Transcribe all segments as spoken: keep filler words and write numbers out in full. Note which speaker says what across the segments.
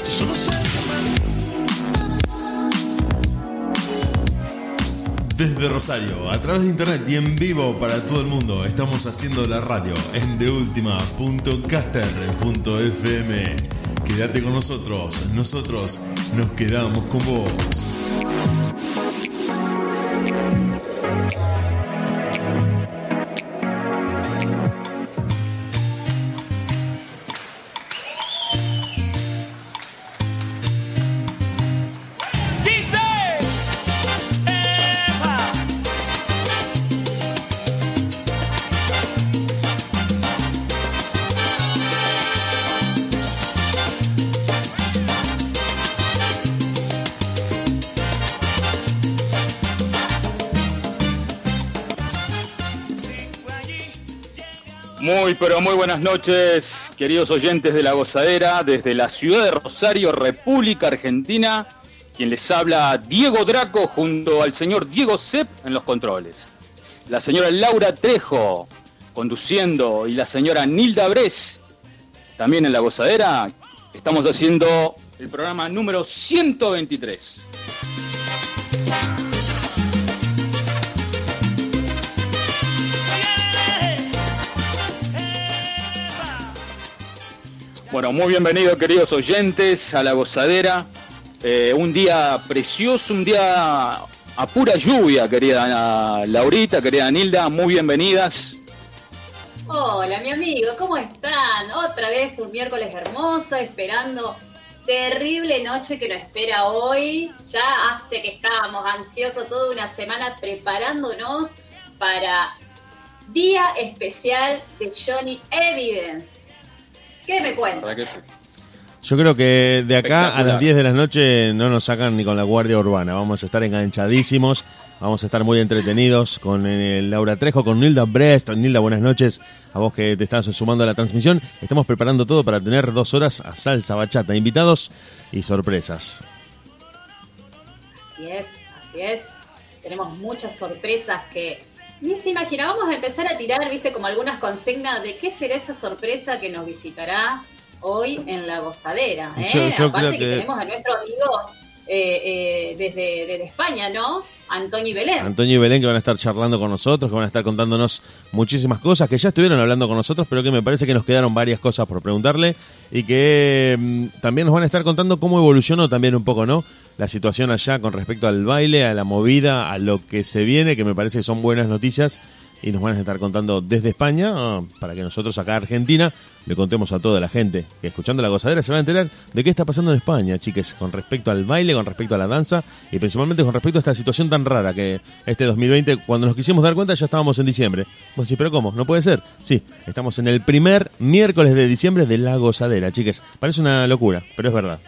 Speaker 1: Desde Rosario, a través de internet y en vivo para todo el mundo, estamos haciendo la radio en de ultima punto caster punto f m. Quédate con nosotros, nosotros nos quedamos con vos.
Speaker 2: Muy, pero muy buenas noches, queridos oyentes de La Gozadera, desde la ciudad de Rosario, República Argentina, quien les habla Diego Draco junto al señor Diego Sepp en los controles. La señora Laura Trejo conduciendo y la señora Nilda Bres también en La Gozadera. Estamos haciendo el programa número ciento veintitrés. Bueno, muy bienvenidos queridos oyentes a La Gozadera. Eh, un día precioso, un día a pura lluvia, querida Laurita, querida Nilda, muy bienvenidas.
Speaker 3: Hola, mi amigo, ¿cómo están? Otra vez un miércoles hermoso, esperando terrible noche que nos espera hoy. Ya hace que estábamos ansiosos toda una semana preparándonos para Día Especial de Johnny Evidence. ¿Qué me cuentas?
Speaker 2: Que sí.
Speaker 4: Yo creo que de acá a las diez de la noche no nos sacan ni con la Guardia Urbana. Vamos a estar enganchadísimos, vamos a estar muy entretenidos con eh, Laura Trejo, con Nilda Brest. Nilda, buenas noches a vos que te estás sumando a la transmisión. Estamos preparando todo para tener dos horas a salsa bachata, invitados y sorpresas.
Speaker 3: Así es, así es. Tenemos muchas sorpresas que ni se imagina. Vamos a empezar a tirar, viste, como algunas consignas de qué será esa sorpresa que nos visitará hoy en La Gozadera, ¿eh?
Speaker 4: Yo, yo
Speaker 3: Aparte
Speaker 4: creo que...
Speaker 3: que tenemos a nuestros amigos eh, eh, desde, desde España, ¿no? Antonio y Belén.
Speaker 4: Antonio y Belén, que van a estar charlando con nosotros, que van a estar contándonos muchísimas cosas, que ya estuvieron hablando con nosotros, pero que me parece que nos quedaron varias cosas por preguntarle y que mmm, también nos van a estar contando cómo evolucionó también un poco, ¿no?, la situación allá con respecto al baile, a la movida, a lo que se viene, que me parece que son buenas noticias. Y nos van a estar contando desde España, oh, para que nosotros acá en Argentina le contemos a toda la gente que escuchando La Gozadera se va a enterar de qué está pasando en España, chiques, con respecto al baile, con respecto a la danza y principalmente con respecto a esta situación tan rara que este dos mil veinte, cuando nos quisimos dar cuenta ya estábamos en diciembre. Vos decís, ¿pero cómo? ¿No puede ser? Sí, estamos en el primer miércoles de diciembre de La Gozadera, chiques. Parece una locura, pero es verdad.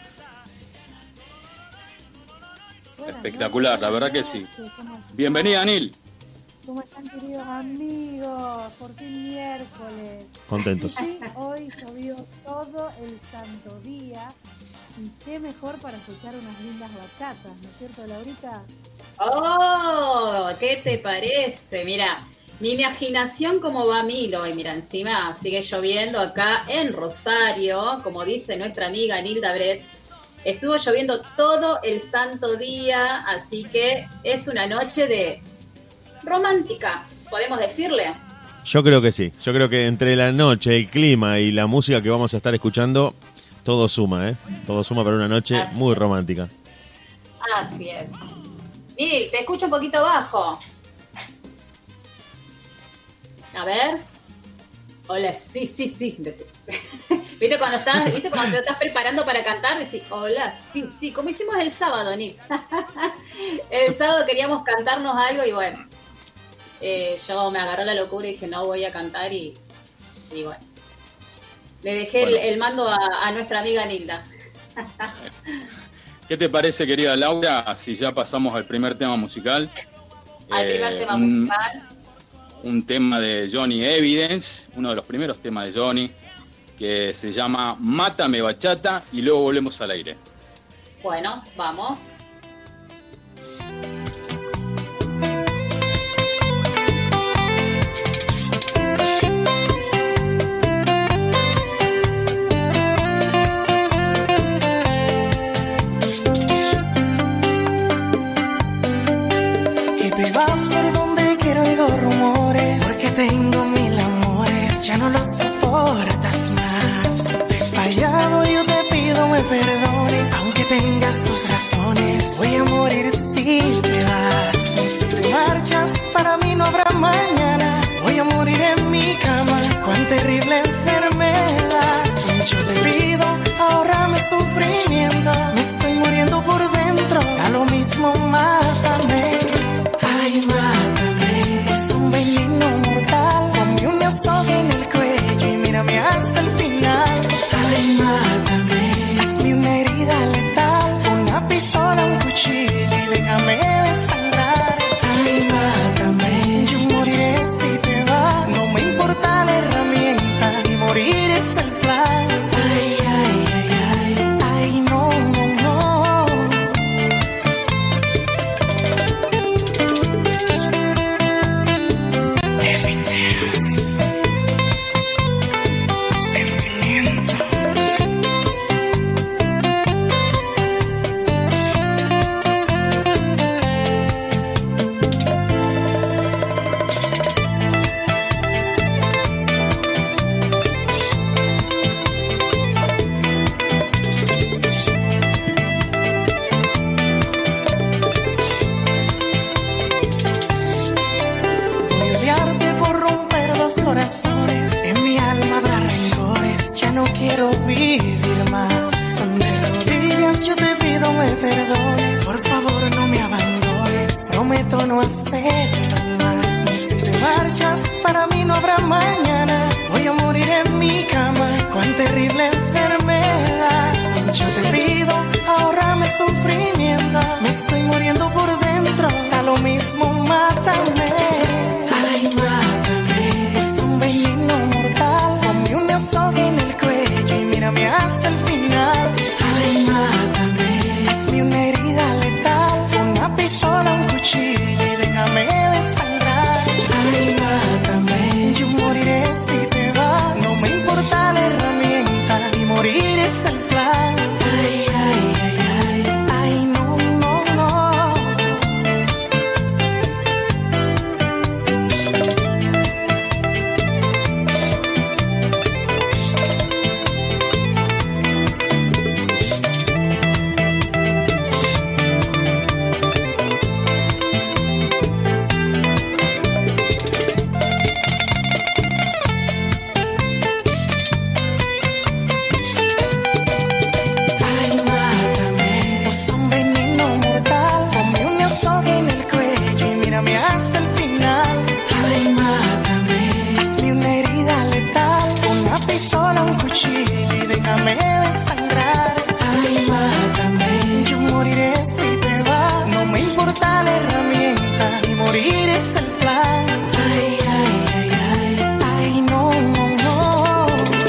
Speaker 2: Espectacular, la verdad que sí. Bienvenida, Nil.
Speaker 5: ¿Cómo están, queridos amigos? Por fin miércoles.
Speaker 4: Contentos.
Speaker 5: Sí, hoy llovió todo el santo día. Y qué mejor para escuchar unas lindas bachatas, ¿no es cierto, Laurita?
Speaker 3: ¡Oh! ¿Qué te parece? Mira, mi imaginación como va a mil hoy. Mira, encima sigue lloviendo acá en Rosario, como dice nuestra amiga Nilda Brett. Estuvo lloviendo todo el santo día, así que es una noche de romántica, ¿podemos decirle?
Speaker 4: Yo creo que sí. Yo creo que entre la noche, el clima y la música que vamos a estar escuchando, todo suma, ¿eh? Todo suma para una noche Así muy es. romántica.
Speaker 3: Así es. Nil, te escucho un poquito bajo. A ver. Hola, sí, sí, sí. ¿Viste cuando estás, ¿viste cuando te estás preparando para cantar? Decís, hola, sí, sí. Como hicimos el sábado, Nil. El sábado queríamos cantarnos algo y bueno. Eh, yo me agarré la locura y dije no voy a cantar y, y bueno le dejé bueno. el, el mando a, a nuestra amiga Nilda.
Speaker 2: ¿Qué te parece, querida Laura, si ya pasamos al primer tema musical?
Speaker 3: Al eh, primer tema un, musical
Speaker 2: un tema de Johnny Evidence, uno de los primeros temas de Johnny, que se llama Mátame Bachata, y luego volvemos al aire.
Speaker 3: Bueno, vamos.
Speaker 6: todas tus razones. Voy a morir si te vas. Si te marchas, para mí no habrá mañana. Voy a morir en mi cama. Cuán terrible enfermedad. Yo te pido, ahórrame sufrimiento. Me estoy muriendo por dentro. Da lo mismo, mátame. Ay, mátame. Es un veneno mortal. Ponme una soga en el cuello y mírame hasta el final. Ay, mátame. Hazme una herida letal. Una pistola, un cuchillo y déjame desangrar. Ay, mátame. Yo moriré si te vas. No me importa la herramienta. Y morir es el plan. Ay, ay, ay, ay. Ay, no, no, no. Definitivos. Sentimiento. Voy a odiarte por romper dos corazones. En mi alma habrá rencores. Ya no quiero vivir más. De rodillas yo te pido me perdones. Por favor no me abandones. Prometo no hacerlo más. Y si te marchas, para mí no habrá mañana. Voy a morir en mi cama. Cuán terrible enfermedad. Yo te pido, ahórrame sufrimiento. Me estoy muriendo por dentro. Da lo mismo, mátame. Ay, mátame. Es un veneno mortal. Ponme una soga en el cuello y mírame hasta el final. Ay, mátame. Hazme una herida letal. Una pistola, un cuchillo y déjame desangrar. Ay, mátame. Yo moriré si te vas. No me importa la herramienta. Y morir es el plan. Ay, ay, ay, ay. Ay, no, no, no. Ay, mátame. Es un veneno mortal. Ponme una soga en el cuello y mírame hasta el final. Ay, mátame. Hazme una herida letal. Una pistola, un cuchillo y déjame desangrar. Ay, mátame. Yo moriré si te vas. No me importa la herramienta. Y morir es el plan. Ay, ay, ay, ay. Ay, no, no, no.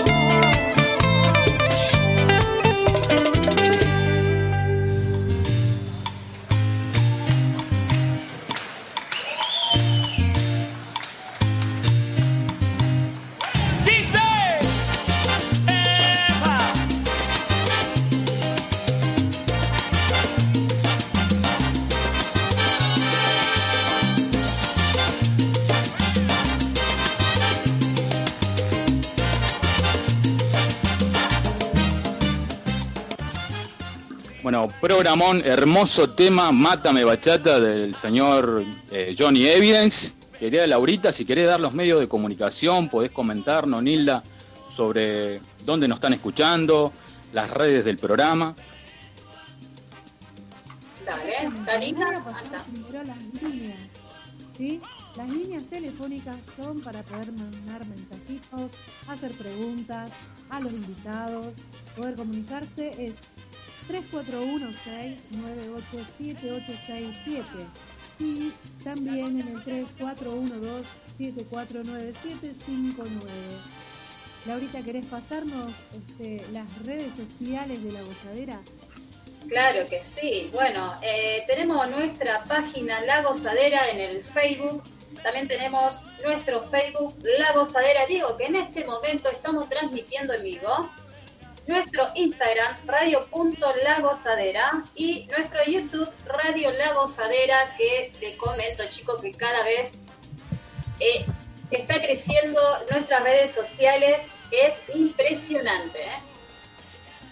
Speaker 7: Dice, Eva.
Speaker 2: Bueno, programón, hermoso tema, Mátame Bachata del señor eh, Johnny Evidence. Querida Laurita, si querés dar los medios de comunicación, podés comentarnos, Nilda, sobre dónde nos están escuchando, las redes del programa.
Speaker 3: Dale, Talita,
Speaker 5: Ahora
Speaker 3: anda.
Speaker 5: pasamos primero las líneas, ¿sí? Las líneas telefónicas son para poder mandar mensajitos, hacer preguntas a los invitados, poder comunicarse es tres cuatro uno seis nueve ocho siete ocho seis siete y también en el tres cuatro uno dos siete cuatro nueve siete cinco nueve. Laurita, ¿querés pasarnos este, las redes sociales de La Gozadera?
Speaker 3: Claro que sí. Bueno, eh, tenemos nuestra página La Gozadera en el Facebook. También tenemos nuestro Facebook La Gozadera. Digo que en este momento estamos transmitiendo en vivo. Nuestro Instagram, radio.lagozadera, y nuestro YouTube, Radio La Gozadera, que les comento, chicos, que cada vez eh, está creciendo nuestras redes sociales. Es impresionante, ¿eh?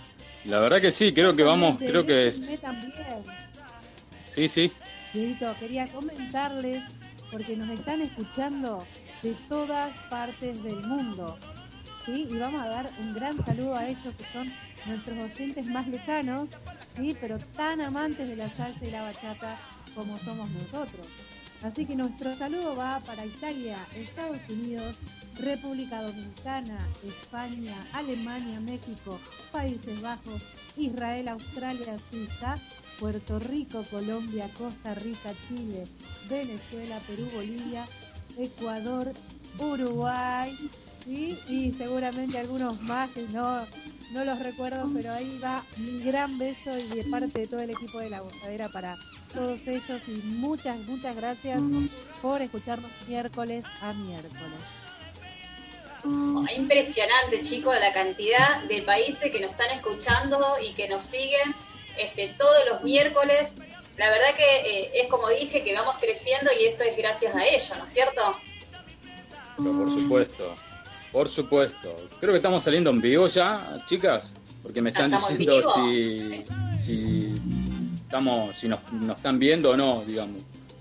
Speaker 2: La verdad que sí, creo que vamos, creo que es...
Speaker 5: También.
Speaker 2: Sí, sí.
Speaker 5: Dieguito, quería comentarles, porque nos están escuchando de todas partes del mundo, ¿sí? Y vamos a dar un gran saludo a ellos, que son nuestros oyentes más lejanos, ¿sí? Pero tan amantes de la salsa y la bachata como somos nosotros. Así que nuestro saludo va para Italia, Estados Unidos, República Dominicana, España, Alemania, México, Países Bajos, Israel, Australia, Suiza, Puerto Rico, Colombia, Costa Rica, Chile, Venezuela, Perú, Bolivia, Ecuador, Uruguay, ¿sí? Y seguramente algunos más que no, no los recuerdo, pero ahí va un gran beso y de parte de todo el equipo de La Gozadera para todos ellos y muchas, muchas gracias por escucharnos miércoles a miércoles.
Speaker 3: Impresionante, chicos, la cantidad de países que nos están escuchando y que nos siguen este, todos los miércoles. La verdad que eh, es como dije, que vamos creciendo y esto es gracias a ellos, ¿no es cierto?
Speaker 2: Pero por supuesto, por supuesto. Creo que estamos saliendo en vivo ya, chicas, porque me están diciendo si, si estamos, si nos, nos están viendo o no, digamos.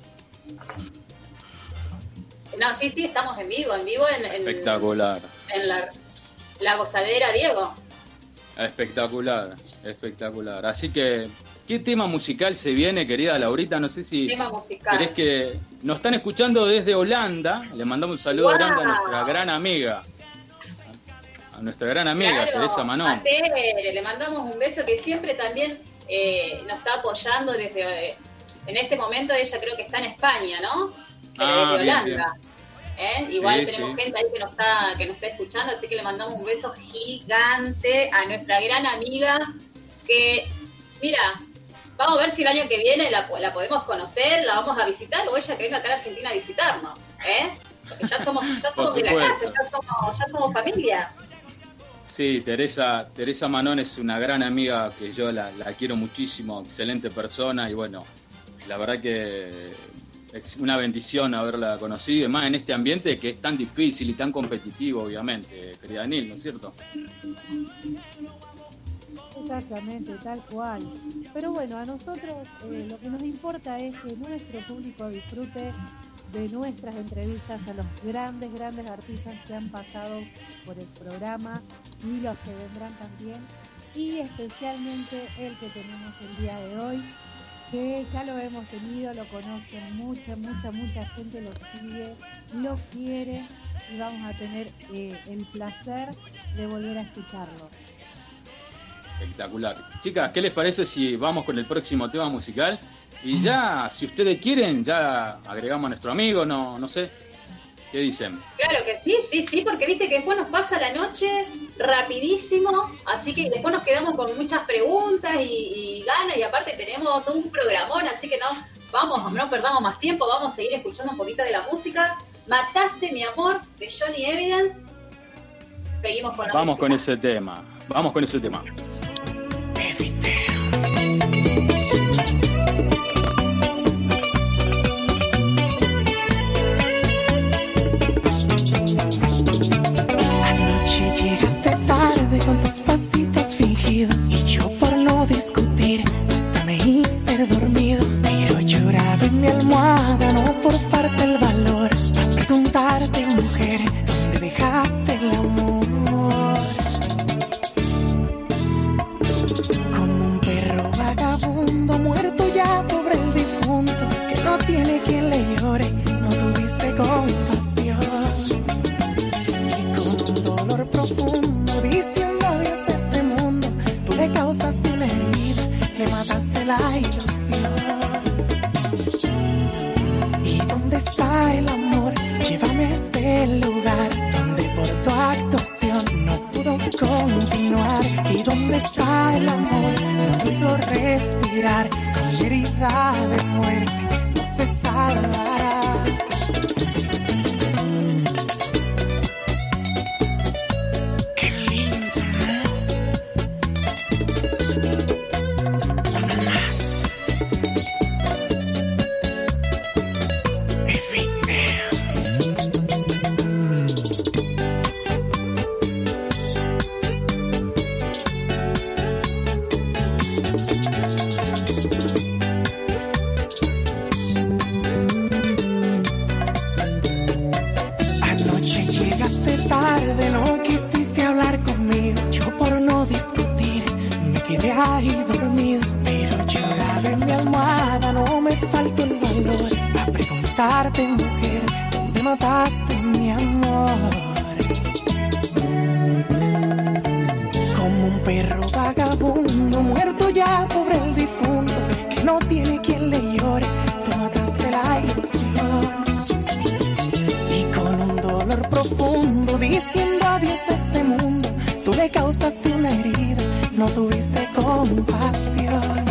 Speaker 3: No, sí, sí, estamos en vivo, en vivo en, en
Speaker 2: espectacular.
Speaker 3: En la, la gozadera, Diego.
Speaker 2: Espectacular, espectacular. Así que, ¿qué tema musical se viene, querida Laurita? No sé si
Speaker 3: tema musical.
Speaker 2: querés que... Nos están escuchando desde Holanda. Le mandamos un saludo
Speaker 3: wow.
Speaker 2: grande a nuestra gran amiga. A nuestra gran amiga,
Speaker 3: claro,
Speaker 2: Teresa Manón.
Speaker 3: A Tere, le mandamos un beso, que siempre también eh, nos está apoyando desde... Eh, en este momento ella creo que está en España, ¿no? Pero
Speaker 2: ah,
Speaker 3: desde
Speaker 2: bien,
Speaker 3: Holanda. ¿Eh? Igual
Speaker 2: sí,
Speaker 3: tenemos
Speaker 2: sí.
Speaker 3: gente ahí que nos está que nos está escuchando, así que le mandamos un beso gigante a nuestra gran amiga, que mira, vamos a ver si el año que viene la, la podemos conocer, la vamos a visitar, o ella que venga acá a Argentina a visitarnos, ¿eh? Porque ya somos, ya somos de la casa, ya somos, ya somos familia.
Speaker 2: Sí, Teresa, Teresa Manón es una gran amiga que yo la, la quiero muchísimo, excelente persona, y bueno, la verdad que es una bendición haberla conocido, y más en este ambiente que es tan difícil y tan competitivo, obviamente, querida Anil, ¿no es cierto?
Speaker 5: Exactamente, tal cual. Pero bueno, a nosotros eh, lo que nos importa es que nuestro público disfrute de nuestras entrevistas a los grandes, grandes artistas que han pasado por el programa y los que vendrán también, y especialmente el que tenemos el día de hoy, que ya lo hemos tenido, lo conocen mucha, mucha, mucha gente, lo sigue, lo quiere, y vamos a tener eh, el placer de volver a escucharlo.
Speaker 2: Espectacular. Chicas, ¿qué les parece si vamos con el próximo tema musical? Y ya, si ustedes quieren, ya agregamos a nuestro amigo, no, no sé. ¿Qué dicen?
Speaker 3: Claro que sí, sí, sí, porque viste que después nos pasa la noche rapidísimo, así que después nos quedamos con muchas preguntas y, y ganas, y aparte tenemos un programón, así que no vamos, no perdamos más tiempo, vamos a seguir escuchando un poquito de la música. Mataste mi amor, de Johnny Evidence. Seguimos con la
Speaker 2: Vamos
Speaker 3: música.
Speaker 2: con ese tema, vamos con ese tema.
Speaker 6: Llegaste tarde con tus pasitos fingidos, y yo por no discutir hasta me hice dormido. Pero lloraba en mi almohada, no por falta el valor, para preguntarte, mujer, ¿dónde dejaste el amor? Como un perro vagabundo, muerto ya, pobre el difunto, que no tiene quien le llore, no tuviste compasión. Profundo, diciendo adiós a este mundo, tú le causaste una herida, le mataste la ilusión. ¿Y dónde está el amor? Llévame a ese lugar donde por tu actuación no pudo continuar. ¿Y dónde está el amor? No puedo respirar, con mi herida de muerte no se salvará. quedé ahí dormido, pero lloraba en mi almohada. No me faltó el valor a preguntarte, mujer, ¿dónde mataste mi amor? Como un perro vagabundo, muerto ya, pobre el difunto, que no tiene quien le llore, tú mataste la ilusión. Y con un dolor profundo, diciendo adiós a este mundo, tú le causaste una herida, no tuviste compasión.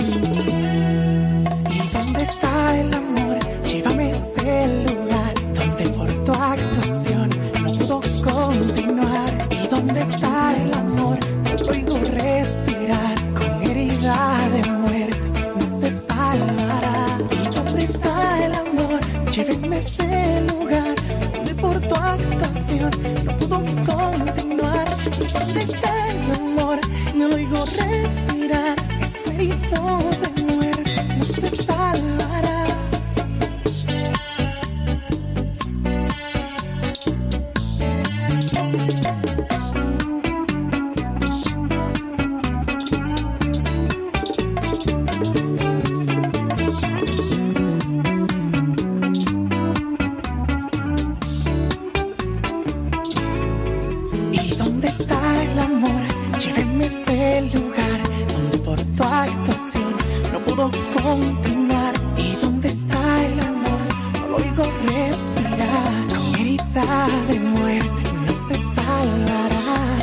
Speaker 6: ¿Y dónde está el amor? Llévame a ese lugar donde por tu actuación no pudo continuar. ¿Y dónde está el amor? No oigo respirar, con herida de muerte no se salvará. ¿Y dónde está el amor? Llévame a ese lugar donde por tu actuación no pudo continuar. ¿Dónde está el amor? No lo oigo respirar. Este herido de muerte no se salvará. Continuar. ¿Y dónde está el amor? No lo oigo respirar. Con herida de muerte no se salvará.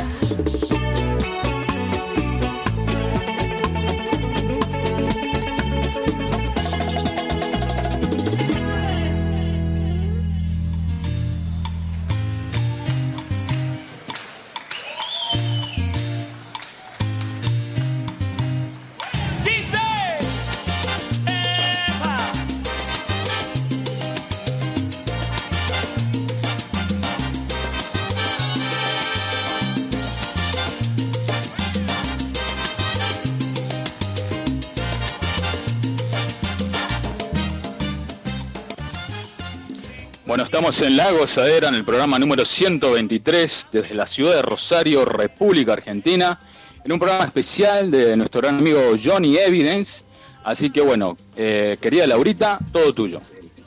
Speaker 2: Bueno, estamos en La Gozadera, en el programa número ciento veintitrés, desde la ciudad de Rosario, República Argentina, en un programa especial de nuestro gran amigo Johnny Evidence. Así que bueno, eh, querida Laurita, todo tuyo.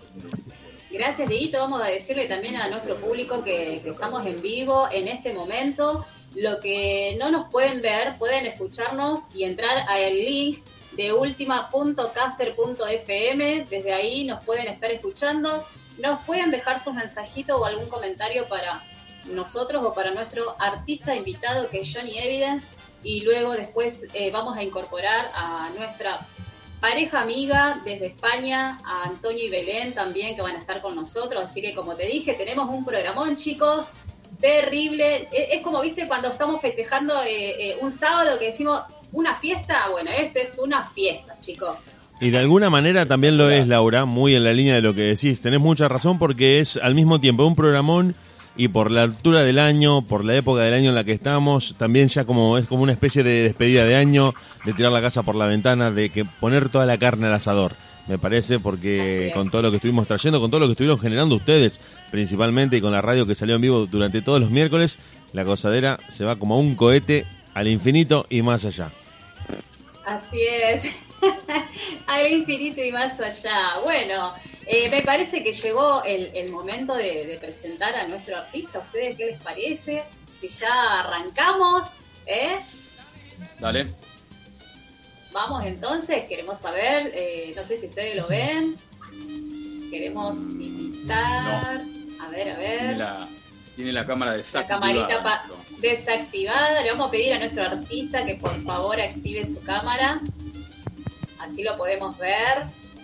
Speaker 3: Gracias, Dieguito. Vamos a decirle también a nuestro público que, que estamos en vivo en este momento. Lo que no nos pueden ver, pueden escucharnos y entrar al link de ultima punto caster punto f m. Desde ahí nos pueden estar escuchando. Nos pueden dejar sus mensajitos o algún comentario para nosotros o para nuestro artista invitado, que es Johnny Evidence, y luego después eh, vamos a incorporar a nuestra pareja amiga desde España, a Antonio y Belén también, que van a estar con nosotros. Así que, como te dije, tenemos un programón, chicos, terrible. Es, es como, viste, cuando estamos festejando eh, eh, un sábado que decimos una fiesta. Bueno, esto es una fiesta, chicos.
Speaker 4: Y de alguna manera también lo es, Laura, muy en la línea de lo que decís. Tenés mucha razón, porque es al mismo tiempo un programón, y por la altura del año, por la época del año en la que estamos, también ya como es como una especie de despedida de año, de tirar la casa por la ventana, de que poner toda la carne al asador, me parece, porque con todo lo que estuvimos trayendo, con todo lo que estuvieron generando ustedes, principalmente, y con la radio que salió en vivo durante todos los miércoles, La Gozadera se va como un cohete al infinito y más allá.
Speaker 3: Así es. Al infinito y más allá. Bueno, eh, me parece que llegó el, el momento de, de presentar a nuestro artista. ¿A ustedes qué les parece? Que ya arrancamos, ¿eh?
Speaker 2: Dale.
Speaker 3: Vamos entonces, queremos saber, eh, no sé si ustedes lo ven. Queremos invitar. No. A ver, a ver.
Speaker 2: Tiene la, tiene la cámara desactivada.
Speaker 3: La camarita pa- desactivada. Le vamos a pedir a nuestro artista que por favor active su cámara. Así lo podemos ver.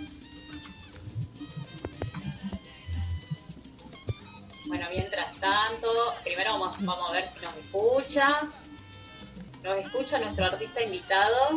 Speaker 3: Bueno, mientras tanto, primero vamos, vamos a ver si nos escucha. Nos escucha nuestro artista invitado.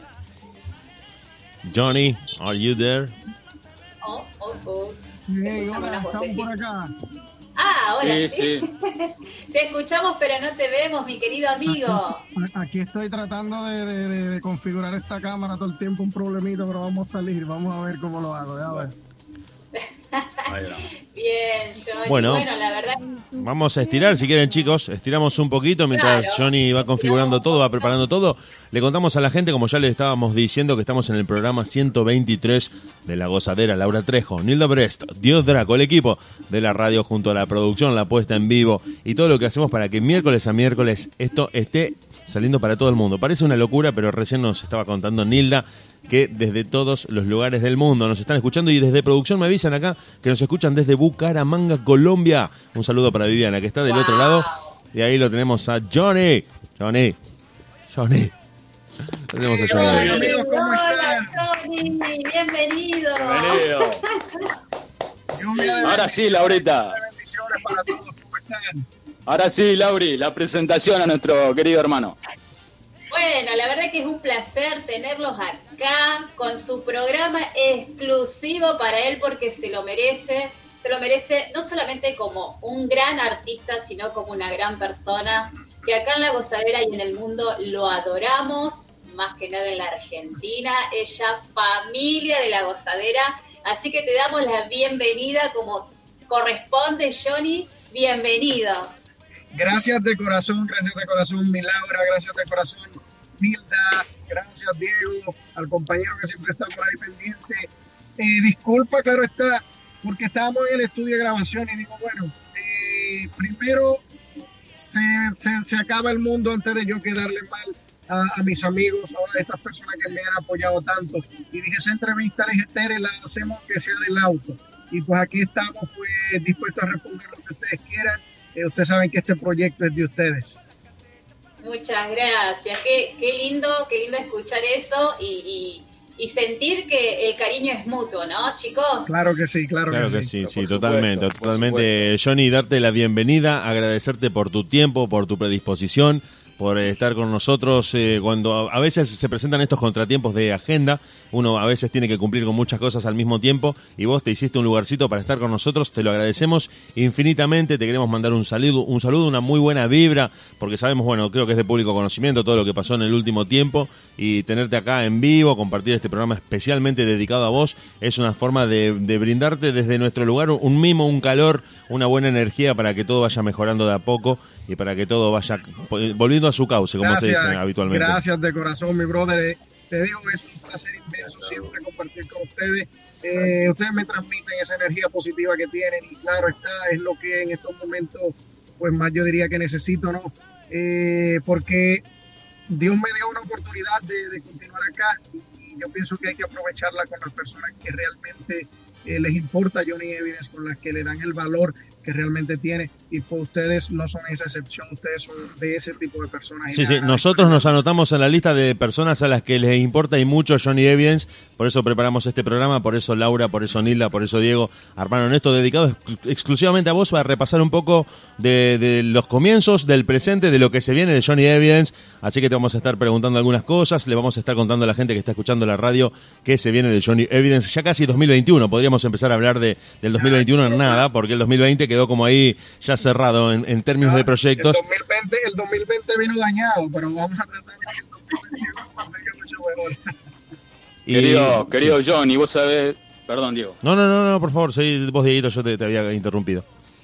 Speaker 4: Johnny, are you there?
Speaker 3: Oh, oh, oh.
Speaker 7: Hey, hola, estamos por acá.
Speaker 3: Ah, ahora sí.
Speaker 2: Sí, sí.
Speaker 3: Te escuchamos, pero no te vemos, mi querido amigo.
Speaker 7: Aquí, aquí estoy tratando de, de, de, de configurar esta cámara todo el tiempo, un problemito, pero vamos a salir, vamos a ver cómo lo hago. A ver.
Speaker 3: Bien, Johnny.
Speaker 4: Bueno.
Speaker 3: Bueno, la verdad.
Speaker 4: Vamos a estirar, si quieren, chicos, estiramos un poquito mientras
Speaker 3: Claro.
Speaker 4: Johnny va configurando todo, va preparando todo. Le contamos a la gente, como ya le estábamos diciendo, que estamos en el programa ciento veintitrés de La Gozadera. Laura Trejo, Nilda Brest, Dios Draco, el equipo de la radio junto a la producción, la puesta en vivo y todo lo que hacemos para que miércoles a miércoles esto esté saliendo para todo el mundo. Parece una locura, pero recién nos estaba contando Nilda que desde todos los lugares del mundo nos están escuchando, y desde producción me avisan acá que nos escuchan desde Bucaramanga, Colombia. Un saludo para Viviana, que está del
Speaker 3: Wow.
Speaker 4: otro lado, y ahí lo tenemos a Johnny. Johnny. Johnny. Lo tenemos a Johnny.
Speaker 7: Hola, amigos, ¿cómo
Speaker 3: Hola,
Speaker 7: están?
Speaker 3: Johnny. Bienvenido.
Speaker 2: Bienvenido.
Speaker 7: Lluvia de
Speaker 2: Ahora sí, Laurita.
Speaker 7: bendiciones para todos. ¿Cómo están?
Speaker 2: Ahora sí, Lauri, la presentación a nuestro querido hermano.
Speaker 3: Bueno, la verdad que es un placer tenerlos acá con su programa exclusivo para él, porque se lo merece. Se lo merece no solamente como un gran artista, sino como una gran persona, que acá en La Gozadera y en el mundo lo adoramos, más que nada en la Argentina. Es ya familia de La Gozadera, así que te damos la bienvenida como corresponde, Johnny. Bienvenido.
Speaker 7: Gracias de corazón, gracias de corazón, mi Laura, gracias de corazón, Nilda, gracias, Diego, al compañero que siempre está por ahí pendiente. Eh, disculpa, claro está, porque estábamos en el estudio de grabación y digo, bueno, eh, primero se, se, se acaba el mundo antes de yo quedarle mal a, a mis amigos, a estas personas que me han apoyado tanto. Y dije, esa entrevista legendaria la hacemos que sea del auto. Y pues aquí estamos pues dispuestos a responder lo que ustedes quieran. Eh, ustedes saben que este proyecto es de ustedes.
Speaker 3: Muchas gracias. Qué, qué lindo, qué lindo escuchar eso y, y, y sentir que el cariño es mutuo, ¿no, chicos?
Speaker 7: Claro que sí, claro,
Speaker 4: Claro
Speaker 7: que,
Speaker 4: que
Speaker 7: sí.
Speaker 4: sí, sí,
Speaker 2: por
Speaker 4: totalmente,
Speaker 2: supuesto, por
Speaker 4: totalmente. Johnny, darte la bienvenida, agradecerte por tu tiempo, por tu predisposición, por estar con nosotros eh, cuando a veces se presentan estos contratiempos de agenda. Uno a veces tiene que cumplir con muchas cosas al mismo tiempo, y vos te hiciste un lugarcito para estar con nosotros. Te lo agradecemos infinitamente. Te queremos mandar un saludo, un saludo, una muy buena vibra, porque sabemos, bueno, creo que es de público conocimiento todo lo que pasó en el último tiempo, y tenerte acá en vivo, compartir este programa especialmente dedicado a vos, es una forma de, de brindarte desde nuestro lugar un mimo, un calor, una buena energía para que todo vaya mejorando de a poco y para que todo vaya volviendo a su cauce, como
Speaker 7: Gracias,
Speaker 4: se dice habitualmente.
Speaker 7: Gracias de corazón, mi brother. Eh, Te digo, es un placer inmenso siempre compartir con ustedes. Eh, ustedes me transmiten esa energía positiva que tienen, y claro está, es lo que en estos momentos, pues más yo diría que necesito, ¿no? Eh, porque Dios me dio una oportunidad de, de continuar acá, y, y yo pienso que hay que aprovecharla con las personas que realmente eh, les importa Johnny Evidence, con las que le dan el valor que realmente tiene, y pues ustedes no son esa excepción, ustedes son de ese tipo de personas.
Speaker 4: Sí, sí, nosotros nos anotamos en la lista de personas a las que les importa y mucho Johnny Evidence, por eso preparamos este programa, por eso Laura, por eso Nilda, por eso Diego armaron esto dedicado ex- exclusivamente a vos, para repasar un poco de, de los comienzos, del presente, de lo que se viene de Johnny Evidence. Así que te vamos a estar preguntando algunas cosas, le vamos a estar contando a la gente que está escuchando la radio que se viene de Johnny Evidence. Ya casi dos mil veintiuno, podríamos empezar a hablar de, del dos mil veintiuno en nada, porque el dos mil veinte quedó como ahí ya cerrado en, en términos de proyectos.
Speaker 7: El dos mil veinte, el dos mil veinte vino dañado, pero vamos a tratar de que el dos mil veintiuno venga mucho mejor.
Speaker 4: Y-
Speaker 2: Querido,
Speaker 4: sí.
Speaker 2: querido Johnny, vos sabés... Perdón, Diego.
Speaker 4: No, no, no, no, por favor, seguí vos, Dieguito, yo te, te había interrumpido.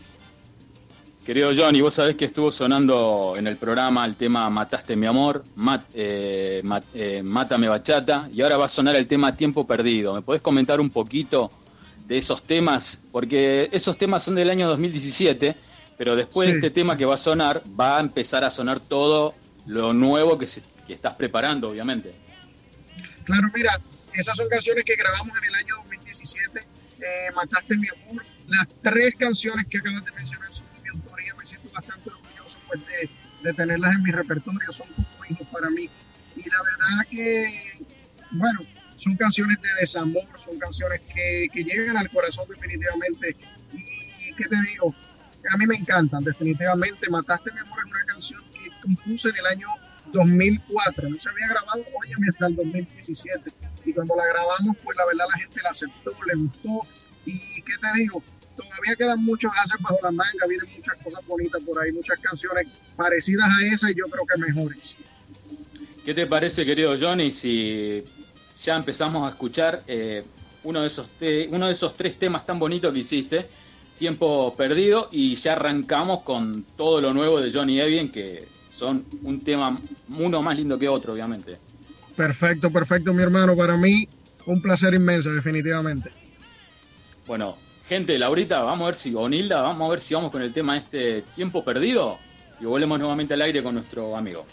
Speaker 2: Querido Johnny, vos sabés que estuvo sonando en el programa el tema Mataste mi amor, mat, eh, mat, eh, Mátame Bachata, y ahora va a sonar el tema Tiempo Perdido. ¿Me podés comentar un poquito de esos temas? Porque esos temas son del año dos mil diecisiete, pero después
Speaker 7: Sí,
Speaker 2: de este tema
Speaker 7: sí.
Speaker 2: que va a sonar, va a empezar a sonar todo lo nuevo que, se, que estás preparando, obviamente.
Speaker 7: Claro, mira, esas son canciones que grabamos en el año dos mil diecisiete. Eh, Mataste mi amor. Las tres canciones que acabas de mencionar son de mi autoría. Me siento bastante orgulloso pues, de, de tenerlas en mi repertorio. Son como hijos para mí. Y la verdad que, bueno, son canciones de desamor, son canciones que, que llegan al corazón definitivamente. Y, ¿qué te digo? A mí me encantan, definitivamente. Mataste mi amor es una canción que compuse en el año dos mil cuatro, no se había grabado, óyeme, hasta el dos mil diecisiete, y cuando la grabamos, pues la verdad la gente la aceptó, le gustó, y ¿qué te digo? Todavía quedan muchos haces bajo la manga, vienen muchas cosas bonitas por ahí, muchas canciones parecidas a esa, y yo creo que mejores.
Speaker 2: ¿Qué te parece, querido Johnny, si ya empezamos a escuchar eh, uno de esos te- uno de esos tres temas tan bonitos que hiciste, Tiempo Perdido, y ya arrancamos con todo lo nuevo de Johnny Evidence, que son un tema uno más lindo que otro, obviamente.
Speaker 7: Perfecto, perfecto, mi hermano. Para mí, un placer inmenso, definitivamente.
Speaker 2: Bueno, gente, Laurita, vamos a ver si, o Nilda, vamos a ver si vamos con el tema este Tiempo Perdido, y volvemos nuevamente al aire con nuestro amigo.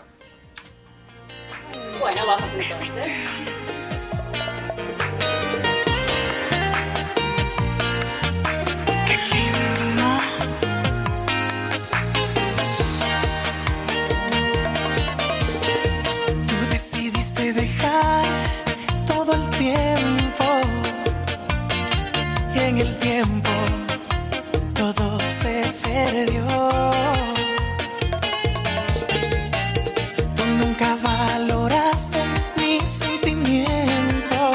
Speaker 3: Bueno, vamos entonces.
Speaker 6: Dejar todo el tiempo, y en el tiempo todo se perdió. Tú nunca valoraste mis sentimientos,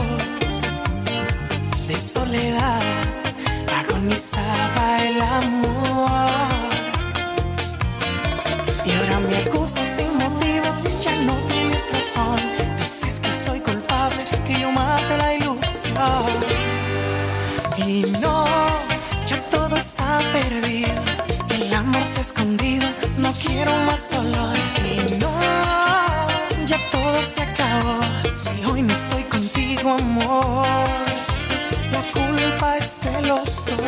Speaker 6: de soledad agonizaba el amor, y ahora me acusas sin motivos, ya no tienes razón. Dices que soy culpable, que yo mate la ilusión. Y no, ya todo está perdido, el amor se ha escondido, no quiero más dolor. Y no, ya todo se acabó, si hoy no estoy contigo, amor, la culpa es de los dos.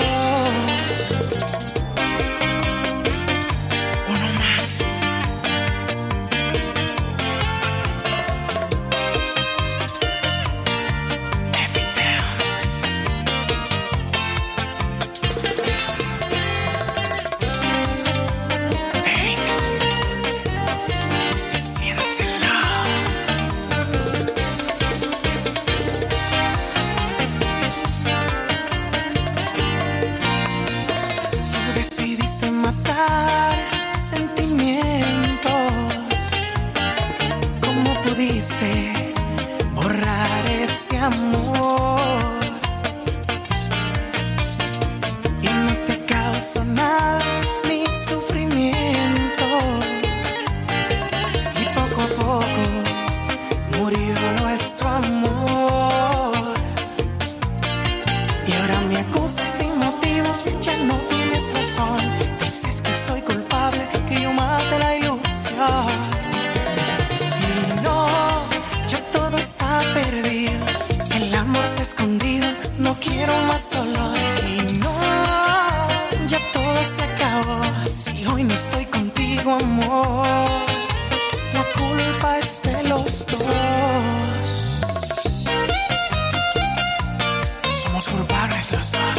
Speaker 6: Borrar este amor y no te causó nada ni sufrimiento, y poco a poco murió nuestro amor, y ahora me acusas sin motivos, ya no tienes razón. Dices que soy culpable, que yo mate la ilusión. Perdido, el amor se ha escondido, no quiero más dolor. Y no, ya todo se acabó, si hoy no estoy contigo, amor, la culpa es de los dos. Somos culpables los dos.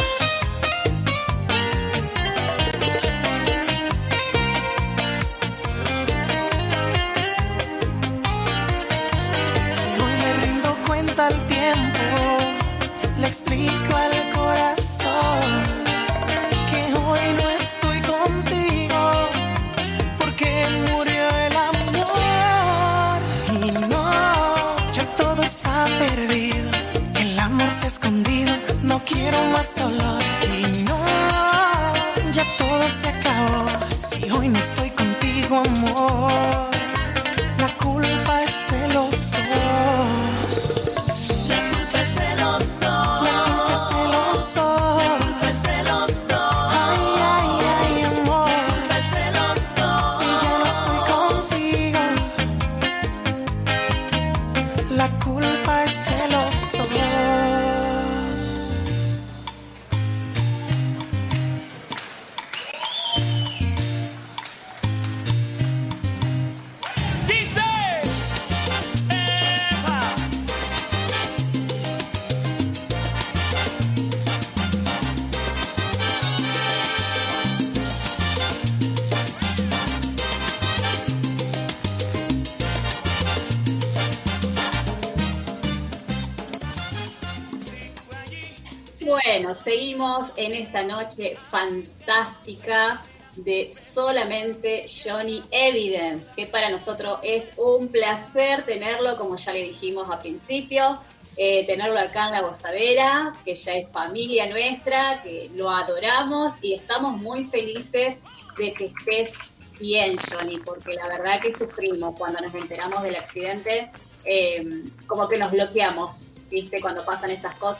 Speaker 6: Al tiempo le explico al corazón que hoy no estoy contigo porque murió el amor. Y no, ya todo está perdido, el amor se ha escondido, no quiero más dolor. Y no, ya todo se acabó, si hoy no estoy contigo, amor, la culpa es de los dos.
Speaker 3: Bueno, seguimos en esta noche fantástica de solamente Johnny Evidence, que para nosotros es un placer tenerlo, como ya le dijimos al principio, eh, tenerlo acá en La Gozadera, que ya es familia nuestra, que lo adoramos y estamos muy felices de que estés bien, Johnny, porque la verdad que sufrimos cuando nos enteramos del accidente, eh, como que nos bloqueamos, ¿viste? Cuando pasan esas cosas.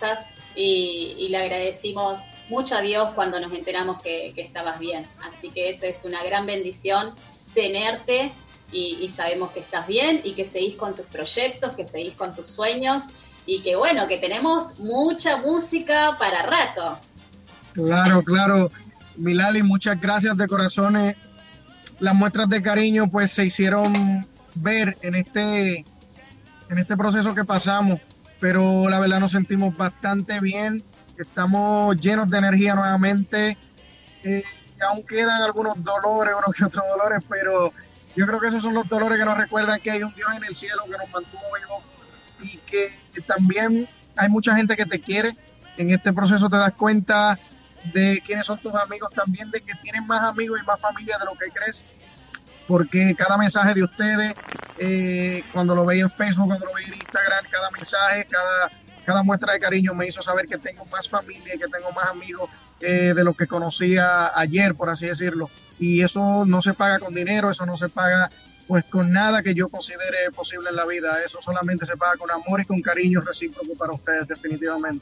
Speaker 3: y, y le agradecimos mucho a Dios cuando nos enteramos que, que estabas bien. Así que eso es una gran bendición, tenerte, y, y sabemos que estás bien y que seguís con tus proyectos, que seguís con tus sueños, y que bueno, que tenemos mucha música para rato.
Speaker 7: Claro, claro. Milali, muchas gracias de corazones. Las muestras de cariño pues se hicieron ver en este, en este proceso que pasamos, pero la verdad nos sentimos bastante bien, estamos llenos de energía nuevamente, eh, aún quedan algunos dolores, unos que otros dolores, pero yo creo que esos son los dolores que nos recuerdan que hay un Dios en el cielo que nos mantuvo vivos y que también hay mucha gente que te quiere. En este proceso te das cuenta de quiénes son tus amigos, también de que tienes más amigos y más familia de lo que crees, porque cada mensaje de ustedes, eh, cuando lo veía en Facebook, cuando lo veía en Instagram, cada mensaje, cada, cada muestra de cariño me hizo saber que tengo más familia y que tengo más amigos eh, de los que conocía ayer, por así decirlo, y eso no se paga con dinero, eso no se paga pues con nada que yo considere posible en la vida, eso solamente se paga con amor y con cariño recíproco para ustedes, definitivamente.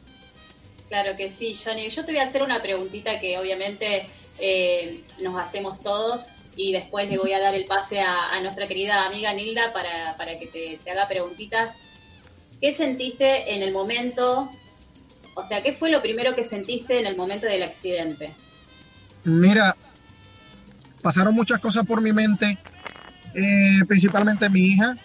Speaker 3: Claro que sí, Johnny. Yo te voy a hacer una preguntita que obviamente eh, nos hacemos todos, y después le voy a dar el pase a, a nuestra querida amiga Nilda para, para que te, te haga preguntitas. ¿Qué sentiste en el momento? O sea, ¿qué fue lo primero que sentiste en el momento del accidente?
Speaker 7: Mira, pasaron muchas cosas por mi mente, eh, principalmente mi hija.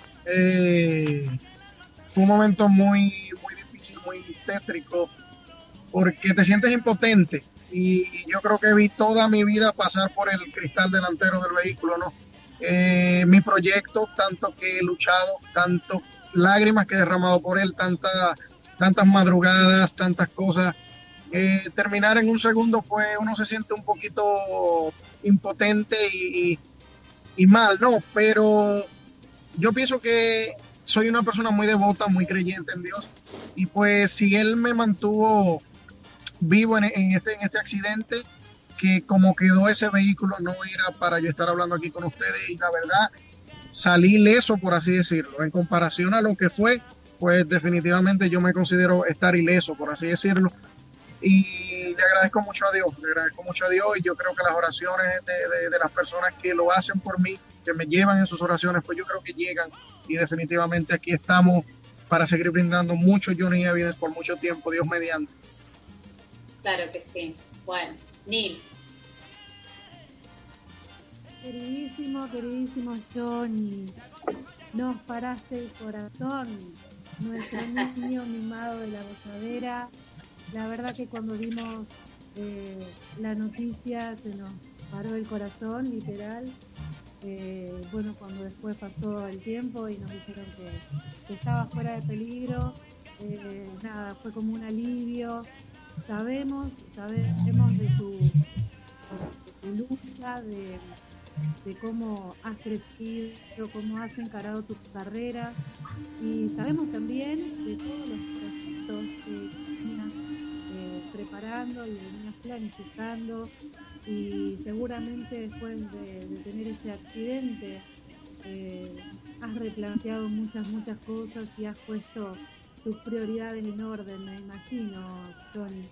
Speaker 7: Eh, fue un momento muy, muy difícil, muy tétrico, porque te sientes impotente y, y yo creo que vi toda mi vida pasar por el cristal delantero del vehículo, ¿no? Eh, mi proyecto, tanto que he luchado, tanto lágrimas que he derramado por él, tanta, tantas madrugadas, tantas cosas, eh, terminar en un segundo, pues uno se siente un poquito impotente y, y, y mal, ¿no? Pero yo pienso que soy una persona muy devota, muy creyente en Dios, y pues si Él me mantuvo vivo en, en, este, en este accidente, que como quedó ese vehículo no era para yo estar hablando aquí con ustedes, y la verdad salí ileso, por así decirlo, en comparación a lo que fue, pues definitivamente yo me considero estar ileso, por así decirlo, y le agradezco mucho a Dios, le agradezco mucho a Dios, y yo creo que las oraciones de, de, de las personas que lo hacen por mí, que me llevan en sus oraciones, pues yo creo que llegan, y definitivamente aquí estamos para seguir brindando mucho Johnny Evidence por mucho tiempo, Dios mediante.
Speaker 3: Claro que sí. Bueno, Nil.
Speaker 5: Queridísimo, queridísimo Johnny, nos paraste el corazón, nuestro niño mimado de la gozadera. La verdad que cuando vimos eh, la noticia se nos paró el corazón, literal. Eh, bueno, cuando después pasó el tiempo y nos dijeron que, que estaba fuera de peligro, eh, nada, fue como un alivio. Sabemos, sabemos de tu, de tu lucha, de, de cómo has crecido, cómo has encarado tu carrera, y sabemos también de todos los proyectos que venías eh, preparando y venías planificando, y seguramente después de, de tener ese accidente eh, has replanteado muchas, muchas cosas y has puesto tus prioridades en orden, me imagino, Johnny.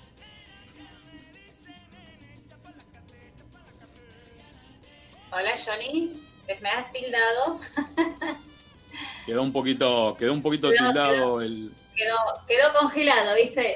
Speaker 3: Hola, Johnny. ¿Me has tildado?
Speaker 2: Quedó un poquito, quedó un poquito
Speaker 3: quedó,
Speaker 2: tildado
Speaker 3: quedó,
Speaker 2: el...
Speaker 3: Quedó, quedó congelado, ¿viste?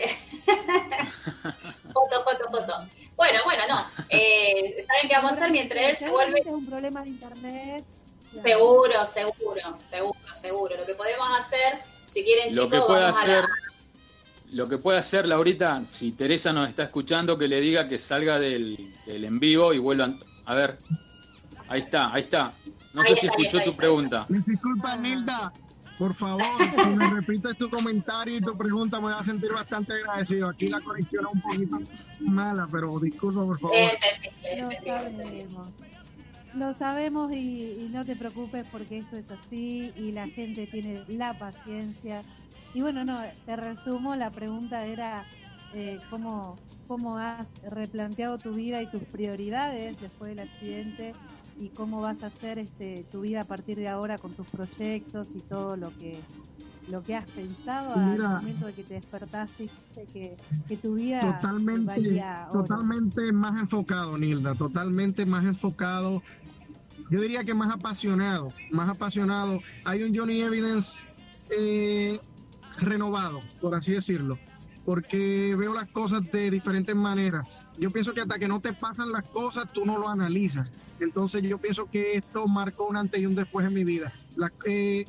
Speaker 3: Foto, foto, foto. Bueno, bueno, no. Eh, ¿Saben qué vamos a hacer mientras él se vuelve?
Speaker 5: Es un problema de internet.
Speaker 3: Seguro, seguro, seguro, seguro. Lo que podemos hacer, si quieren,
Speaker 2: lo
Speaker 3: chicos,
Speaker 2: que puede
Speaker 3: vamos
Speaker 2: hacer,
Speaker 3: a la...
Speaker 2: Lo que puede hacer, Laurita, si Teresa nos está escuchando, que le diga que salga del, del en vivo y vuelvan. A ver, ahí está, ahí está. No
Speaker 3: ahí
Speaker 2: sé
Speaker 3: está,
Speaker 2: si escuchó
Speaker 3: ahí
Speaker 2: tu
Speaker 3: está.
Speaker 2: pregunta.
Speaker 7: Disculpa, Nilda, por favor, si me repites tu comentario y tu pregunta me voy a sentir bastante agradecido. Aquí la conexión es un poquito mala, pero disculpa, por favor.
Speaker 3: Eh,
Speaker 5: Lo sabemos. Lo sabemos y, y no te preocupes porque esto es así y la gente tiene la paciencia. Y bueno, no, te resumo, la pregunta era eh, cómo, cómo has replanteado tu vida y tus prioridades después del accidente y cómo vas a hacer este tu vida a partir de ahora con tus proyectos y todo lo que lo que has pensado
Speaker 7: Mira,
Speaker 5: al momento de que te despertaste y dijiste que, que tu vida
Speaker 7: Totalmente,
Speaker 5: valía oro?
Speaker 7: totalmente más enfocado, Nilda, totalmente más enfocado. Yo diría que más apasionado, más apasionado. Hay un Johnny Evidence eh, renovado, por así decirlo, porque veo las cosas de diferentes maneras. Yo pienso que hasta que no te pasan las cosas, tú no lo analizas. Entonces yo pienso que esto marcó un antes y un después en mi vida. La, eh,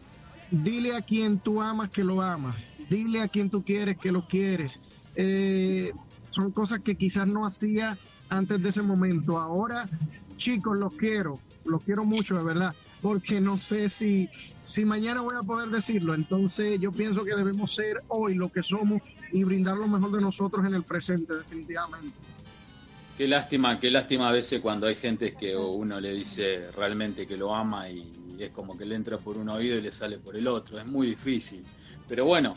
Speaker 7: dile a quien tú amas que lo amas. Dile a quien tú quieres que lo quieres. Eh, son cosas que quizás no hacía antes de ese momento. Ahora, chicos, los quiero. Los quiero mucho, de verdad. Porque no sé si, si mañana voy a poder decirlo. Entonces yo pienso que debemos ser hoy lo que somos y brindar lo mejor de nosotros en el presente, definitivamente.
Speaker 2: Qué lástima, qué lástima a veces cuando hay gente que uno le dice realmente que lo ama y es como que le entra por un oído y le sale por el otro. Es muy difícil. Pero bueno,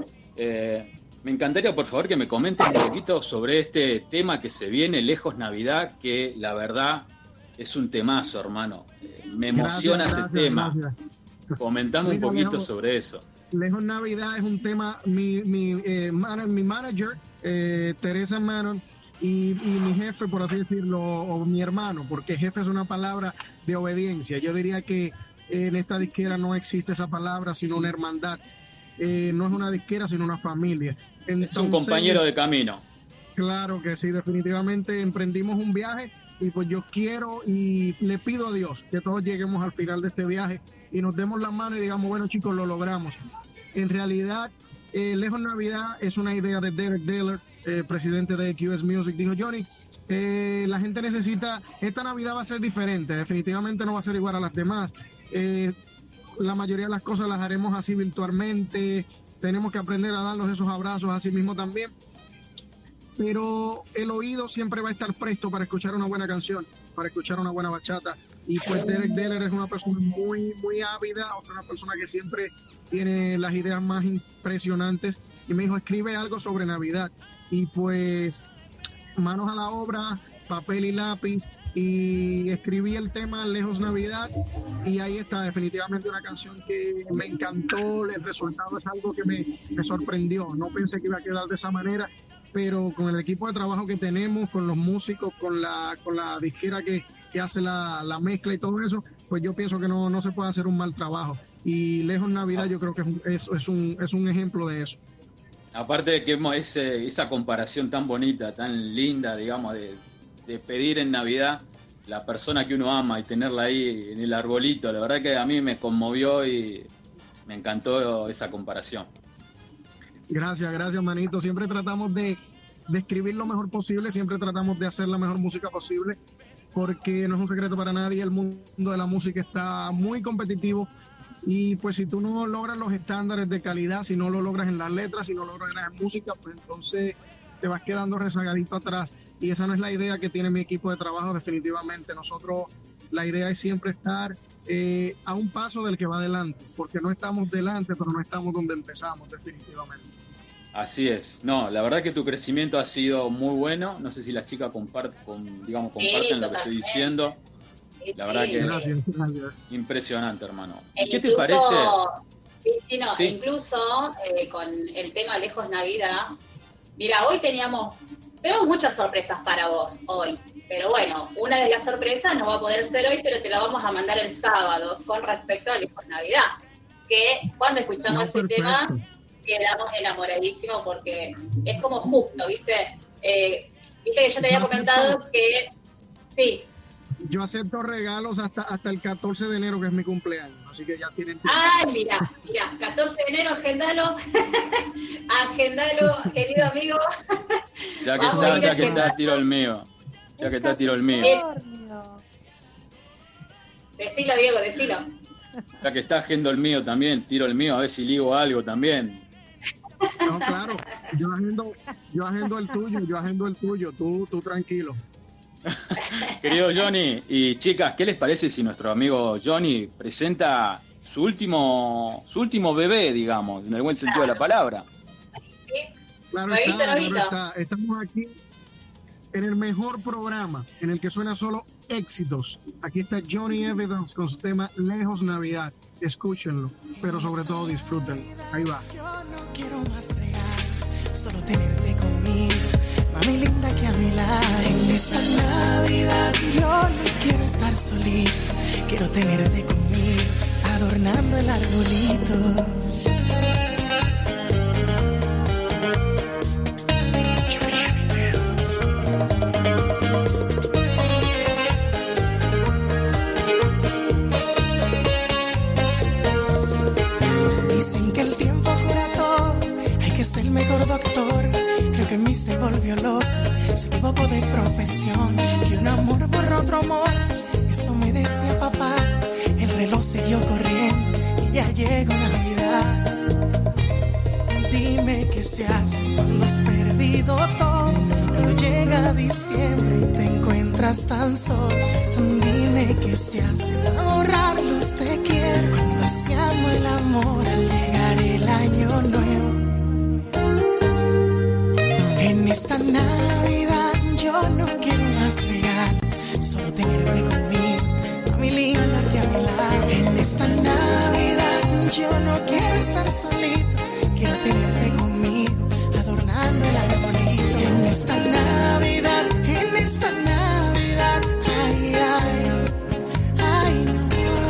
Speaker 2: eh, me encantaría por favor que me comenten un poquito sobre este tema que se viene, Lejos Navidad, que la verdad es un temazo, hermano. Eh, me emociona
Speaker 7: Gracias,
Speaker 2: ese
Speaker 7: gracias,
Speaker 2: tema.
Speaker 7: gracias.
Speaker 2: Comentame un
Speaker 7: Mira,
Speaker 2: poquito
Speaker 7: Lejos-
Speaker 2: sobre eso.
Speaker 7: Lejos Navidad es un tema, mi, mi, eh, man- mi manager, eh, Teresa Manon, y, y mi jefe, por así decirlo, o mi hermano, porque jefe es una palabra de obediencia. Yo diría que en esta disquera no existe esa palabra, sino una hermandad. Eh, no es una disquera, sino una familia.
Speaker 2: Es un
Speaker 7: Entonces,
Speaker 2: compañero de camino.
Speaker 7: Claro que sí, definitivamente emprendimos un viaje y pues yo quiero y le pido a Dios que todos lleguemos al final de este viaje y nos demos la mano y digamos, bueno chicos, lo logramos. En realidad, eh, Lejos Navidad es una idea de Derek Diller, eh, presidente de Q S Music. Dijo, Johnny, eh, la gente necesita, esta Navidad va a ser diferente, definitivamente no va a ser igual a las demás. Eh, la mayoría de las cosas las haremos así virtualmente, tenemos que aprender a darnos esos abrazos así mismo también. Pero el oído siempre va a estar presto para escuchar una buena canción, para escuchar una buena bachata. Y pues Derek Diller es una persona muy, muy ávida, o sea, una persona que siempre tiene las ideas más impresionantes. Y me dijo, escribe algo sobre Navidad. Y pues, manos a la obra, papel y lápiz, y escribí el tema Lejos Navidad. Y ahí está, definitivamente una canción que me encantó. El resultado es algo que me, me sorprendió. No pensé que iba a quedar de esa manera, pero con el equipo de trabajo que tenemos, con los músicos, con la, con la disquera que, que hace la, la mezcla y todo eso, pues yo pienso que no, no se puede hacer un mal trabajo. Y Lejos Navidad yo creo que es un, es, es un, es un ejemplo de eso.
Speaker 2: Aparte de que hemos ese, esa comparación tan bonita, tan linda, digamos, de, de pedir en Navidad la persona que uno ama y tenerla ahí en el arbolito, la verdad que a mí me conmovió y me encantó esa comparación.
Speaker 7: Gracias, gracias, manito. Siempre tratamos de, de escribir lo mejor posible, siempre tratamos de hacer la mejor música posible, porque no es un secreto para nadie, el mundo de la música está muy competitivo y pues si tú no logras los estándares de calidad, si no lo logras en las letras, si no lo logras en música, pues entonces te vas quedando rezagadito atrás y esa no es la idea que tiene mi equipo de trabajo definitivamente. Nosotros, la idea es siempre estar eh, a un paso del que va adelante, porque no estamos delante, pero no estamos donde empezamos definitivamente.
Speaker 2: Así es. No, la verdad que tu crecimiento ha sido muy bueno. No sé si las chicas comparten, con, digamos, comparten
Speaker 3: Sí,
Speaker 2: lo que estoy diciendo. La verdad que
Speaker 7: Gracias, gracias.
Speaker 2: impresionante, hermano.
Speaker 3: E
Speaker 2: ¿Y qué te
Speaker 3: incluso,
Speaker 2: parece?
Speaker 3: sí, sí, no,
Speaker 2: Sí.
Speaker 3: incluso eh, con el tema Lejos Navidad, mira, hoy teníamos, tenemos muchas sorpresas para vos hoy, pero bueno, una de las sorpresas no va a poder ser hoy, pero te la vamos a mandar el sábado con respecto a Lejos Navidad, que cuando escuchamos
Speaker 7: No,
Speaker 3: ese
Speaker 7: perfecto.
Speaker 3: tema quedamos enamoradísimos porque es como justo, ¿viste? Eh, viste que yo te había
Speaker 7: No,
Speaker 3: comentado que, sí,
Speaker 7: Yo acepto regalos hasta hasta el catorce de enero, que es mi cumpleaños, así que ya tienen tiempo.
Speaker 3: ay, mira, mira, catorce de enero, agendalo, agendalo, querido amigo.
Speaker 2: Ya que
Speaker 3: Vamos
Speaker 2: está,
Speaker 3: a ir
Speaker 2: ya
Speaker 3: a
Speaker 2: que está,
Speaker 3: cenar.
Speaker 2: tiro el mío. Ya que está, tiro el mío.
Speaker 5: Capricornio.
Speaker 3: Decilo, Diego, decilo.
Speaker 2: Ya que está, agendo el mío también. Tiro el mío, a ver si ligo algo también.
Speaker 7: No, claro, yo agendo, yo agendo el tuyo, yo agendo el tuyo, tú, tú tranquilo.
Speaker 2: Querido Johnny y chicas, ¿qué les parece si nuestro amigo Johnny presenta su último su último bebé, digamos, en el buen sentido de la palabra?
Speaker 7: Claro
Speaker 3: Nuevito,
Speaker 7: está, claro
Speaker 3: nuevito.
Speaker 7: está. Estamos aquí, en el mejor programa, en el que suena solo éxitos. Aquí está Johnny Evidence con su tema Lejos Navidad. Escúchenlo, pero sobre todo disfrútenlo. Ahí va.
Speaker 6: Yo no quiero más regalos, solo tenerte conmigo, mami linda que a mi lado. En esta Navidad yo no quiero estar solito, quiero tenerte conmigo, adornando el arbolito. Dicen que el tiempo cura todo, hay que ser el mejor doctor. Creo que en mí se volvió loco, se equivocó de profesión. Y un amor borra otro amor, eso me decía papá. El reloj siguió corriendo y ya llegó Navidad. Dime qué se hace cuando has perdido todo, cuando llega diciembre y te encuentras tan solo. Dime qué se hace para borrar los te quiero, cuando se amo el amor al llegar el año nuevo. En esta Navidad yo no quiero más regalos, solo tenerte conmigo, mami linda que a mi lado. En esta Navidad yo no quiero estar solito, quiero tenerte conmigo, adornando el arbolito. En esta Navidad, en esta Navidad, ay, ay, ay, no.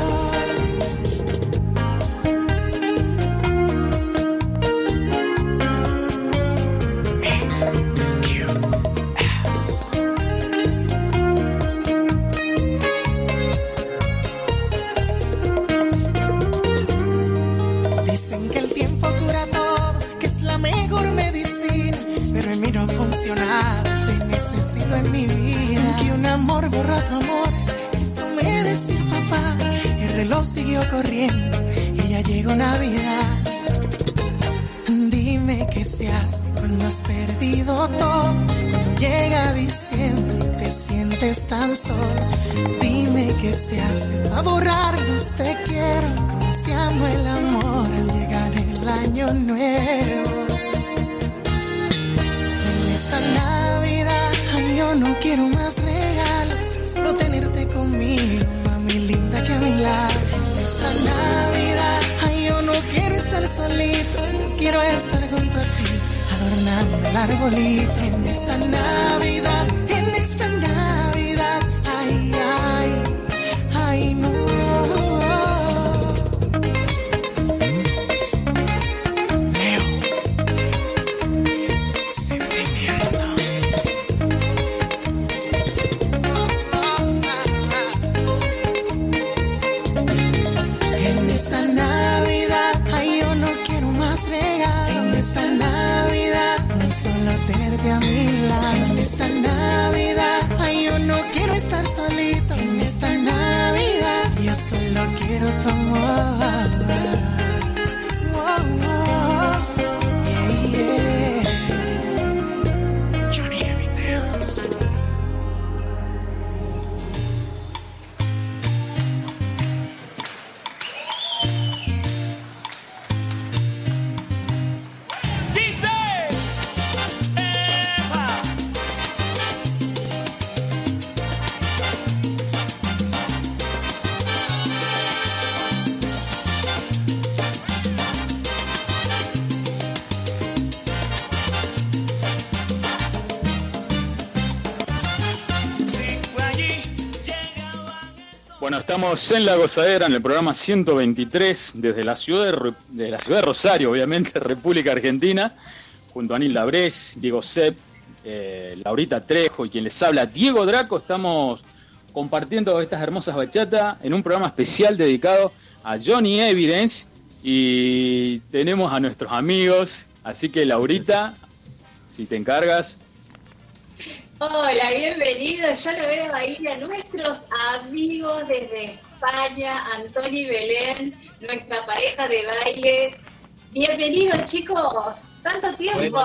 Speaker 6: Dicen que el tiempo cura todo, que es la mejor medicina, pero en mí no ha funcionado, te necesito en mi vida. Que un amor borra otro amor, eso me decía papá. El reloj siguió corriendo y ya llegó Navidad. Dime qué se hace cuando has perdido todo, cuando llega diciembre y te sientes tan solo. Dime qué se hace para borrarlos te quiero, como se amo el amor al llegar el año nuevo. En esta Navidad ay, yo no quiero más regalos, solo tenerte conmigo, mami linda que a mi lado. En esta Navidad ay, yo no quiero estar solito, quiero estar junto a ti, adornando el arbolito. En esta Navidad, en esta Navidad, ay, ay, ay, no. Leo, sentimiento. En esta Navidad, ay, yo no quiero más regalos. En esta Navidad, ay, solo tenerte a mi lado. En esta Navidad, ay, yo no quiero estar solito. En esta Navidad, yo solo quiero tu amor. Oh, oh, yeah, yeah. Johnny Evidence.
Speaker 2: Bueno, estamos en La Gozadera, en el programa ciento veintitrés, desde la ciudad de, de la ciudad de Rosario, obviamente, República Argentina, junto a Anil Labrés, Diego Sepp, eh, Laurita Trejo y quien les habla, Diego Draco. Estamos compartiendo estas hermosas bachatas en un programa especial dedicado a Johnny Evidence y tenemos a nuestros amigos, así que Laurita, si te encargas.
Speaker 3: Hola, bienvenidos. Yo lo veo ahí a nuestros amigos desde España, Antoni y Belén, nuestra pareja de baile. Bienvenidos, chicos. Tanto tiempo.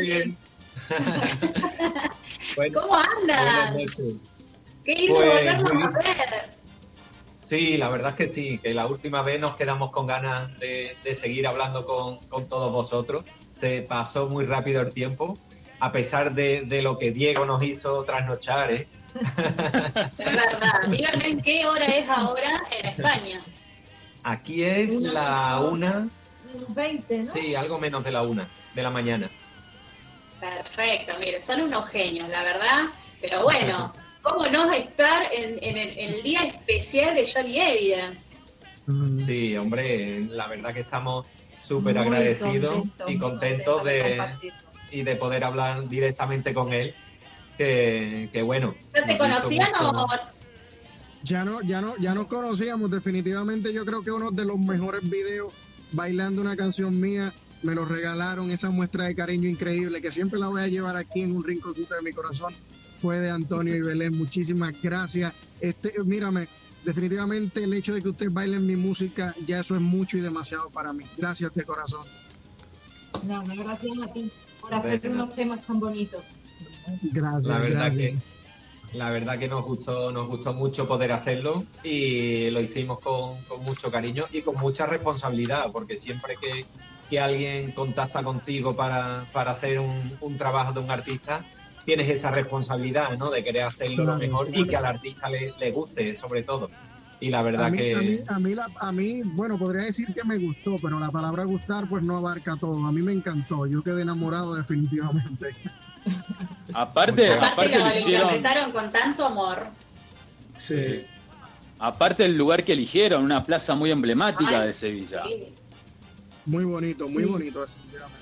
Speaker 8: Bueno,
Speaker 3: ¿Cómo andan? Qué lindo
Speaker 8: pues,
Speaker 3: volvernos a ver.
Speaker 8: Sí, la verdad es que sí, que la última vez nos quedamos con ganas de, de seguir hablando con, con todos vosotros. Se pasó muy rápido el tiempo a pesar de, de lo que Diego nos hizo trasnochar, ¿eh?
Speaker 3: Es verdad. Díganme en qué hora es ahora en España.
Speaker 8: Aquí es
Speaker 5: Una
Speaker 8: la
Speaker 5: menos-
Speaker 8: una,
Speaker 5: veinte, ¿no?
Speaker 8: sí, algo menos de la una de la mañana.
Speaker 3: Perfecto, mire, son unos genios, la verdad. Pero bueno, ¿cómo no estar en, en el, en el día especial de Johnny Evidence?
Speaker 8: Sí, hombre, la verdad que estamos súper
Speaker 5: Muy
Speaker 8: agradecidos
Speaker 5: contentos,
Speaker 8: y
Speaker 5: muy
Speaker 8: contentos
Speaker 5: contentos de
Speaker 8: de,
Speaker 5: compartirlo.
Speaker 8: y de poder hablar directamente con él, que, que bueno.
Speaker 3: ¿Ya te
Speaker 8: nos hizo
Speaker 3: conocían
Speaker 8: mucho-
Speaker 3: o...?
Speaker 7: Ya no, ya no, ya nos conocíamos. Definitivamente yo creo que uno de los mejores videos bailando una canción mía me lo regalaron. Esa muestra de cariño increíble que siempre la voy a llevar aquí en un rinconcito de mi corazón fue de Antonio y Belén. Muchísimas gracias. Este, mírame, definitivamente el hecho de que ustedes bailen mi música, ya eso es mucho y demasiado para mí. Gracias de corazón.
Speaker 5: No, no, gracias a ti por
Speaker 8: De
Speaker 5: hacer
Speaker 8: nada.
Speaker 5: unos temas tan bonitos.
Speaker 7: Gracias.
Speaker 8: La verdad
Speaker 7: gracias.
Speaker 8: que la verdad que nos gustó, nos gustó mucho poder hacerlo y lo hicimos con, con mucho cariño y con mucha responsabilidad, porque siempre que, que alguien contacta contigo para, para hacer un, un trabajo de un artista, tienes esa responsabilidad, ¿no? De querer hacerlo lo
Speaker 7: Claro,
Speaker 8: mejor y
Speaker 7: claro.
Speaker 8: que al artista le, le guste, sobre todo. Y la verdad
Speaker 7: A mí,
Speaker 8: que...
Speaker 7: a, mí, a, mí la- a mí, bueno, podría decir que me gustó, pero la palabra gustar pues no abarca todo. A mí me encantó, yo quedé enamorado definitivamente.
Speaker 2: Aparte,
Speaker 8: Muchas
Speaker 3: Aparte
Speaker 2: aparte
Speaker 3: lo
Speaker 2: lo hicieron,
Speaker 3: interpretaron con tanto amor.
Speaker 7: Sí.
Speaker 2: aparte el lugar que eligieron, una plaza muy emblemática
Speaker 3: Ay,
Speaker 2: de Sevilla.
Speaker 3: Sí.
Speaker 7: Muy bonito, muy
Speaker 5: Sí.
Speaker 7: bonito, definitivamente.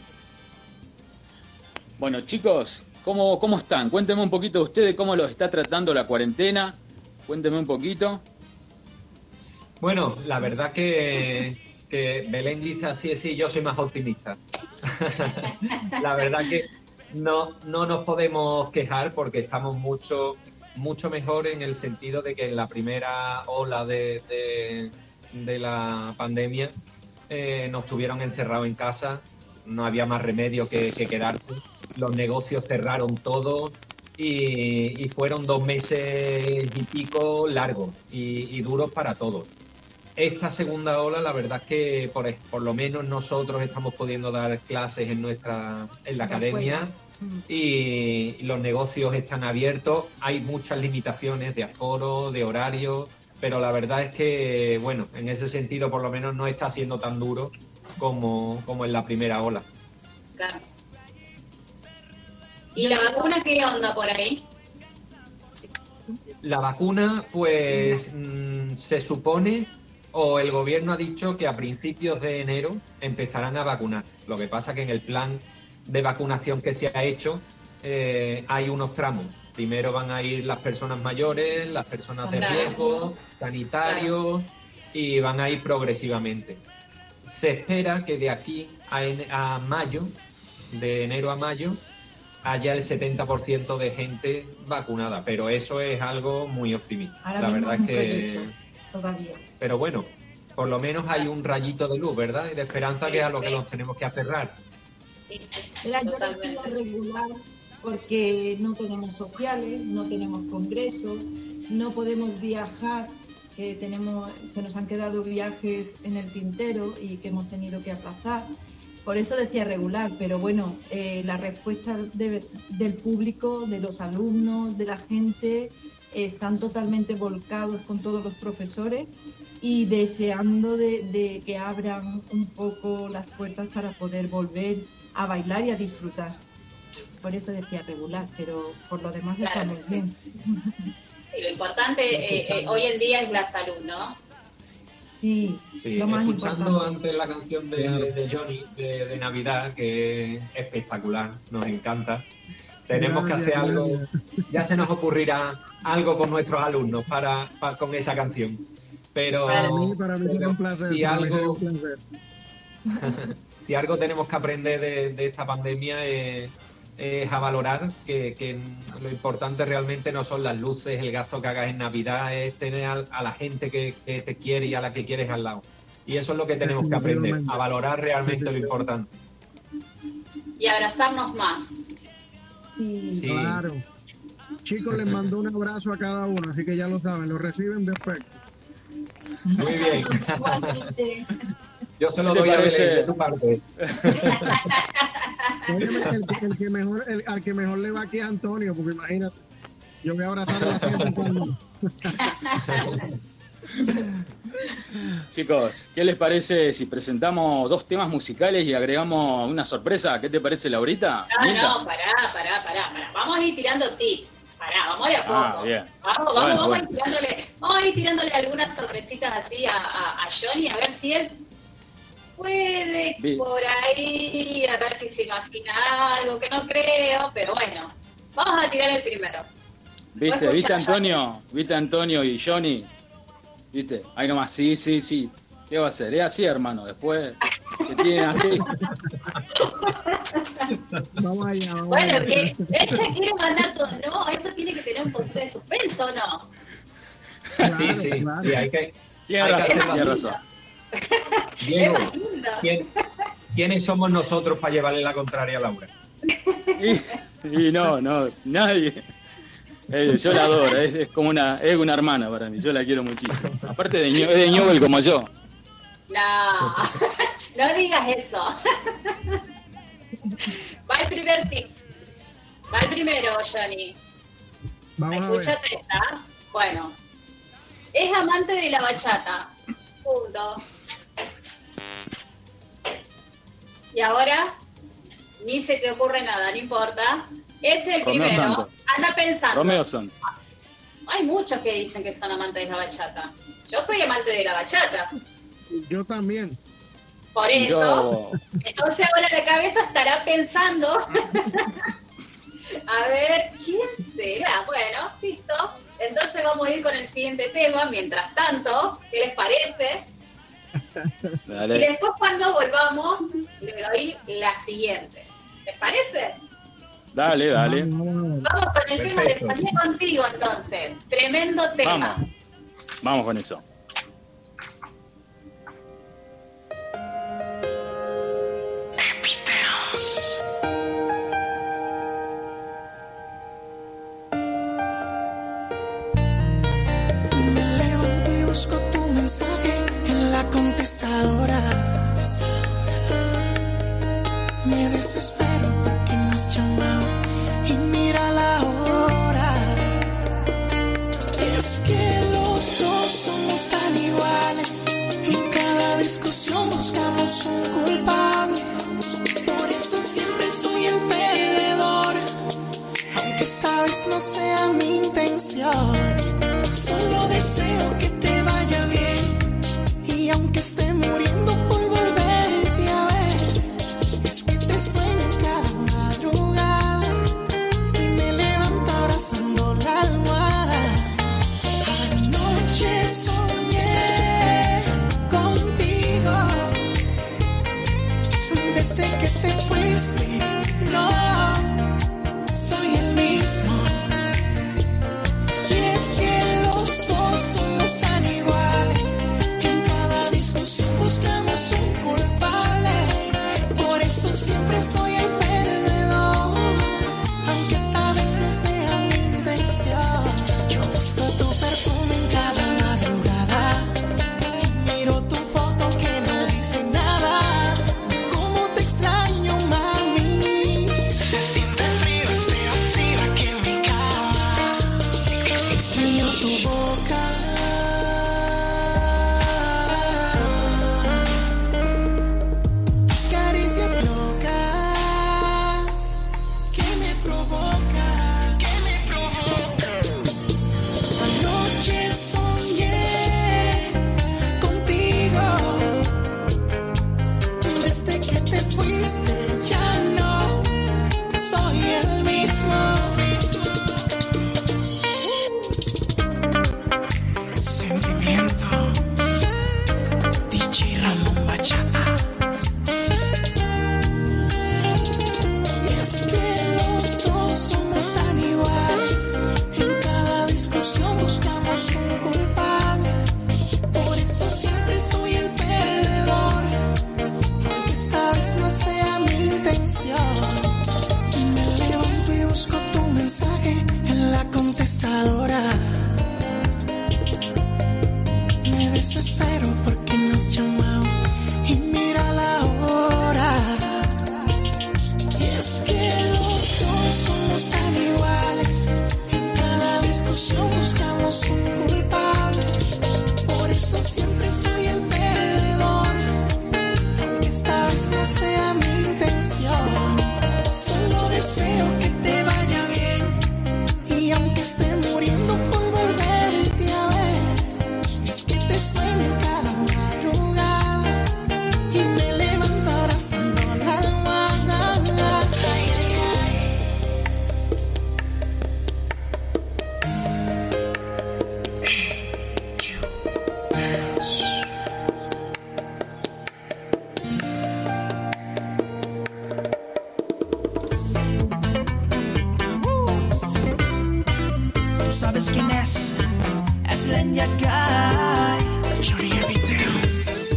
Speaker 2: Bueno, chicos, ¿cómo, ¿cómo están? Cuéntenme un poquito de ustedes, cómo los está tratando la cuarentena. Cuéntenme un poquito.
Speaker 8: Bueno, la verdad que, que Belén dice así, sí, yo soy más optimista. La verdad que no, no nos podemos quejar porque estamos mucho, mucho mejor en el sentido de que en la primera ola de, de, de la pandemia eh, nos tuvieron encerrados en casa, no había más remedio que, que quedarse, los negocios cerraron todos. Y, y fueron dos meses y pico largos y, y duros para todos. Esta segunda ola, la verdad es que por, por lo menos nosotros estamos pudiendo dar clases en nuestra en la
Speaker 5: De
Speaker 8: academia
Speaker 5: afuera. Mm.
Speaker 8: y los negocios están abiertos. Hay muchas limitaciones de aforo, de horario, pero la verdad es que, bueno, en ese sentido por lo menos no está siendo tan duro como, como en la primera ola.
Speaker 3: Claro. ¿Y la vacuna qué onda por ahí?
Speaker 8: La vacuna, pues mm, se supone, o el gobierno ha dicho que a principios de enero empezarán a vacunar. Lo que pasa que en el plan de vacunación que se ha hecho eh, hay unos tramos. Primero van a ir las personas mayores, las personas de
Speaker 3: Claro.
Speaker 8: riesgo, sanitarios, y van a ir progresivamente. Se espera que de aquí a, en- a mayo, de enero a mayo, haya el setenta por ciento de gente vacunada, pero eso es algo muy optimista.
Speaker 5: Ahora
Speaker 8: La
Speaker 5: mismo
Speaker 8: verdad
Speaker 5: es
Speaker 8: es
Speaker 5: un
Speaker 8: que...
Speaker 5: proyecto todavía.
Speaker 8: Pero bueno, por lo menos hay un rayito de luz, ¿verdad? Y de esperanza, que es a lo que nos tenemos que aferrar.
Speaker 3: Sí, sí,
Speaker 5: Mira, yo
Speaker 3: totalmente.
Speaker 5: decido regular porque no tenemos sociales, no tenemos congresos, no podemos viajar, que tenemos, se nos han quedado viajes en el tintero y que hemos tenido que aplazar. Por eso decía regular, pero bueno, eh, la respuesta de- del público, de los alumnos, de la gente, están totalmente volcados con todos los profesores y deseando de, de que abran un poco las puertas para poder volver a bailar y a disfrutar. Por eso decía regular, pero por lo demás
Speaker 3: Claro.
Speaker 5: estamos bien.
Speaker 3: Sí, lo importante eh, eh, hoy en día es la salud, ¿no?
Speaker 5: Sí,
Speaker 8: Sí,
Speaker 5: lo más
Speaker 8: escuchando
Speaker 5: importante.
Speaker 8: antes la canción de, de Johnny de, de Navidad, que es espectacular, nos encanta. Tenemos
Speaker 7: Gracias,
Speaker 8: que hacer algo,
Speaker 7: gracias.
Speaker 8: ya se nos ocurrirá algo con nuestros alumnos para, para- con esa canción. Pero,
Speaker 3: Para
Speaker 7: Para mí, para mí será
Speaker 8: pero
Speaker 7: un placer.
Speaker 8: si
Speaker 7: para mí será
Speaker 8: algo,
Speaker 7: un placer.
Speaker 8: si algo tenemos que aprender de, de esta pandemia es, es a valorar que, que lo importante realmente no son las luces, el gasto que hagas en Navidad, es tener a, a la gente que, que te quiere y a la que quieres al lado. Y eso es lo que tenemos que aprender, a valorar realmente lo importante.
Speaker 3: Y abrazarnos más.
Speaker 5: Sí.
Speaker 8: Sí.
Speaker 7: Claro. Chicos, les mando un abrazo a cada uno, así que ya lo saben, lo reciben perfecto.
Speaker 8: Muy bien.
Speaker 5: Igualmente.
Speaker 8: Yo se lo
Speaker 2: ¿Qué te
Speaker 8: doy a
Speaker 2: parece?
Speaker 8: Belén de tu parte.
Speaker 7: Óyeme, el, el que mejor, el, al que mejor le va aquí es Antonio, porque imagínate, yo voy a abrazar la siempre con...
Speaker 2: Chicos, ¿qué les parece si presentamos dos temas musicales y agregamos una sorpresa? ¿Qué te parece, Laurita?
Speaker 3: No, no, pará, pará, pará, pará. Vamos a ir tirando tips. Pará, vamos de a poco.
Speaker 2: Ah, bien.
Speaker 3: Vamos, vamos,
Speaker 2: Bueno,
Speaker 3: vamos,
Speaker 2: bueno.
Speaker 3: A ir tirándole, vamos a ir tirándole algunas sorpresitas así a, a, a Johnny, a ver si él puede
Speaker 2: Bien.
Speaker 3: por ahí, a ver si se imagina algo, que no creo, pero bueno, vamos a tirar el primero.
Speaker 2: ¿Viste?
Speaker 3: Vos
Speaker 2: ¿Viste,
Speaker 3: escuchás,
Speaker 2: Antonio? ¿Viste, Antonio y Johnny? ¿Viste? Ahí nomás, sí, sí, sí. ¿Qué va a hacer? Es así, hermano. Después te tienen así.
Speaker 7: Vamos allá, vamos
Speaker 3: Bueno,
Speaker 7: allá.
Speaker 3: que ella quiere mandar todo. No, esto tiene que tener un poquito de suspenso, ¿no?
Speaker 7: Claro,
Speaker 8: Sí, sí,
Speaker 7: claro.
Speaker 8: sí, hay que...
Speaker 2: Tienes
Speaker 8: hay que
Speaker 2: razón,
Speaker 8: hacerlo
Speaker 2: tienes
Speaker 8: así.
Speaker 2: razón.
Speaker 8: Diego,
Speaker 3: Es más lindo.
Speaker 8: ¿quién- ¿quiénes somos nosotros para llevarle la contraria a Laura?
Speaker 2: Y, y no, no, nadie. Eh, yo la adoro, es, es como una, es una hermana para mí, yo la quiero muchísimo. Aparte de, Ñu- es de Newell como yo.
Speaker 3: No, no digas eso. Va el primer tip. Va el primero, Johnny.
Speaker 7: Vamos a ver.
Speaker 3: Escúchate esta. Bueno, es amante de la bachata. Punto. Y ahora, ni se te ocurre nada, no importa. Es el
Speaker 2: Romeo
Speaker 3: primero.
Speaker 2: Santos.
Speaker 3: Anda pensando.
Speaker 2: Romeo Son.
Speaker 3: Hay muchos que dicen que son amantes de la bachata. Yo soy amante de la bachata.
Speaker 7: Yo también.
Speaker 3: Por eso,
Speaker 2: Yo,
Speaker 3: entonces ahora la cabeza estará pensando. A ver, ¿quién será? Bueno, listo. Entonces vamos a ir con el siguiente tema. Mientras tanto, ¿qué les parece? Y
Speaker 2: dale.
Speaker 3: después cuando volvamos, le doy la siguiente. ¿Les parece?
Speaker 2: Dale, dale.
Speaker 7: Vamos, vamos a ver.
Speaker 3: Vamos con el tema de
Speaker 8: Perfecto.
Speaker 3: Soñé Contigo, entonces. Tremendo tema.
Speaker 2: Vamos. Vamos con eso.
Speaker 6: Me levanto y busco tu mensaje en la contestadora. Me desespero porque no has llamado y mira la hora. Es que los dos somos tan iguales y en cada discusión buscamos un culpable. Por eso siempre soy el perdedor, aunque esta vez no sea mi intención. Solo deseo que te vaya bien y aunque esté muriendo por volverte a ver, es que te sueño cada madrugada y me levanto abrazando la almohada. Anoche soñé contigo, desde que te fuiste, no soy el mismo. Y es que los dos somos tan iguales, en cada discusión buscamos un culpable. Por eso siempre soy el perdedor, aunque esta vez no sea mi intención. Yo busco tu perfume en cada madrugada y miro tu foto que no dice nada. Cómo te extraño, mami. Se siente frío este vacío aquí en mi cama. Extraño tu boca, tus caricias locas que me provocan, que me provocan. Anoche soñé contigo, desde que te fuiste ya no soy el mismo. Sentimiento, D J Ramón Bachata. Y es que los dos somos tan iguales, en cada discusión buscamos un culpable. Por eso siempre soy el perdedor, aunque esta vez no sea mi intención. Me levanto y busco tu mensaje en la contestadora. Me desespero porque no has llamado y mira la hora. Y es vez no sea mi intención. Solo deseo que te vaya bien. Y aunque esté muriendo por volverte a ver, es que te sueño cada madrugada y me levanto abrazando la almohada. Ay, ay, ay. Tú sabes quién es, es Lenya Guy, Johnny Eviteos.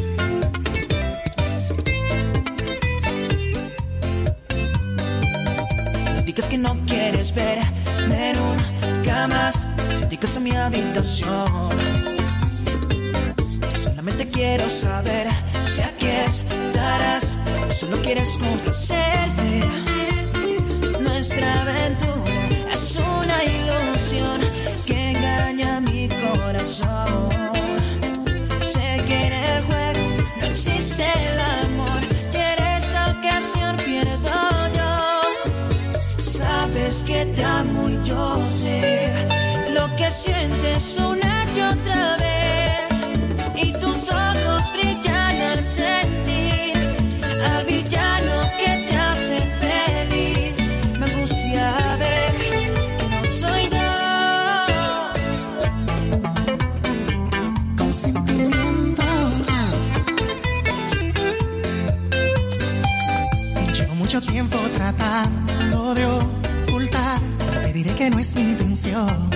Speaker 6: Digas que no quieres ver, ver nunca más. Sentí que es mi habitación. Solamente quiero saber si aquí estarás. Solo quieres complacerme. Nuestra aventura es una ilusión que engaña mi corazón. Sé que en el juego no existe el amor y en esta ocasión pierdo yo. Sabes que te amo y yo sé lo que sientes una y otra vez. Y tus ojos brillan al sentir al villano que te hace feliz. Me angustia ver que no soy yo. Con sentimiento llevo mucho tiempo tratando de ocultar. Te diré que no es mi intención,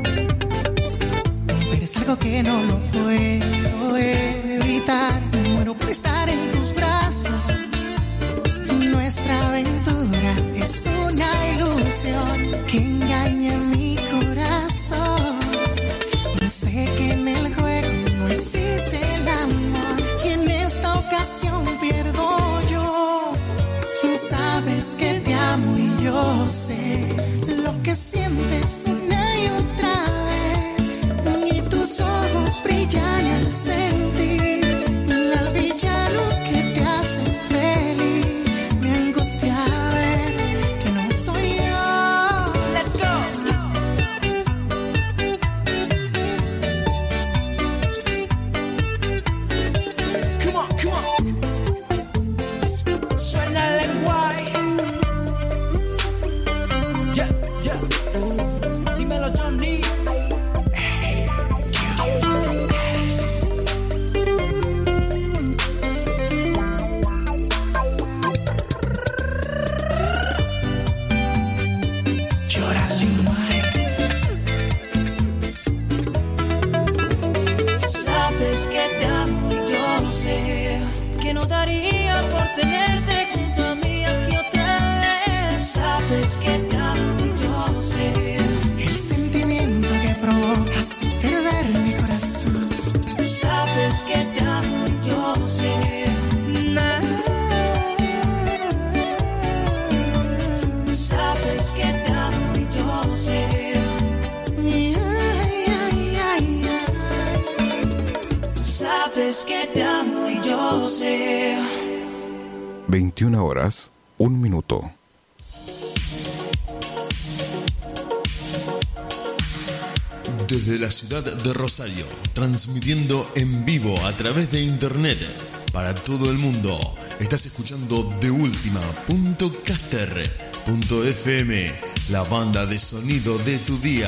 Speaker 6: pero es algo que no lo puedo evitar. Muero por estar en tus brazos. Nuestra aventura es una ilusión que engaña mi corazón. Sé que en el juego no existe el amor y en esta ocasión pierdo yo. Sabes que te amo y yo sé lo que sientes una y otra vez. Y tus ojos brillan al sentir al villano que te hace feliz. Me angustia ver que no soy yo. Let's go. Come on, come on. Suena el lenguaje. Yeah, yeah. Dímelo, Johnny. Sabes que te amo y yo sé que no daría por tenerte junto a mí aquí otra vez. Sabes que te amo y yo sé el sentimiento que provocas perder mi corazón. Sabes que te amo y yo sé. Sabes que te amo y yo sé. Sabes que te amo y yo sé.
Speaker 9: veintiuna horas, un minuto.
Speaker 1: Desde la ciudad de Rosario, transmitiendo en vivo a través de internet para todo el mundo. Estás escuchando de última punto caster punto f m, la banda de sonido de tu día.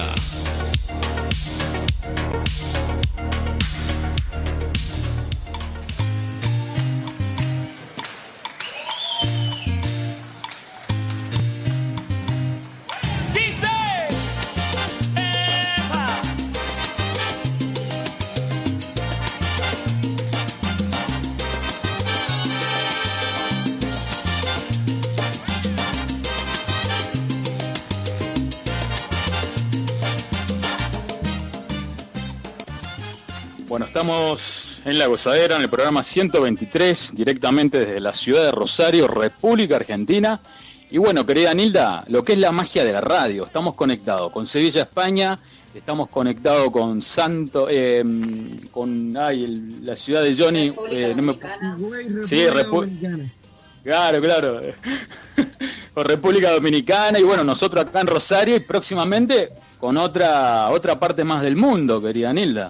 Speaker 2: Bueno, estamos en La Gozadera, en el programa ciento veintitrés, directamente desde la ciudad de Rosario, República Argentina. Y bueno, querida Nilda, lo que es la magia de la radio, estamos conectados con Sevilla, España, estamos conectados con Santo, eh, con ay, el, la ciudad de Johnny.
Speaker 3: República
Speaker 2: eh, no me,
Speaker 3: Dominicana.
Speaker 2: sí, Repu- Claro, claro. O República Dominicana, y bueno, nosotros acá en Rosario y próximamente con otra otra parte más del mundo, querida Nilda.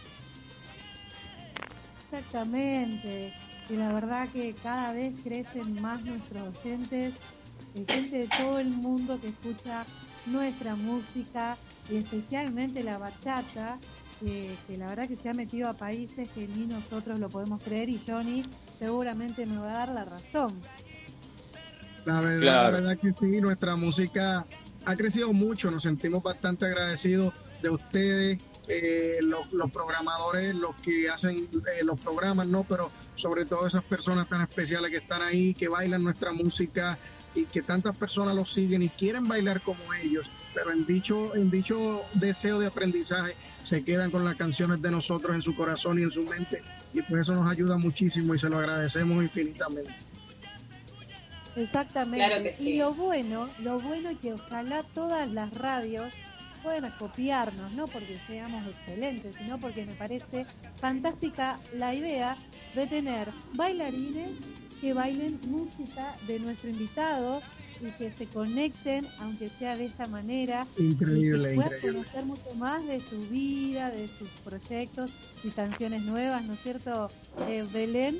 Speaker 5: Exactamente. Y la verdad que cada vez crecen más nuestros oyentes, hay gente de todo el mundo que escucha nuestra música y especialmente la bachata, que, que la verdad que se ha metido a países que ni nosotros lo podemos creer, y Johnny seguramente me va a dar la razón.
Speaker 7: La verdad,
Speaker 2: Claro.
Speaker 7: la verdad que sí, nuestra música ha crecido mucho, nos sentimos bastante agradecidos de ustedes, eh, los, los programadores, los que hacen eh, los programas, ¿no? Pero sobre todo esas personas tan especiales que están ahí, que bailan nuestra música y que tantas personas los siguen y quieren bailar como ellos, pero en dicho, en dicho deseo de aprendizaje se quedan con las canciones de nosotros en su corazón y en su mente, y pues eso nos ayuda muchísimo y se lo agradecemos infinitamente.
Speaker 5: Exactamente.
Speaker 3: Claro que sí.
Speaker 5: Y lo bueno, lo bueno es que ojalá todas las radios puedan copiarnos, no porque seamos excelentes, sino porque me parece fantástica la idea de tener bailarines que bailen música de nuestro invitado y que se conecten, aunque sea de esta manera,
Speaker 7: Increíble,
Speaker 5: y que puedan
Speaker 7: increíble.
Speaker 5: conocer mucho más de su vida, de sus proyectos y canciones nuevas, ¿no es cierto, eh, Belén?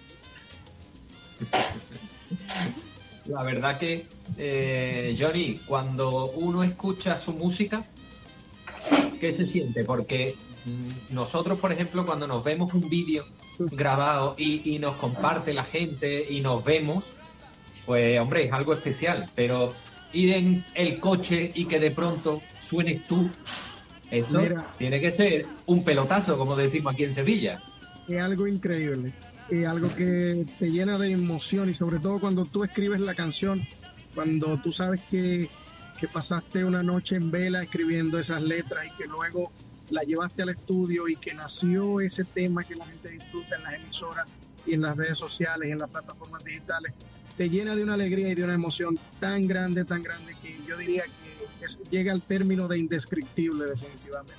Speaker 8: La verdad que, eh, Johnny, cuando uno escucha su música, ¿qué se siente? Porque mm, nosotros, por ejemplo, cuando nos vemos un vídeo grabado y, y nos comparte la gente y nos vemos, pues, hombre, es algo especial. Pero ir en el coche y que de pronto suenes tú, eso
Speaker 7: Mira.
Speaker 8: tiene que ser un pelotazo, como decimos aquí en Sevilla.
Speaker 7: Es algo increíble, es algo que te llena de emoción, y sobre todo cuando tú escribes la canción, cuando tú sabes que, que pasaste una noche en vela escribiendo esas letras y que luego la llevaste al estudio y que nació ese tema que la gente disfruta en las emisoras y en las redes sociales y en las plataformas digitales, te llena de una alegría y de una emoción tan grande, tan grande, que yo diría que es- llega al término de indescriptible definitivamente.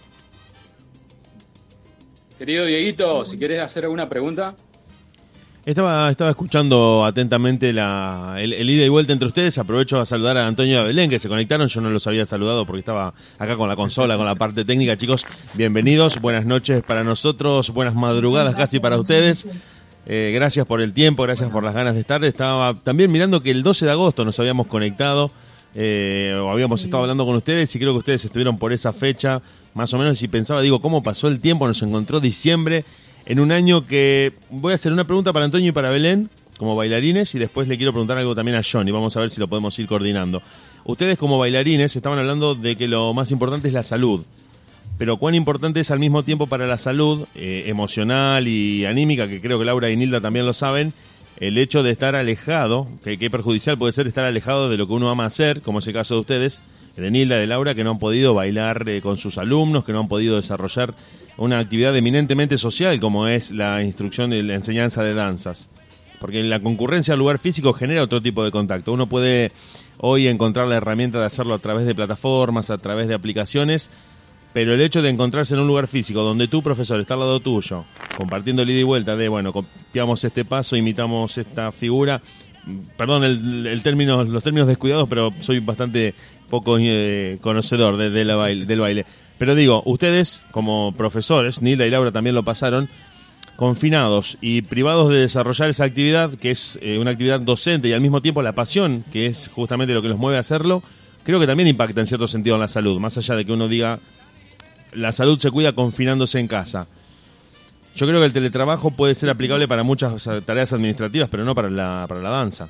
Speaker 2: Querido Dieguito, si querés hacer alguna pregunta.
Speaker 4: Estaba, estaba escuchando atentamente la, el, el ida y vuelta entre ustedes. Aprovecho a saludar a Antonio y a Belén, que se conectaron. Yo no los había saludado porque estaba acá con la consola, con la parte técnica. Chicos, bienvenidos. Buenas noches para nosotros. Buenas madrugadas casi para ustedes. Eh, gracias por el tiempo, gracias por las ganas de estar. Estaba también mirando que el doce de agosto nos habíamos conectado, eh, o habíamos estado hablando con ustedes, y creo que ustedes estuvieron por esa fecha, más o menos, y pensaba, digo, ¿cómo pasó el tiempo? Nos encontró diciembre, en un año que... Voy a hacer una pregunta para Antonio y para Belén, como bailarines, y después le quiero preguntar algo también a Johnny, vamos a ver si lo podemos ir coordinando. Ustedes como bailarines estaban hablando de que lo más importante es la salud, pero cuán importante es al mismo tiempo para la salud eh, emocional y anímica, que creo que Laura y Nilda también lo saben, el hecho de estar alejado, que qué perjudicial puede ser estar alejado de lo que uno ama hacer, como es el caso de ustedes, de Nilda, de Laura, que no han podido bailar eh, con sus alumnos, que no han podido desarrollar una actividad eminentemente social, como es la instrucción y la enseñanza de danzas. Porque la concurrencia al lugar físico genera otro tipo de contacto. Uno puede hoy encontrar la herramienta de hacerlo a través de plataformas, a través de aplicaciones, pero el hecho de encontrarse en un lugar físico donde tu profesor está al lado tuyo, compartiendo el ida y vuelta de, bueno, copiamos este paso, imitamos esta figura, perdón el, el término, los términos descuidados, pero soy bastante poco eh, conocedor de, de la baile, del baile. Pero digo, ustedes como profesores, Nilda y Laura también lo pasaron, confinados y privados de desarrollar esa actividad, que es eh, una actividad docente, y al mismo tiempo la pasión, que es justamente lo que los mueve a hacerlo, creo que también impacta en cierto sentido en la salud, más allá de que uno diga la salud se cuida confinándose en casa. Yo creo que el teletrabajo puede ser aplicable para muchas tareas administrativas, pero no para la, para la danza.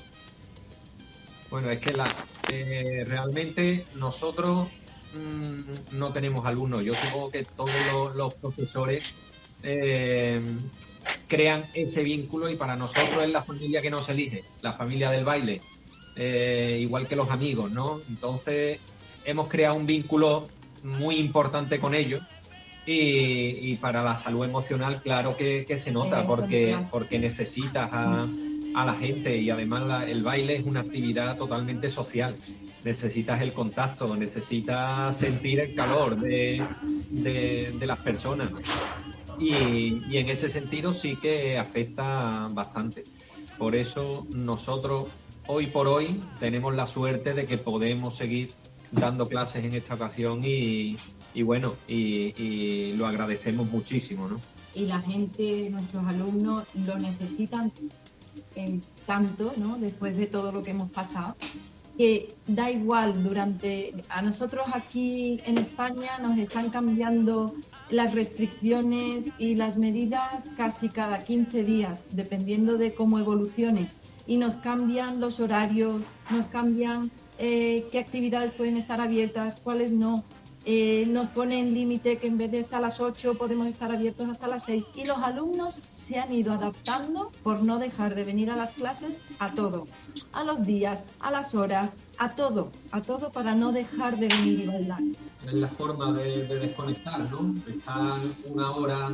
Speaker 8: Bueno, es que la, eh, realmente nosotros mmm, no tenemos alumnos. Yo supongo que todos los, los profesores eh, crean ese vínculo, y para nosotros es la familia que nos elige, la familia del baile, eh, igual que los amigos, ¿no? Entonces hemos creado un vínculo muy importante con ellos, y, y para la salud emocional, claro que, que se nota, porque, porque necesitas a, a la gente, y además la, el baile es una actividad totalmente social. Necesitas el contacto, necesitas sentir el calor de, de, de las personas, y, y en ese sentido sí que afecta bastante. Por eso nosotros hoy por hoy tenemos la suerte de que podemos seguir dando clases en esta ocasión y, y bueno, y, y lo agradecemos muchísimo, ¿no?
Speaker 10: Y la gente, nuestros alumnos, lo necesitan en tanto, ¿no? Después de todo lo que hemos pasado, que da igual, durante a nosotros aquí en España nos están cambiando las restricciones y las medidas casi cada quince días, dependiendo de cómo evolucione, y nos cambian los horarios, nos cambian eh, qué actividades pueden estar abiertas, cuáles no. Eh, nos ponen límite que en vez de estar a las ocho podemos estar abiertos hasta las seis, y los alumnos se han ido adaptando por no dejar de venir a las clases a todo, a los días, a las horas, a todo, a todo para no dejar de venir y bailar.
Speaker 8: Es la forma de, de desconectar, ¿no? Estar una hora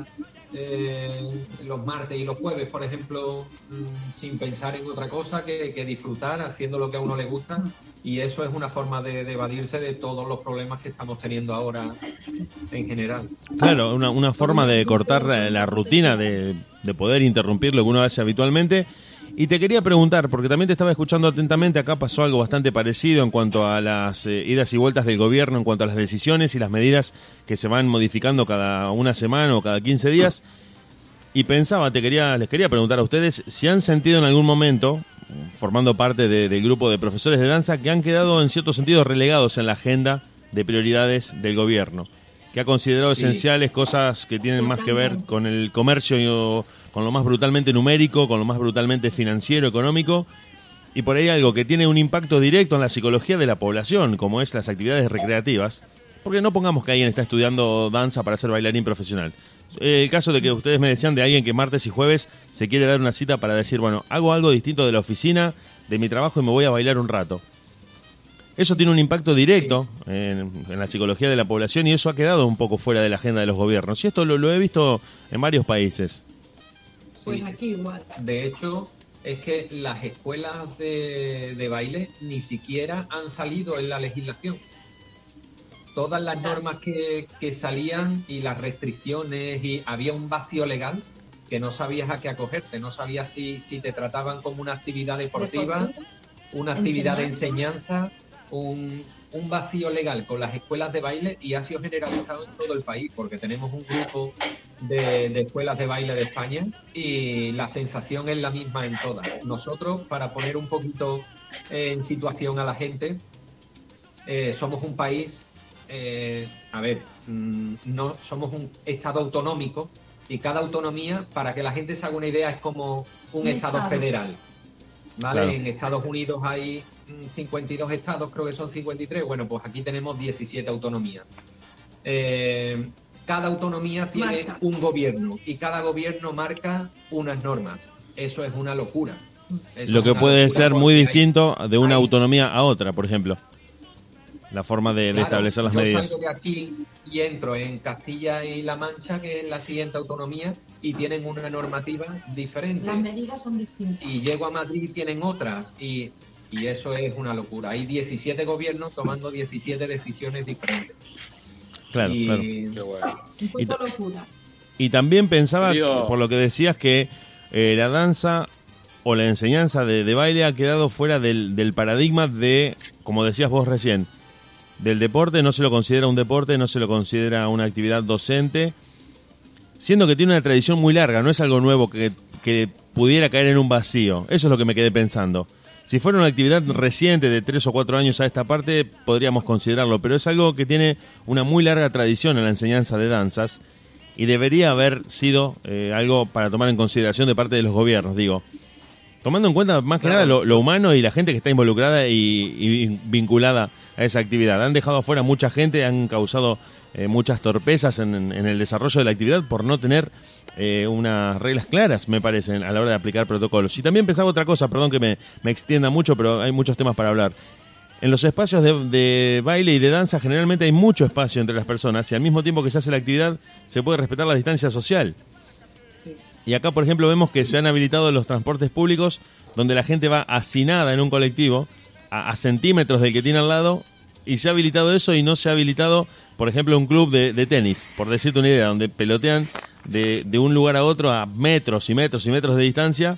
Speaker 8: eh, los martes y los jueves, por ejemplo, mmm, sin pensar en otra cosa que, que disfrutar haciendo lo que a uno le gusta, y eso es una forma de, de evadirse de todos los problemas que estamos teniendo ahora en general.
Speaker 4: Claro, una, una forma de cortar la, la rutina, de, de poder interrumpir lo que uno hace habitualmente. Y te quería preguntar, porque también te estaba escuchando atentamente, acá pasó algo bastante parecido en cuanto a las eh, idas y vueltas del gobierno, en cuanto a las decisiones y las medidas que se van modificando cada una semana o cada quince días. Y pensaba, te quería, les quería preguntar a ustedes si han sentido en algún momento, formando parte de, del grupo de profesores de danza, que han quedado en cierto sentido relegados en la agenda de prioridades del gobierno, que ha considerado sí. esenciales cosas que tienen más que ver con el comercio, con lo más brutalmente numérico, con lo más brutalmente financiero, económico, y por ahí algo que tiene un impacto directo en la psicología de la población, como es las actividades recreativas, porque no pongamos que alguien está estudiando danza para ser bailarín profesional. Eh, el caso de que ustedes me decían de alguien que martes y jueves se quiere dar una cita para decir, bueno, hago algo distinto de la oficina, de mi trabajo, y me voy a bailar un rato. Eso tiene un impacto directo en, en la psicología de la población, y eso ha quedado un poco fuera de la agenda de los gobiernos. Y esto lo, lo he visto en varios países.
Speaker 10: Pues aquí igual.
Speaker 8: De hecho, es que las escuelas de, de baile ni siquiera han salido en la legislación. Todas las normas que, que salían y las restricciones, y había un vacío legal que no sabías a qué acogerte, no sabías si, si te trataban como una actividad deportiva, una actividad de enseñanza, un, un vacío legal con las escuelas de baile, y ha sido generalizado en todo el país, porque tenemos un grupo de, de escuelas de baile de España y la sensación es la misma en todas. Nosotros, para poner un poquito en situación a la gente, eh, somos un país, eh, a ver, mmm, no somos un estado autonómico, y cada autonomía, para que la gente se haga una idea, es como un, un estado, estado federal. ¿Vale? Claro. En Estados Unidos hay cincuenta y dos estados, creo que son cincuenta y tres. Bueno, pues aquí tenemos diecisiete autonomías. Eh, cada autonomía tiene marca. un gobierno, y cada gobierno marca unas normas. Eso es una locura. Eso
Speaker 4: Lo que puede ser muy distinto
Speaker 8: hay,
Speaker 4: de una
Speaker 8: hay,
Speaker 4: autonomía a otra, por ejemplo. La forma de,
Speaker 8: claro,
Speaker 4: de establecer las
Speaker 8: yo
Speaker 4: medidas.
Speaker 8: Yo salgo de aquí y entro en Castilla y La Mancha, que es la siguiente autonomía, y tienen una normativa diferente.
Speaker 10: Las medidas son distintas.
Speaker 8: Y llego a Madrid y tienen otras, y, y eso es una locura. Hay diecisiete gobiernos tomando diecisiete decisiones diferentes.
Speaker 4: Claro,
Speaker 8: y,
Speaker 4: claro.
Speaker 10: Qué bueno. Un poco
Speaker 4: y, ta-
Speaker 10: locura.
Speaker 4: y también pensaba,
Speaker 2: Digo,
Speaker 4: por lo que decías, que eh, la danza o la enseñanza de, de baile ha quedado fuera del, del paradigma de, como decías vos recién, del deporte. No se lo considera un deporte, no se lo considera una actividad docente, siendo que tiene una tradición muy larga, no es algo nuevo que, que pudiera caer en un vacío. Eso es lo que me quedé pensando. Si fuera una actividad reciente de tres o cuatro años a esta parte, podríamos considerarlo, pero es algo que tiene una muy larga tradición en la enseñanza de danzas, y debería haber sido eh, algo para tomar en consideración de parte de los gobiernos, digo. Tomando en cuenta más que claro. nada lo, lo humano y la gente que está involucrada y, y vinculada a esa actividad. Han dejado afuera mucha gente, han causado eh, muchas torpezas en, en el desarrollo de la actividad por no tener eh, unas reglas claras, me parecen, a la hora de aplicar protocolos. Y también pensaba otra cosa, perdón que me, me extienda mucho, pero hay muchos temas para hablar. En los espacios de, de baile y de danza generalmente hay mucho espacio entre las personas, y al mismo tiempo que se hace la actividad se puede respetar la distancia social. Y acá, por ejemplo, vemos que se han habilitado los transportes públicos donde la gente va hacinada en un colectivo a, a centímetros del que tiene al lado, y se ha habilitado eso, y no se ha habilitado, por ejemplo, un club de, de tenis, por decirte una idea, donde pelotean de, de un lugar a otro a metros y metros y metros de distancia,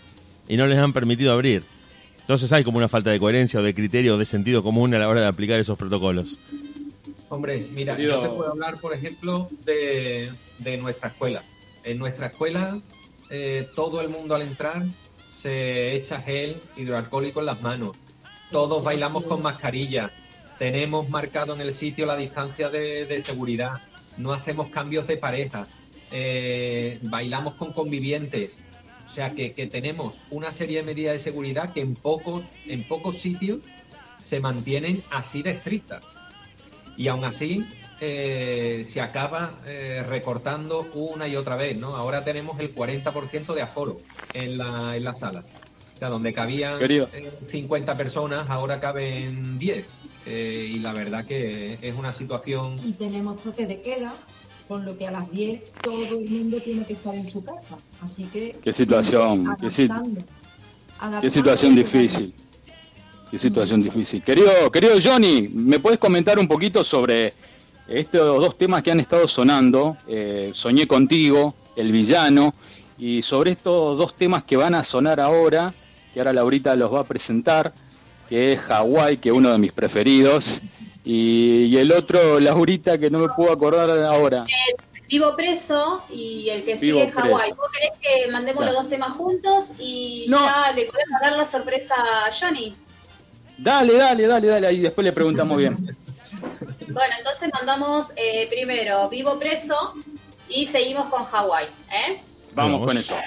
Speaker 4: y no les han permitido abrir. Entonces hay como una falta de coherencia o de criterio o de sentido común a la hora de aplicar esos protocolos.
Speaker 8: Hombre, mira, yo te puedo hablar, por ejemplo, de, de nuestra escuela. En nuestra escuela, eh, todo el mundo al entrar se echa gel hidroalcohólico en las manos. Todos bailamos con mascarilla. Tenemos marcado en el sitio la distancia de, de seguridad. No hacemos cambios de pareja. Eh, bailamos con convivientes. O sea, que, que tenemos una serie de medidas de seguridad que en pocos, en pocos sitios se mantienen así de estrictas. Y aún así eh, se acaba eh, recortando una y otra vez, ¿no? Ahora tenemos el cuarenta por ciento de aforo en la, en la sala. O sea, donde cabían eh, cincuenta personas, ahora caben diez. Eh, y la verdad que es una situación...
Speaker 10: Y tenemos toque de queda, con lo que a las diez todo el mundo tiene que estar en su casa. Así que...
Speaker 2: Qué situación, qué, si...
Speaker 10: adaptando,
Speaker 2: qué situación difícil. Qué situación difícil. Querido, querido Johnny, ¿me puedes comentar un poquito sobre estos dos temas que han estado sonando? Eh, Soñé contigo, El villano, y sobre estos dos temas que van a sonar ahora, que ahora Laurita los va a presentar, que es Hawái, que es uno de mis preferidos, y, y el otro, Laurita, que no me puedo acordar ahora.
Speaker 3: El Vivo Preso y el que
Speaker 2: Vivo
Speaker 3: sigue Hawái.
Speaker 2: Preso.
Speaker 3: ¿Vos querés que mandemos
Speaker 2: Claro.
Speaker 3: los dos temas juntos y
Speaker 2: No.
Speaker 3: ya le podemos dar la sorpresa a Johnny?
Speaker 2: Dale, dale, dale, dale, ahí después le preguntamos bien.
Speaker 3: Bueno, entonces mandamos eh, primero Vivo Preso y seguimos con Hawái, ¿eh?
Speaker 2: Vamos con eso.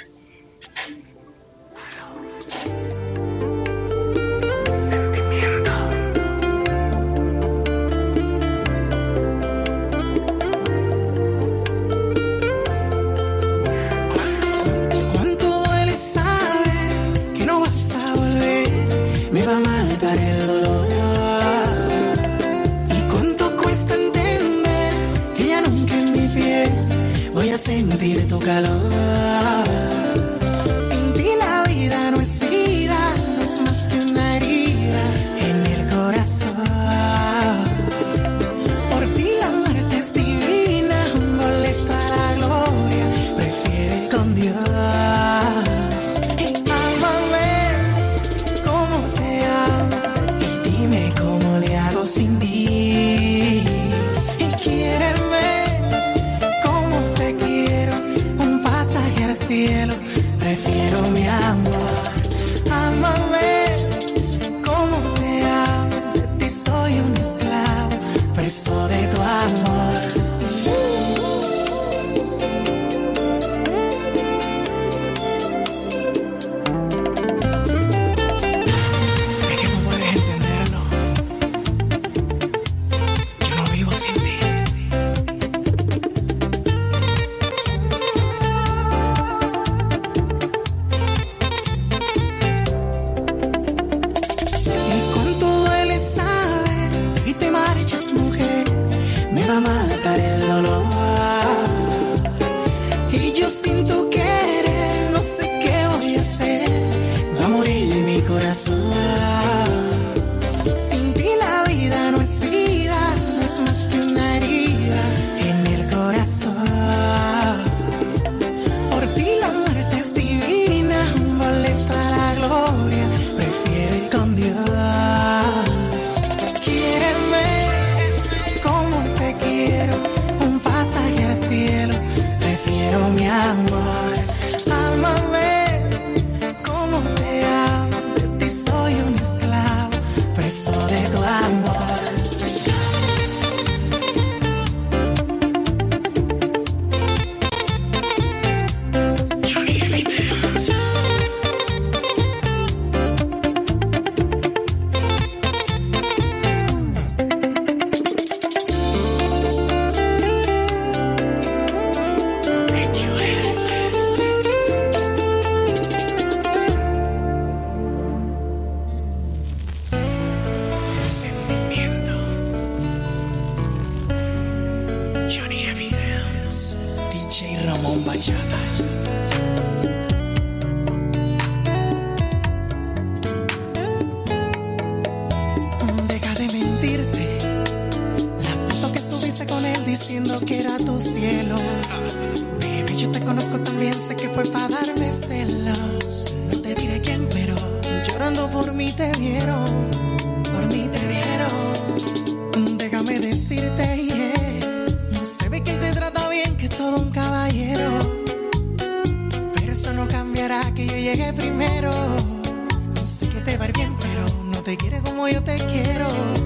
Speaker 6: Cuánto duele saber que no vas a volver, me va a matar el dolor. Y cuánto cuesta entender que ya nunca en mi piel voy a sentir tu calor. Sin ti la vida no es vida, no es más que una herida en el corazón. Por ti la muerte es divina, un boleto a la gloria, prefiero ir con Dios. Ámame como te amo y dime cómo le hago sin ti. Y quiéreme como te quiero, un pasaje al cielo, prefiero mi amor. Ámame como te amo, de ti soy un esclavo, preso de tu amor. Es que no puedes entenderlo. Yo no vivo sin ti. Y cuánto duele saber y te marchas, mujer, me va a matar el dolor. Y yo sin tu querer no sé qué voy a hacer, va a morir mi corazón. Sin ti la vida no es vida, no es más que una herida en el corazón. Por ti la muerte es divina, un boleto a la gloria, prefiero ir con Dios. Quiéreme como te quiero, un pasaje al cielo, prefiero mi amor. Ámame como te amo, de ti soy un esclavo, preso de tu amor. Sentimiento. Johnny Evidence, D J Ramón Bachata. Deja de mentirte, la foto que subiste con él diciendo que era tu cielo. Baby, yo te conozco también, sé que fue para darme celos. No te diré quién cuando por mí te vieron, por mí te vieron. Déjame decirte, yeah, se ve que él te trata bien, que es todo un caballero. Pero eso no cambiará que yo llegue primero. Sé que te va a ir bien, pero no te quiere como yo te quiero.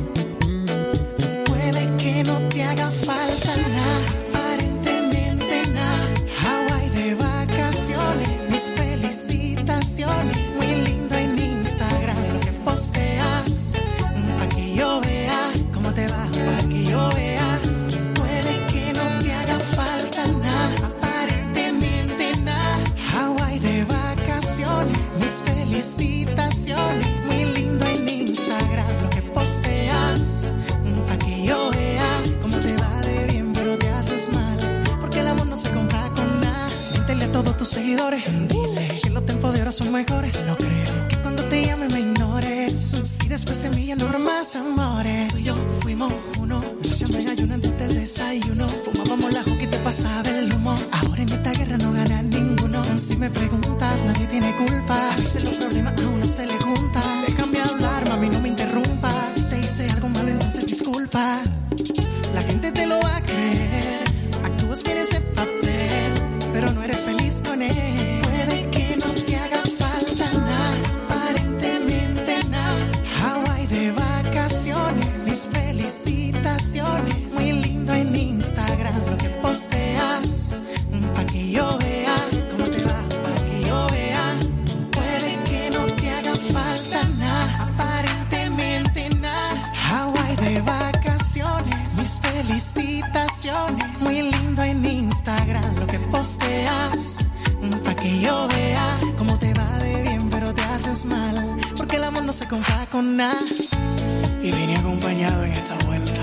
Speaker 6: Puede que no te haga falta nada, aparentemente nada. Hawái de vacaciones, mis felicitaciones. Muy lindo en Instagram lo que posteas, pa' que yo vea cómo te va, pa' que yo vea. Puede que no te haga falta nada, aparentemente nada. Hawái de vacaciones, mis felicitaciones. Muy lindo en Instagram lo que posteas, pa' que yo vea cómo te va de bien, pero te haces mal, porque el amor no se compra con nada. Métele a todos tus seguidores, dile que los tiempos de ahora son mejores. No creo que cuando te llame me ignores, si después de mí ya no habrá más amores. Tú y yo fuimos uno, hacíamos ayuno antes del desayuno, fumábamos la juca y te pasaba el humo. Ahora en esta guerra no gana ninguno. Si me preguntas, nadie tiene culpa, a veces los problemas a uno se le juntan. Déjame hablar, mami, no me interrumpas. Si te hice algo malo, entonces disculpa. La gente te lo va a creer, actúas bien ese papel, pero no eres feliz con él. Puede que no te haga falta nada, aparentemente nada. Hawái de vacaciones, mis felicitaciones. Muy lindo en Instagram lo que posteas, pa' que yo vea cómo te va, pa' que yo vea. Puede que no te haga falta nada, aparentemente nada. Hawái de vacaciones, mis felicitaciones. Muy lindo en Instagram lo que posteas, pa' que yo vea cómo te va de bien, pero te haces mal, porque el amor no se compra con nada. Y vine acompañado en esta vuelta.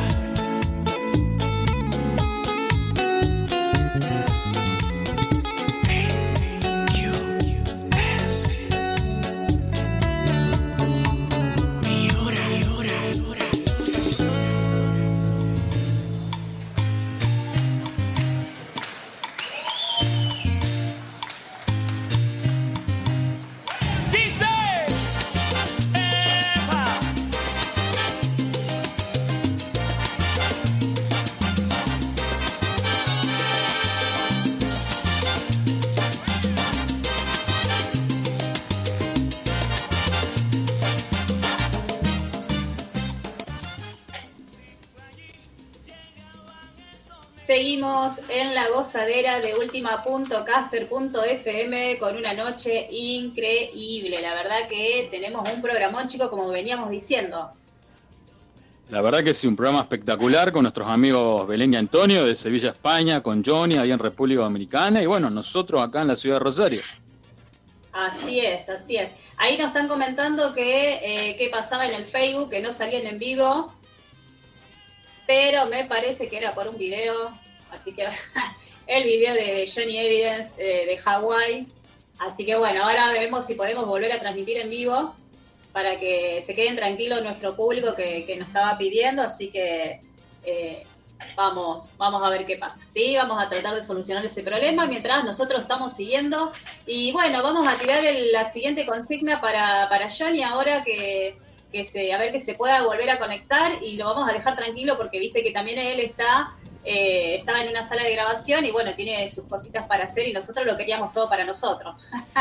Speaker 3: Seguimos en la gozadera de última punto caster punto f m con una noche increíble. La verdad que tenemos un programón, chicos, como veníamos diciendo.
Speaker 2: La verdad que sí, un programa espectacular con nuestros amigos Belén y Antonio de Sevilla, España, con Johnny ahí en República Dominicana y bueno, nosotros acá en la ciudad de Rosario.
Speaker 3: Así es, así es. Ahí nos están comentando que eh, qué pasaba en el Facebook, que no salían en vivo, pero me parece que era por un video, así que el video de Johnny Evidence eh, de Hawái. Así que bueno, ahora vemos si podemos volver a transmitir en vivo para que se queden tranquilos nuestro público que, que nos estaba pidiendo, así que eh, vamos, vamos a ver qué pasa. Sí, vamos a tratar de solucionar ese problema mientras nosotros estamos siguiendo. Y bueno, vamos a tirar el, la siguiente consigna para, para Johnny ahora que, que se, a ver que se pueda volver a conectar y lo vamos a dejar tranquilo porque viste que también él está, eh, estaba en una sala de grabación y bueno, tiene sus cositas para hacer y nosotros lo queríamos todo para nosotros.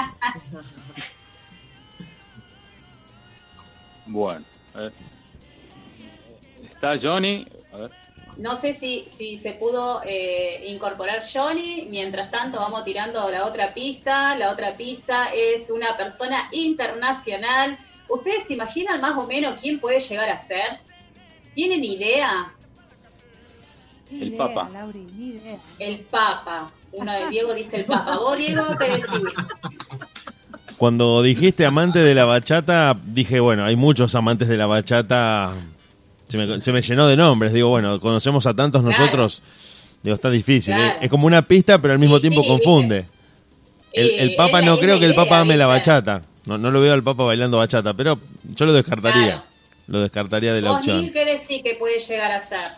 Speaker 2: Bueno, a ver. Está Johnny, a ver.
Speaker 3: No sé si, si se pudo eh, incorporar Johnny. Mientras tanto vamos tirando la otra pista. La otra pista es una persona internacional. ¿Ustedes se imaginan más o menos quién puede llegar a ser? ¿Tienen idea?
Speaker 5: Ni
Speaker 2: El
Speaker 5: idea,
Speaker 2: Papa.
Speaker 5: Lauri, ni idea.
Speaker 3: El Papa. Uno de Diego dice el Papa. ¿Vos, Diego, qué decís?
Speaker 4: Cuando dijiste amante de la bachata, dije, bueno, hay muchos amantes de la bachata. Se me, se me llenó de nombres. Digo, bueno, conocemos a tantos nosotros. Claro. Digo, está difícil.
Speaker 3: Claro.
Speaker 4: ¿eh? Es como una pista, pero al mismo
Speaker 3: Sí,
Speaker 4: tiempo
Speaker 3: sí,
Speaker 4: confunde. El, el Papa,
Speaker 3: es
Speaker 4: no
Speaker 3: la-
Speaker 4: creo
Speaker 3: es
Speaker 4: que
Speaker 3: la
Speaker 4: el Papa
Speaker 3: idea,
Speaker 4: ame la
Speaker 3: ¿viste?
Speaker 4: bachata. No, no lo veo al Papa bailando bachata, pero yo lo descartaría.
Speaker 3: Claro.
Speaker 4: Lo descartaría de la
Speaker 3: ¿Vos,
Speaker 4: opción.
Speaker 3: Nil, qué decís que puede llegar a ser?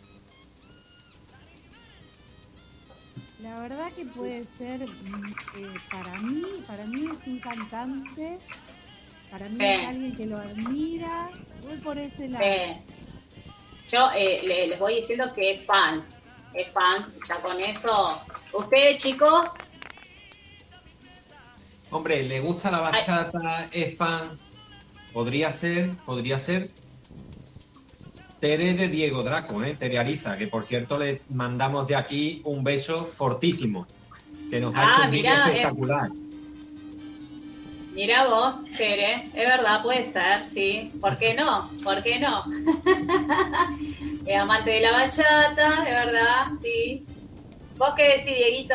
Speaker 5: La verdad que puede ser, mm, eh, para mí, para mí es un cantante Para mí
Speaker 3: Sí.
Speaker 5: es alguien que lo admira, voy por ese lado.
Speaker 3: Sí. Yo eh, le- les voy diciendo que es fans, es fans, ya con eso. Ustedes, chicos,
Speaker 8: Hombre, le gusta la bachata, es fan. Podría ser, podría ser Tere de Diego Draco, ¿eh? Tere Ariza, que por cierto le mandamos de aquí un beso fortísimo, que nos ha
Speaker 3: Ah,
Speaker 8: hecho un vídeo
Speaker 3: mirá, eh.
Speaker 8: espectacular.
Speaker 3: mira vos, Tere, es verdad, puede ser, sí. ¿Por qué no? ¿Por qué no? Es amante de la bachata, es verdad, sí. ¿Vos qué decís, Dieguito?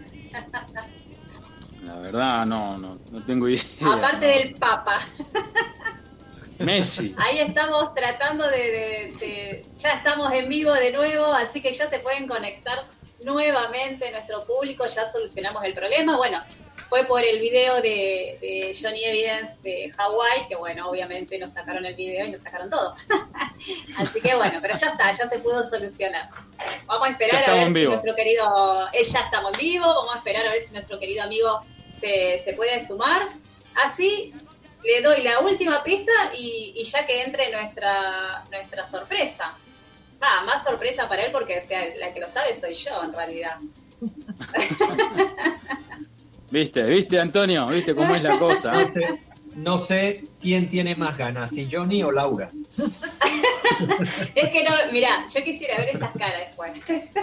Speaker 2: La verdad, no, no, no tengo idea.
Speaker 3: Aparte
Speaker 2: no.
Speaker 3: del Papa.
Speaker 2: Messi.
Speaker 3: Ahí estamos tratando de, de- de- Ya estamos en vivo de nuevo, así que ya se pueden conectar nuevamente nuestro público, ya solucionamos el problema. Bueno, fue por el video de, de Johnny Evidence de Hawái, que bueno, obviamente nos sacaron el video y nos sacaron todo. Así que bueno, pero ya está, ya se pudo solucionar. Vamos a
Speaker 2: Ya
Speaker 3: esperar a
Speaker 2: estamos
Speaker 3: ver
Speaker 2: en
Speaker 3: si
Speaker 2: vivo.
Speaker 3: nuestro querido... Eh, ya estamos en vivo, vamos a esperar a ver si nuestro querido amigo se, se puede sumar. Así le doy la última pista y, y ya que entre nuestra nuestra sorpresa. Va, más sorpresa para él porque o sea, la que lo sabe soy yo en realidad.
Speaker 2: ¿Viste? ¿Viste, Antonio? ¿Viste cómo es la cosa?
Speaker 8: No sé, no sé quién tiene más ganas, si Johnny o Laura.
Speaker 3: Es que no, mirá, yo quisiera ver esas caras después.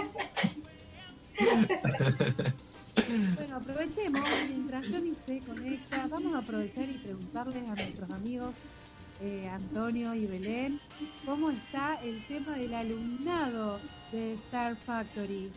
Speaker 5: Bueno, aprovechemos, mientras Johnny se conecta, vamos a aprovechar y preguntarles a nuestros amigos eh, Antonio y Belén, ¿cómo está el tema del alumnado de Star Factory?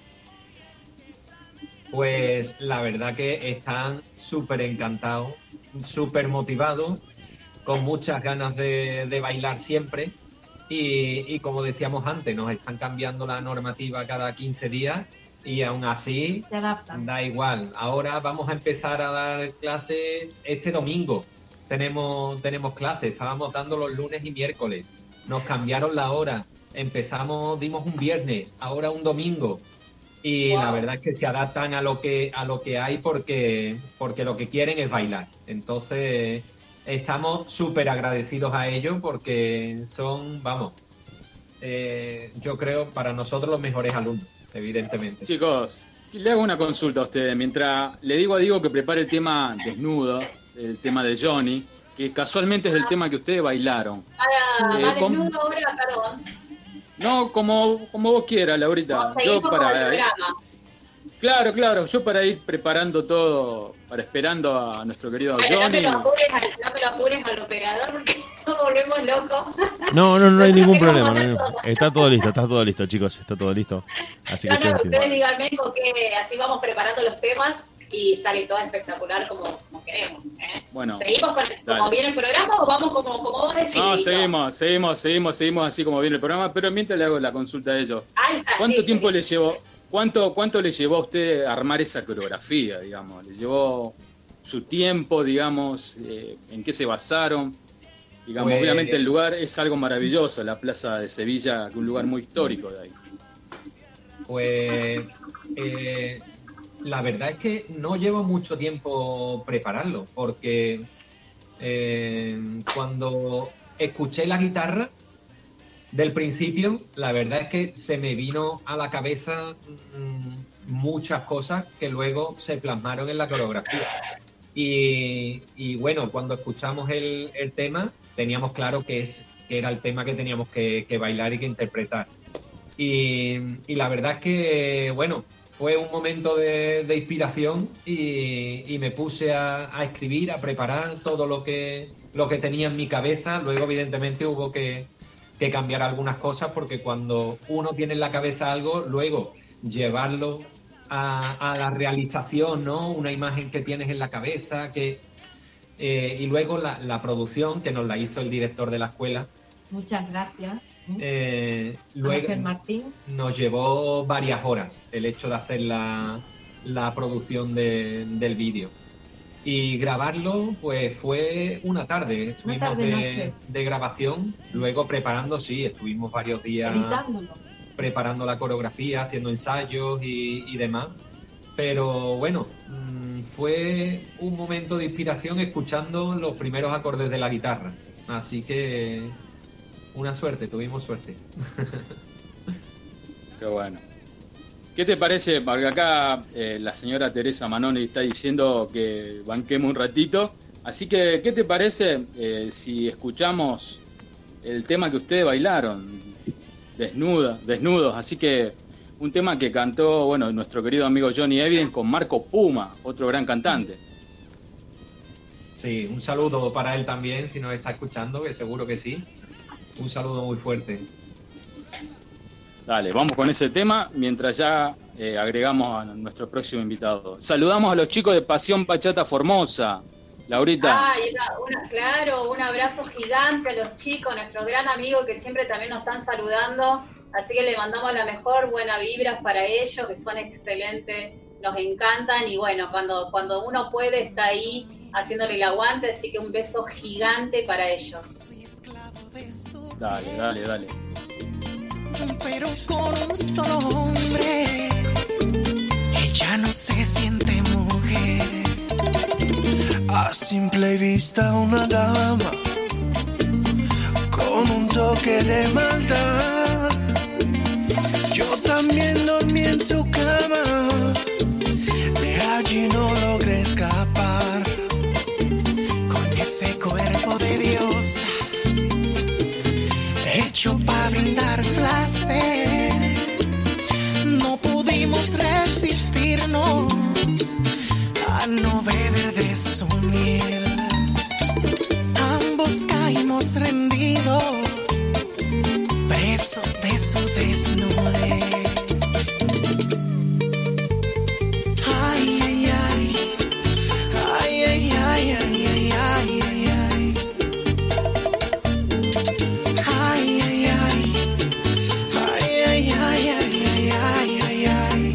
Speaker 8: Pues la verdad que están súper encantados, súper motivados, con muchas ganas de, de bailar siempre. Y, y como decíamos antes, nos están cambiando la normativa cada quince días y aún así
Speaker 10: Se adaptan.
Speaker 8: da igual. Ahora vamos a empezar a dar clases este domingo. Tenemos, tenemos clases, estábamos dando los lunes y miércoles. Nos cambiaron la hora. Empezamos, dimos un viernes, ahora un domingo. Y
Speaker 3: Wow.
Speaker 8: la verdad es que se adaptan a lo que a lo que hay porque porque lo que quieren es bailar. Entonces estamos súper agradecidos a ellos porque son, vamos, eh, yo creo para nosotros los mejores alumnos, evidentemente.
Speaker 2: Chicos, le hago una consulta a ustedes. Mientras le digo a Diego que prepare el tema desnudo, el tema de Johnny, que casualmente es el tema que ustedes bailaron.
Speaker 3: Ahora,
Speaker 2: Eh,
Speaker 3: va
Speaker 2: ¿cómo?
Speaker 3: desnudo ahora, perdón.
Speaker 2: No, como, como vos quieras, Laurita.
Speaker 3: Vamos,
Speaker 2: Yo
Speaker 3: seguimos con el
Speaker 2: para,
Speaker 3: programa.
Speaker 2: claro, claro, yo para ir preparando todo, para esperando a nuestro querido
Speaker 3: Pero no
Speaker 2: Johnny.
Speaker 3: me lo apures al, no me lo apures al operador porque nos volvemos locos.
Speaker 4: No, no, no hay
Speaker 3: Nosotros
Speaker 4: ningún
Speaker 3: queremos
Speaker 4: problema. no hay
Speaker 3: poner
Speaker 4: ningún-
Speaker 3: todo.
Speaker 4: Está todo listo, está todo listo, chicos. Está todo listo. Así que
Speaker 3: No, no,
Speaker 4: ustedes
Speaker 3: ustedes
Speaker 4: tienen-
Speaker 3: díganme con que así vamos preparando los temas y sale todo espectacular como, como queremos. ¿eh?
Speaker 2: Bueno,
Speaker 3: ¿Seguimos con el- como
Speaker 2: dale.
Speaker 3: viene el programa o vamos como, como vos decís?
Speaker 2: No,
Speaker 3: Lito?
Speaker 2: seguimos, seguimos, seguimos, seguimos así como viene el programa, pero mientras le hago la consulta a ellos.
Speaker 3: Ahí está,
Speaker 2: ¿Cuánto
Speaker 3: listo,
Speaker 2: tiempo le
Speaker 3: listo.
Speaker 2: llevó, cuánto, cuánto le llevó a usted armar esa coreografía, digamos? ¿Le llevó su tiempo, digamos? Eh, ¿En qué se basaron? Digamos,
Speaker 8: Pues-
Speaker 2: obviamente el lugar es algo maravilloso, la Plaza de Sevilla, que es un lugar muy histórico de ahí.
Speaker 8: Pues eh, la verdad es que no llevo mucho tiempo prepararlo, porque eh, cuando escuché la guitarra del principio, la verdad es que se me vino a la cabeza mm, muchas cosas que luego se plasmaron en la coreografía. Y, y bueno, cuando escuchamos el, el tema, teníamos claro que, es, que era el tema que teníamos que, que bailar y que interpretar. Y, y la verdad es que, bueno, fue un momento de, de inspiración y, y me puse a, a escribir, a preparar todo lo que, lo que tenía en mi cabeza. Luego, evidentemente, hubo que, que cambiar algunas cosas porque cuando uno tiene en la cabeza algo, luego llevarlo a, a la realización, ¿no? Una imagen que tienes en la cabeza, que eh, y luego la, la producción, que nos la hizo el director de la escuela.
Speaker 10: Muchas gracias.
Speaker 8: Eh, luego
Speaker 10: Ángel Martín.
Speaker 8: nos llevó varias horas el hecho de hacer la, la producción de- del vídeo. Y grabarlo, pues fue una tarde. Estuvimos
Speaker 10: tarde,
Speaker 8: de,
Speaker 10: noche.
Speaker 8: de grabación, luego preparando, sí, estuvimos varios días
Speaker 10: Editándolo.
Speaker 8: preparando la coreografía, haciendo ensayos y, y demás. Pero bueno, mm, fue un momento de inspiración escuchando los primeros acordes de la guitarra. Así que una suerte, tuvimos suerte.
Speaker 2: Qué bueno. ¿Qué te parece? Porque acá eh, la señora Teresa Manoni está diciendo que banquemos un ratito. Así que, ¿qué te parece eh, si escuchamos el tema que ustedes bailaron? Desnuda, desnudos. Así que un tema que cantó, bueno, nuestro querido amigo Johnny Evidence con Marco Puma, otro gran cantante.
Speaker 8: Sí, un saludo para él también, si nos está escuchando, que seguro que sí. Un saludo muy fuerte.
Speaker 2: Dale, vamos con ese tema mientras ya eh, agregamos a nuestro próximo invitado. Saludamos a los chicos de Pasión Bachata Formosa. Laurita.
Speaker 3: Ay, una, una, claro, un abrazo gigante a los chicos, nuestro gran amigo que siempre también nos están saludando. Así que le mandamos la mejor buena vibras para ellos, que son excelentes, nos encantan. Y bueno, cuando, cuando uno puede está ahí haciéndole el aguante, así que un beso gigante para ellos.
Speaker 2: Dale, dale, dale.
Speaker 6: Pero con un solo hombre ella no se siente mujer. A simple vista una dama con un toque de maldad. Yo también dormí en su cama, de allí no logré escapar. Con ese cuerpo de diosa hecho para brindar placer, no pudimos resistirnos a no beber de su miel. Ambos caímos rendidos, presos de su desnudez. Ay, ay, ay, ay, ay, ay, ay, ay, ay, ay, ay. Ay, ay, ay, ay, ay, ay, ay, ay, ay, ay.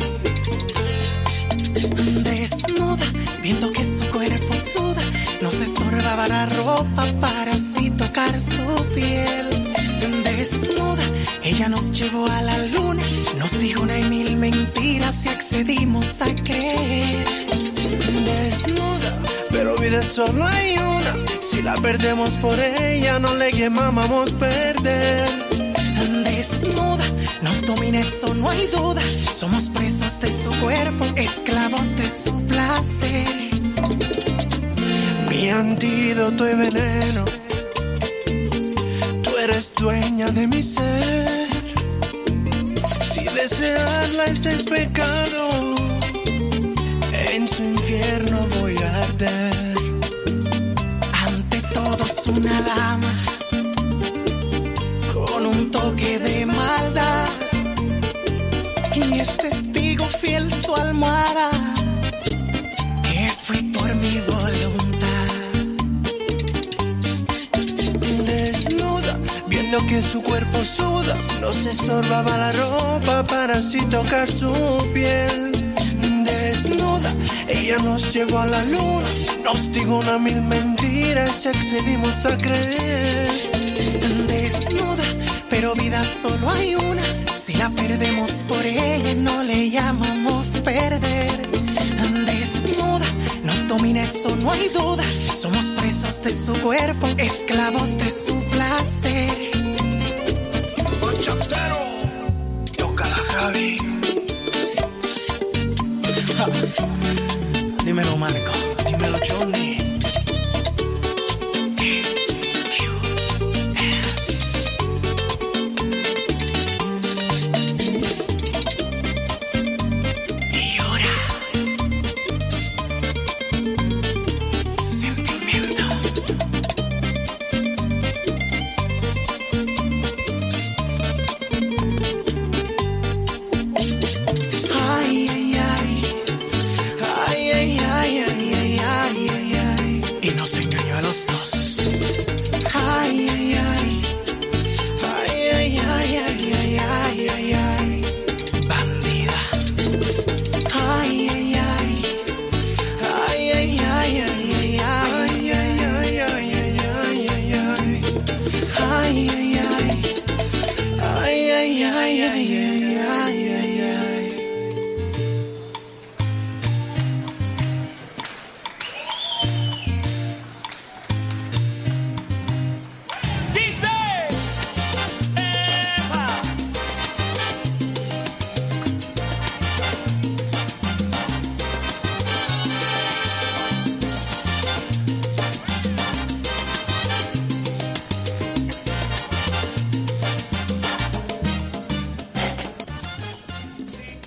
Speaker 6: Desnuda, viendo que su cuerpo suda, nos estorbaba la ropa para así tocar su piel. Desnuda, ella nos llevó a la luna, nos dijo una y mil mentiras y accedimos a creer. Desnuda, pero vida solo hay una, si la perdemos por ella no le llamamos perder. Desnuda, nos domina eso no hay duda, somos presos de su cuerpo, esclavos de su placer. Mi antídoto y veneno, tú eres dueña de mi ser. Si desearla ese es pecado, en su infierno voy a arder. Ante todos una dama con un toque de maldad, y es testigo fiel su almohada, que fui por mi voluntad. Desnuda, viendo que su cuerpo suda, nos estorbaba la ropa para así tocar su piel. Desnuda, ella nos llevó a la luna, nos dijo una mil mentiras y accedimos a creer. Desnuda, pero vida solo hay una, si la perdemos por ella no le llamamos perder. Desnuda, nos domina eso no hay duda, somos presos de su cuerpo, esclavos de su placer. Bachatero, toca la Javi. Dímelo Marco, dímelo Johnny.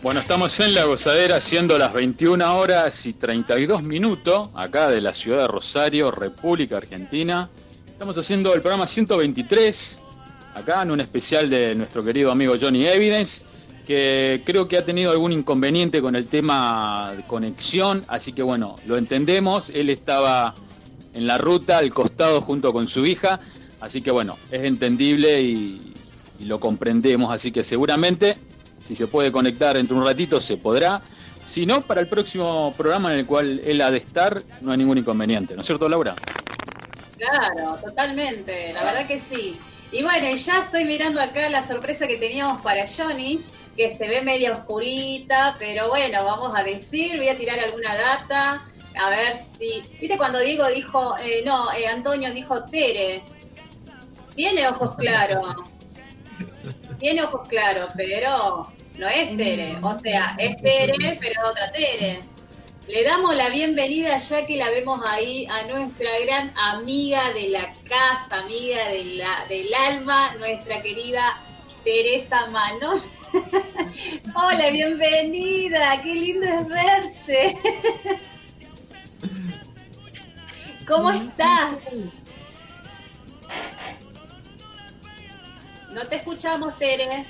Speaker 2: Bueno, estamos en La Gozadera, siendo las veintiuna horas y treinta y dos minutos, acá de la ciudad de Rosario, República Argentina. Estamos haciendo el programa ciento veintitrés, acá en un especial de nuestro querido amigo Johnny Evidence, que creo que ha tenido algún inconveniente con el tema de conexión, así que bueno, lo entendemos. Él estaba en la ruta, al costado, junto con su hija, así que bueno, es entendible y, y lo comprendemos, así que seguramente... Si se puede conectar entre un ratito, se podrá. Si no, para el próximo programa en el cual él ha de estar, no hay ningún inconveniente. ¿No es cierto, Laura?
Speaker 3: Claro, totalmente. La verdad que sí. Y bueno, ya estoy mirando acá la sorpresa que teníamos para Johnny, que se ve media oscurita, pero bueno, vamos a decir, voy a tirar alguna data, a ver si... ¿Viste cuando Diego dijo, eh, no, eh, Antonio dijo Tere? Tiene ojos claros. Tiene ojos claros, pero no es Tere. O sea, es Tere, pero otra Tere. Le damos la bienvenida, ya que la vemos ahí, a nuestra gran amiga de la casa, amiga de la, del alma, nuestra querida Teresa Manón. Hola, bienvenida, qué lindo es verte. ¿Cómo estás? No te escuchamos, Tere.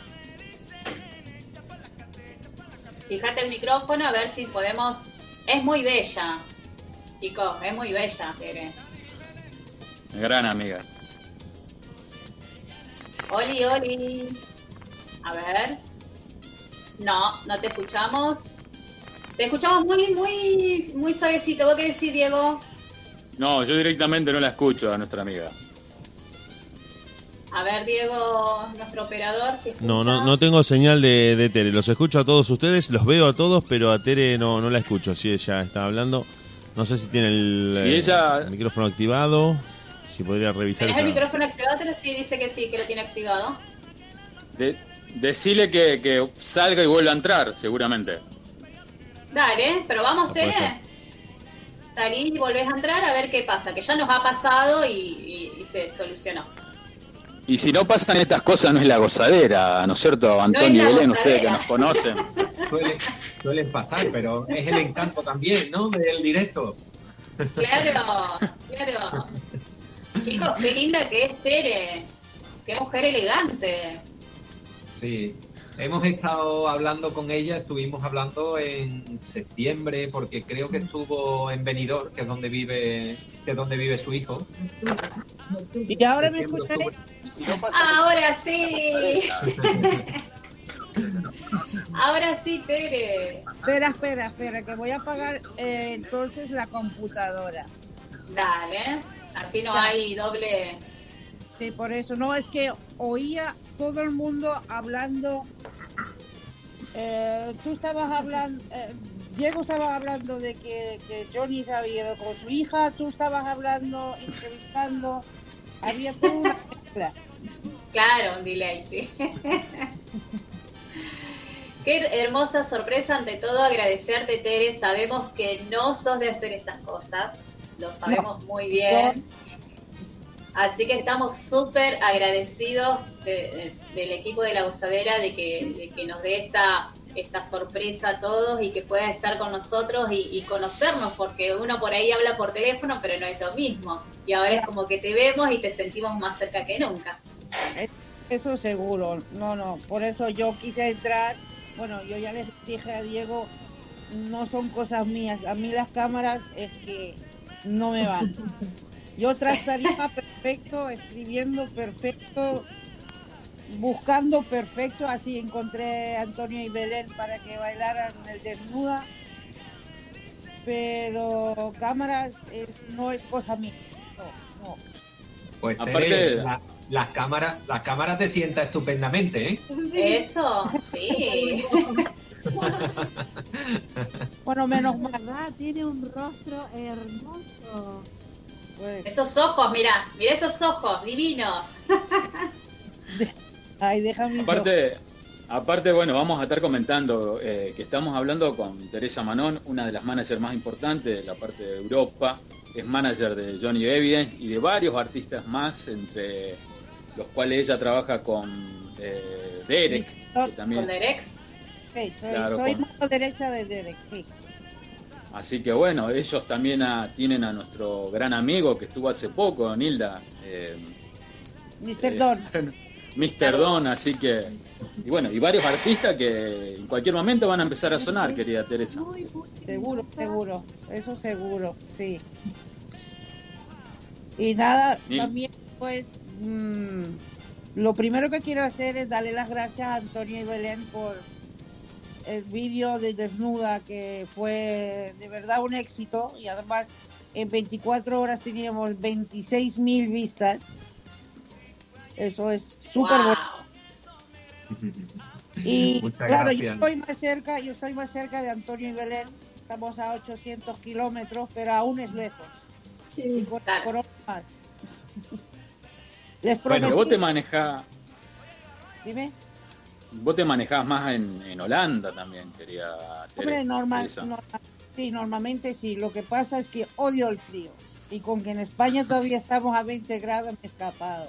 Speaker 3: Fíjate el micrófono a ver si podemos... Es muy bella, chicos, es muy bella, Tere.
Speaker 2: Gran amiga.
Speaker 3: Oli, Oli. A ver. No, no te escuchamos. Te escuchamos muy, muy, muy suavecito. ¿Vos qué decís, Diego?
Speaker 2: No, yo directamente no la escucho a nuestra amiga.
Speaker 3: A ver, Diego, nuestro operador, si escucha.
Speaker 4: No, no, no tengo señal de, de Tere. Los escucho a todos ustedes, los veo a todos, pero a Tere no, no la escucho. Si ella está hablando, no sé si tiene el,
Speaker 2: si ella...
Speaker 4: el micrófono activado. Si podría revisar.
Speaker 3: ¿Tenés
Speaker 4: esa...
Speaker 3: el micrófono activado? Pero sí, dice que sí, que lo tiene activado.
Speaker 2: De, decile que, que salga y vuelva a entrar, seguramente.
Speaker 3: Dale, pero vamos, Tere. Salí y volvés a entrar a ver qué pasa. Que ya nos ha pasado y, y, y se solucionó.
Speaker 2: Y si no pasan estas cosas, no es La Gozadera, ¿no es cierto, Antonio
Speaker 3: no
Speaker 2: y Belén?
Speaker 3: Gozadera.
Speaker 2: Ustedes que nos conocen.
Speaker 8: Suele, suelen pasar, pero es el encanto también, ¿no? Del directo.
Speaker 3: Claro, claro. Chicos, qué linda que es Tere. Qué mujer elegante.
Speaker 8: Sí. Hemos estado hablando con ella, estuvimos hablando en septiembre, porque creo que estuvo en Benidorm, que es donde vive, que es donde vive su hijo.
Speaker 11: ¿Y ahora me escucháis?
Speaker 3: Ahora sí. Ahora sí, Tere.
Speaker 11: Espera, espera, espera, que voy a apagar eh, entonces la computadora.
Speaker 3: Dale, así no hay doble...
Speaker 11: Sí, por eso. No, es que oía todo el mundo hablando. Eh, tú estabas hablando, eh, Diego estaba hablando de que, que Johnny se había ido con su hija, tú estabas hablando, entrevistando, había toda una mezcla.
Speaker 3: Claro, un delay, sí. Qué hermosa sorpresa, ante todo agradecerte, Tere. Sabemos que no sos de hacer estas cosas, lo sabemos no. muy bien. Así que estamos súper agradecidos de, de, del equipo de La Gozadera de que, de que nos dé esta, esta sorpresa a todos y que pueda estar con nosotros y, y conocernos, porque uno por ahí habla por teléfono, pero no es lo mismo. Y ahora es como que te vemos y te sentimos más cerca que nunca.
Speaker 11: Eso seguro, no, no, por eso yo quise entrar. Bueno, yo ya les dije a Diego, no son cosas mías, a mí las cámaras es que no me van. Yo trataría perfecto, escribiendo perfecto, buscando perfecto, así encontré a Antonio y Belén para que bailaran el desnuda, pero cámaras es, no es cosa mía, no, no.
Speaker 8: Pues Tere, la, las cámaras, las cámaras te sienta estupendamente, ¿eh?
Speaker 3: Eso, sí.
Speaker 11: Bueno, menos mal.
Speaker 5: ¿Verdad? Tiene un rostro hermoso.
Speaker 11: Pues...
Speaker 3: Esos ojos, mira, mira esos ojos divinos.
Speaker 11: Ay, déjame.
Speaker 2: Aparte, aparte, bueno, vamos a estar comentando eh, que estamos hablando con Teresa Manón, una de las managers más importantes de la parte de Europa. Es manager de Johnny Evidence y de varios artistas más, entre los cuales ella trabaja con eh, Derek. Que también,
Speaker 3: ¿Con Derek?
Speaker 11: Sí, soy,
Speaker 2: Claro,
Speaker 11: soy
Speaker 2: con-
Speaker 11: mano derecha de Derek, sí.
Speaker 2: Así que bueno, ellos también a- tienen a nuestro gran amigo que estuvo hace poco, Nilda, eh,
Speaker 11: mister
Speaker 2: eh,
Speaker 11: Don.
Speaker 2: mister Don, así que, y bueno, y varios artistas que en cualquier momento van a empezar a sonar, querida Teresa.
Speaker 11: Seguro, seguro, eso seguro, sí. Y nada,
Speaker 2: Sí.
Speaker 11: también pues mm, lo primero que quiero hacer es darle las gracias a Antonio y Belén por el vídeo de Desnuda, que fue de verdad un éxito, y además en veinticuatro horas teníamos veintiséis mil vistas. Eso es súper bueno. Y
Speaker 8: Muchas
Speaker 11: claro, yo
Speaker 8: gracias.
Speaker 11: estoy más cerca, yo estoy más cerca de Antonio y Belén. Estamos a ochocientos kilómetros, pero aún es lejos. Y con, con otro más. Les
Speaker 2: Bueno,
Speaker 11: prometí.
Speaker 2: vos te manejás,
Speaker 11: Dime.
Speaker 2: vos te manejás más en, en Holanda también, querida
Speaker 11: Hombre,
Speaker 2: Teresa.
Speaker 11: normal,
Speaker 2: Teresa.
Speaker 11: normal- sí, normalmente sí. Lo que pasa es que odio el frío. Y con que en España todavía estamos a veinte grados, me he escapado.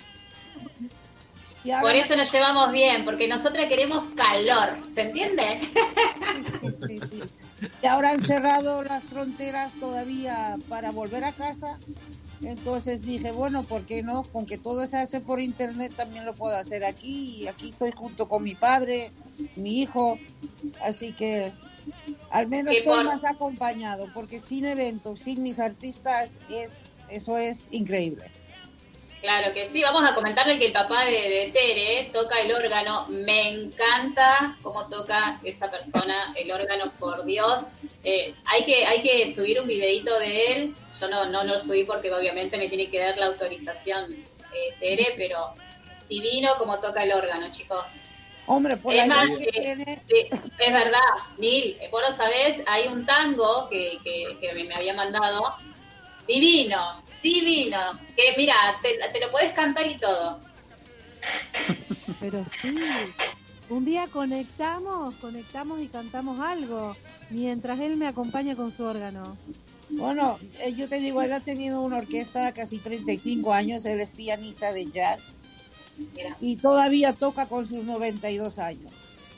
Speaker 11: Y ahora
Speaker 3: Por eso nos llevamos bien, porque nosotras queremos calor, ¿se entiende?
Speaker 11: Sí, sí. Y ahora han cerrado las fronteras todavía para volver a casa. Entonces dije, bueno, ¿por qué no? Con que todo se hace por internet, también lo puedo hacer aquí. Y aquí estoy junto con mi padre, mi hijo. Así que al menos
Speaker 3: Que
Speaker 11: estoy
Speaker 3: por-
Speaker 11: más acompañado, porque sin eventos, sin mis artistas, es eso es increíble.
Speaker 3: Claro que sí, vamos a comentarle que el papá de, de Tere toca el órgano. Me encanta cómo toca esa persona el órgano, por Dios. Eh, hay que hay que subir un videito de él. Yo no, no lo subí porque obviamente me tiene que dar la autorización eh, Tere, pero divino cómo toca el órgano, chicos.
Speaker 11: Hombre, por
Speaker 3: Es
Speaker 11: ahí
Speaker 3: más,
Speaker 11: que
Speaker 3: eh,
Speaker 11: tiene...
Speaker 3: sí, es verdad, Nil, eh, vos lo sabés, hay un tango que, que, que me, me había mandado, divino, divino, que mira, te, te lo puedes cantar y todo.
Speaker 5: Pero sí, un día conectamos, conectamos y cantamos algo, mientras él me acompaña con su órgano.
Speaker 11: Bueno, eh, yo te digo, él ha tenido una orquesta casi treinta y cinco años, él es pianista de jazz.
Speaker 3: Mira,
Speaker 11: Y todavía toca con sus noventa y dos años.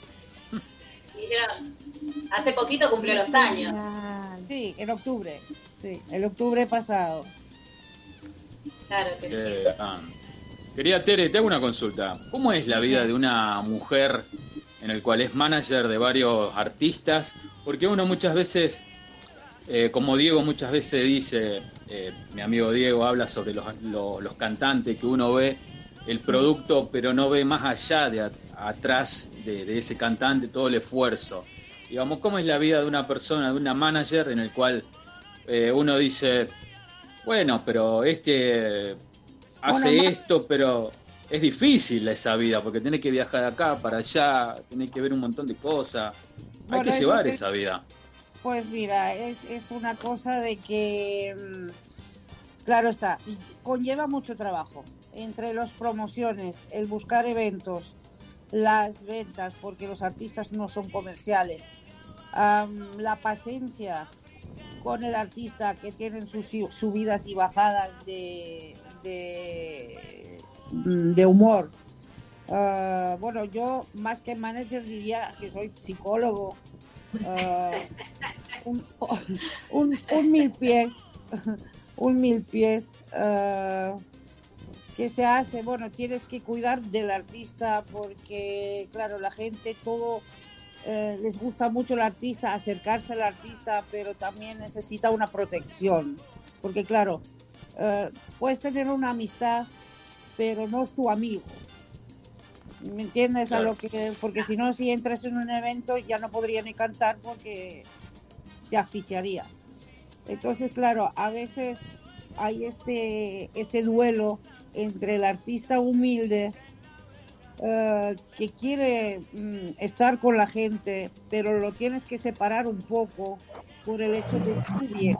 Speaker 3: dijeron, hace poquito cumplió los años.
Speaker 11: Sí, en octubre. Sí, el octubre pasado.
Speaker 3: Claro que sí.
Speaker 2: Eh, ah. Querida Tere, te hago una consulta. ¿Cómo es la vida de una mujer en el cual es manager de varios artistas? Porque uno muchas veces, eh, como Diego muchas veces dice, eh, mi amigo Diego habla sobre los, los, los cantantes que uno ve el producto, pero no ve más allá de a- atrás de, de ese cantante todo el esfuerzo. Digamos, ¿cómo es la vida de una persona, de una manager en el cual eh, uno dice, bueno, pero este hace
Speaker 11: Bueno, ma-
Speaker 2: esto, pero es difícil esa vida, porque tenés que viajar de acá para allá, tenés que ver un montón de cosas, hay
Speaker 11: Bueno,
Speaker 2: que
Speaker 11: es
Speaker 2: llevar
Speaker 11: lo que-
Speaker 2: esa vida.
Speaker 11: Pues mira, es, es una cosa de que, mm, claro está, conlleva mucho trabajo. Entre las promociones, el buscar eventos, las ventas, porque los artistas no son comerciales, am, la paciencia con el artista, que tienen sus si- subidas y bajadas de, de, mm, de humor. Ah, bueno, yo más que manager diría que soy psicólogo. Ah, un, un, un mil pies, un mil pies. ah, ¿Qué se hace? Bueno, tienes que cuidar del artista porque, claro, la gente todo eh, les gusta mucho el artista, acercarse al artista, pero también necesita una protección. Porque, claro, eh, puedes tener una amistad, pero no es tu amigo. ¿Me entiendes?
Speaker 2: Claro.
Speaker 11: A lo que, porque si no, si entras en un evento ya no podría ni cantar porque te asfixiaría. Entonces, claro, a veces hay este, este duelo entre el artista humilde eh, que quiere mm, estar con la gente, pero lo tienes que separar un poco por el hecho de su bien.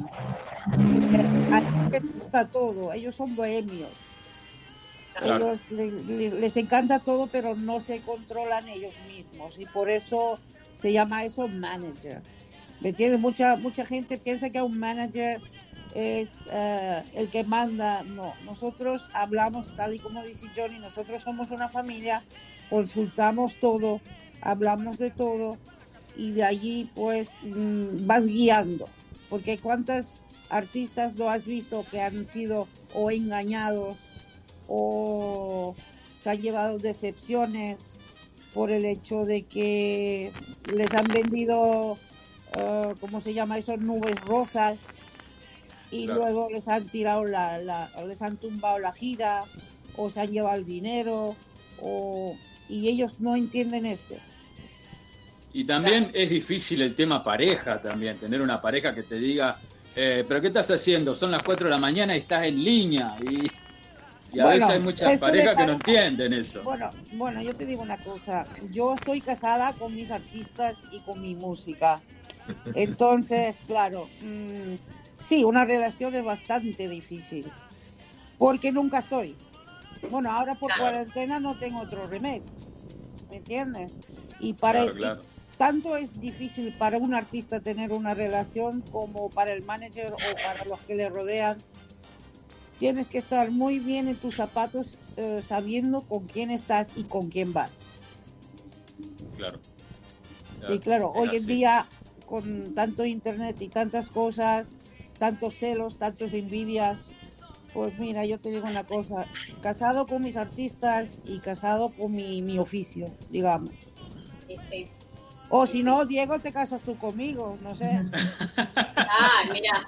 Speaker 11: A ellos les gusta todo, ellos son bohemios.
Speaker 2: Claro.
Speaker 11: Ellos le- le- les encanta todo, pero no se controlan ellos mismos y por eso se llama eso manager. ¿Me entiendes? Mucha, mucha gente piensa que un manager es eh, el que manda. No, nosotros hablamos tal y como dice Johnny, nosotros somos una familia, consultamos todo hablamos de todo y de allí pues mmm, vas guiando, porque cuántas artistas lo has visto que han sido o engañados o se han llevado decepciones por el hecho de que les han vendido, uh, ¿cómo se llama eso? Nubes rosas, y claro, luego les han tirado la, la, les han tumbado la gira, o se han llevado el dinero, o, y ellos no entienden esto.
Speaker 2: Y también es difícil el tema pareja también, tener una pareja que te diga, eh, pero ¿qué estás haciendo? Son las cuatro de la mañana y estás en línea, y... Y a bueno, veces hay muchas parejas que no entienden eso.
Speaker 11: Bueno, bueno, yo te digo una cosa. Yo estoy casada con mis artistas y con mi música. Entonces, claro, mmm, sí, una relación es bastante difícil. Porque nunca estoy. Bueno, ahora por claro. cuarentena no tengo otro remedio. ¿Me entiendes? Y para
Speaker 2: claro, claro.
Speaker 11: tanto es difícil para un artista tener una relación como para el manager o para los que le rodean. Tienes que estar muy bien en tus zapatos, eh, sabiendo con quién estás y con quién vas.
Speaker 2: Claro.
Speaker 11: Ya, y claro, hoy en día, con tanto internet y tantas cosas, tantos celos, tantas envidias, pues mira, yo te digo una cosa, casado con mis artistas y casado con mi, mi oficio, digamos.
Speaker 3: Sí, sí.
Speaker 11: O si no, Diego, te casas tú conmigo, no sé.
Speaker 3: Ah, mira.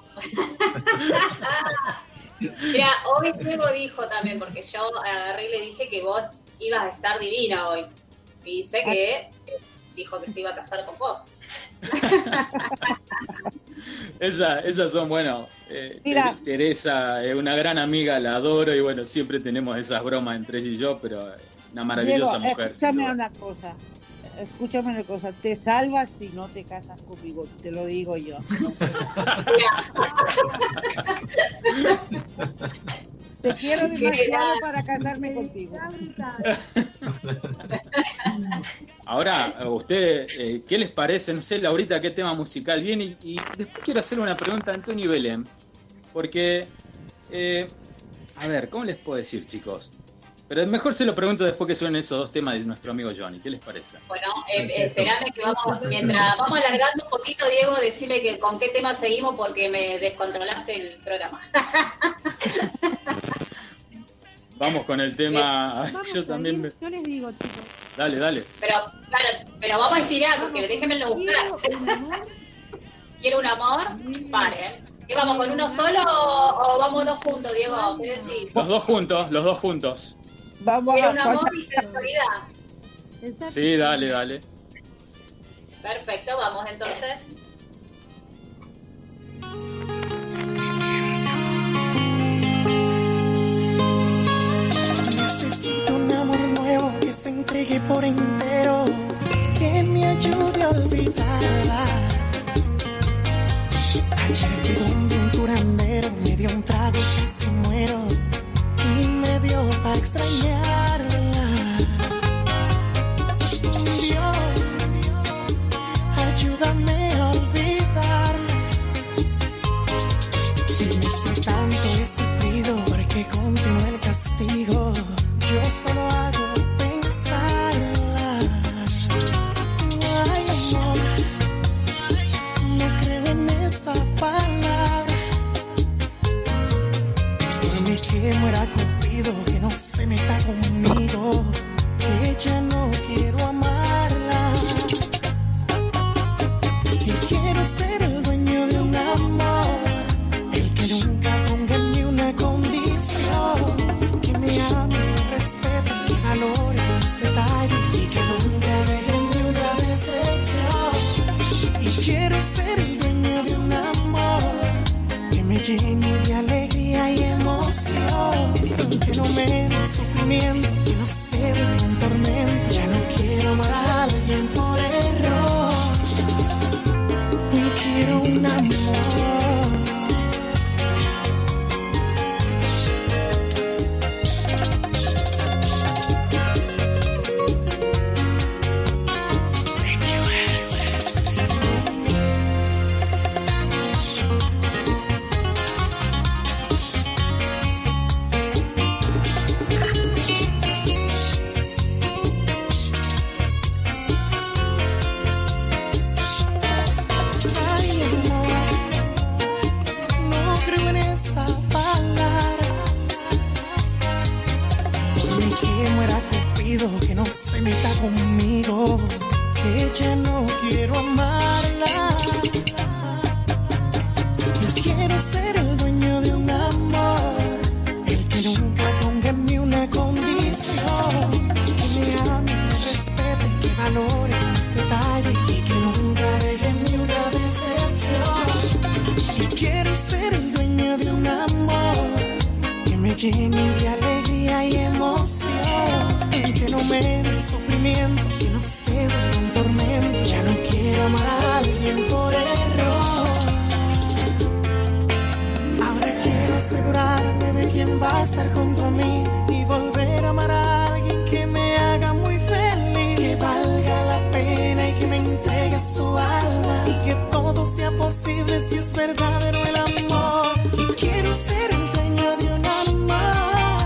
Speaker 3: Mira, hoy Diego dijo también, porque yo agarré y le dije que vos ibas a estar divina hoy. Y dice que dijo que se iba a casar con vos.
Speaker 2: Esa, esas son, bueno, eh, Mira, Teresa es una gran amiga, la adoro y bueno, siempre tenemos esas bromas entre ella y yo, pero una maravillosa
Speaker 11: Diego,
Speaker 2: mujer.
Speaker 11: Escúchame una cosa, escúchame una cosa, te salvas si no te casas conmigo, te lo digo yo. Te quiero demasiado para casarme contigo.
Speaker 2: Ahora, usted, eh, ¿qué les parece? No sé, Laurita, qué tema musical viene. Y, y después quiero hacerle una pregunta a Antonio y Belén. Porque, eh, a ver, ¿cómo les puedo decir, chicos? Pero mejor se lo pregunto después que suenen esos dos temas de nuestro amigo Johnny. ¿Qué les parece?
Speaker 3: Bueno, eh, esperame que vamos, mientras vamos alargando un poquito, Diego, decime que con qué tema seguimos porque me descontrolaste el programa.
Speaker 2: Vamos con el tema.
Speaker 5: Vamos,
Speaker 2: yo también me...
Speaker 5: Yo les digo, chicos.
Speaker 2: Dale, dale.
Speaker 3: Pero, claro, pero vamos a estirar porque déjenmelo buscar.
Speaker 5: ¿Quiero un amor?
Speaker 3: ¿Quiero un amor? Vale. ¿Qué vamos, con uno solo o, o vamos dos juntos, Diego? ¿Qué decís?
Speaker 2: Los dos juntos, los dos juntos.
Speaker 11: Vamos
Speaker 3: ¿Quiero
Speaker 11: a
Speaker 3: un amor y sensualidad?
Speaker 2: Sí, dale, dale.
Speaker 3: Perfecto, vamos entonces.
Speaker 6: Necesito un amor nuevo que se entregue por entero, que me ayude a olvidarla. Ayer fui donde un curandero me dio un trago que se muero y me dio para extrañarla. Dios, ayúdame a olvidarla. Dime si tanto he sufrido porque continúa el castigo. Yo solo hago pensarla. muera Cupido, que no se meta conmigo, que ya no quiero amarla. Yo quiero ser el dueño de un amor, el que nunca ponga en mí una condición, que me ame, me respete, que valore mis detalles y que nunca deje en mí una decepción. Yo quiero ser el dueño de un amor que me llene de alegría y emoción, que no me dé sufrimiento, que no se vuelva un tormento. Ya no quiero amar a alguien por error. Ahora quiero asegurarme de quién va a estar junto a mí y volver a amar a alguien que me haga muy feliz, que valga la pena y que me entregue su alma y que todo sea posible si es verdadero el amor. Y quiero ser el dueño de un amor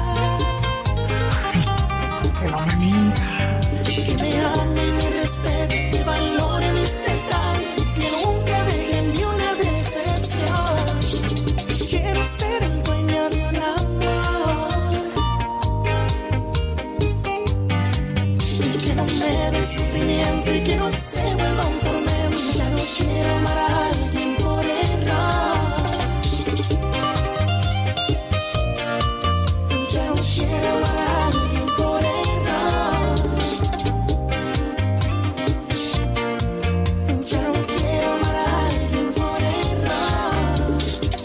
Speaker 6: que no me mienta, que me ame y me respete, que valore mis detalles, que nunca deje en mí una decepción. Quiero ser el dueño de un amor que no me dé sufrimiento y que no se vuelva un tormento. Ya no quiero amar a alguien por error. Ya no quiero amar a alguien por error. Ya no quiero amar a alguien por error.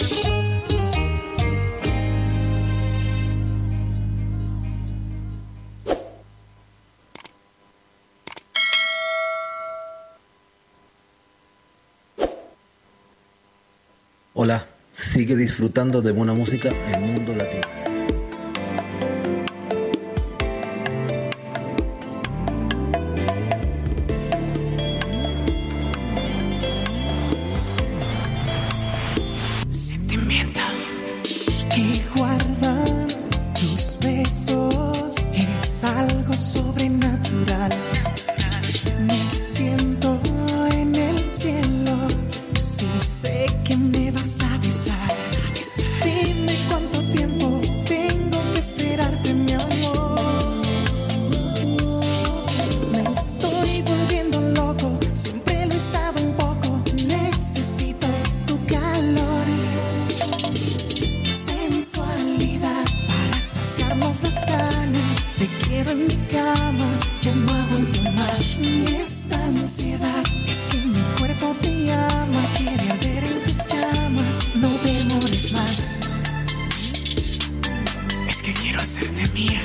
Speaker 12: Hola, sigue disfrutando de buena música en Mundo Latino.
Speaker 6: Sentimiento que guardan tus besos es algo sobrenatural. Me siento en el cielo si sé que me vas a besar. Dime cuánto tiempo tengo que esperarte, mi amor. Me estoy volviendo loco, siempre lo he estado un poco. Necesito tu calor, sensualidad para saciarnos las ganas. Te quiero en mi cama, ya no aguanto más. Y esta ansiedad es que mi cuerpo te llama, quiere arder en tus llamas. No demores más, es que quiero hacerte mía.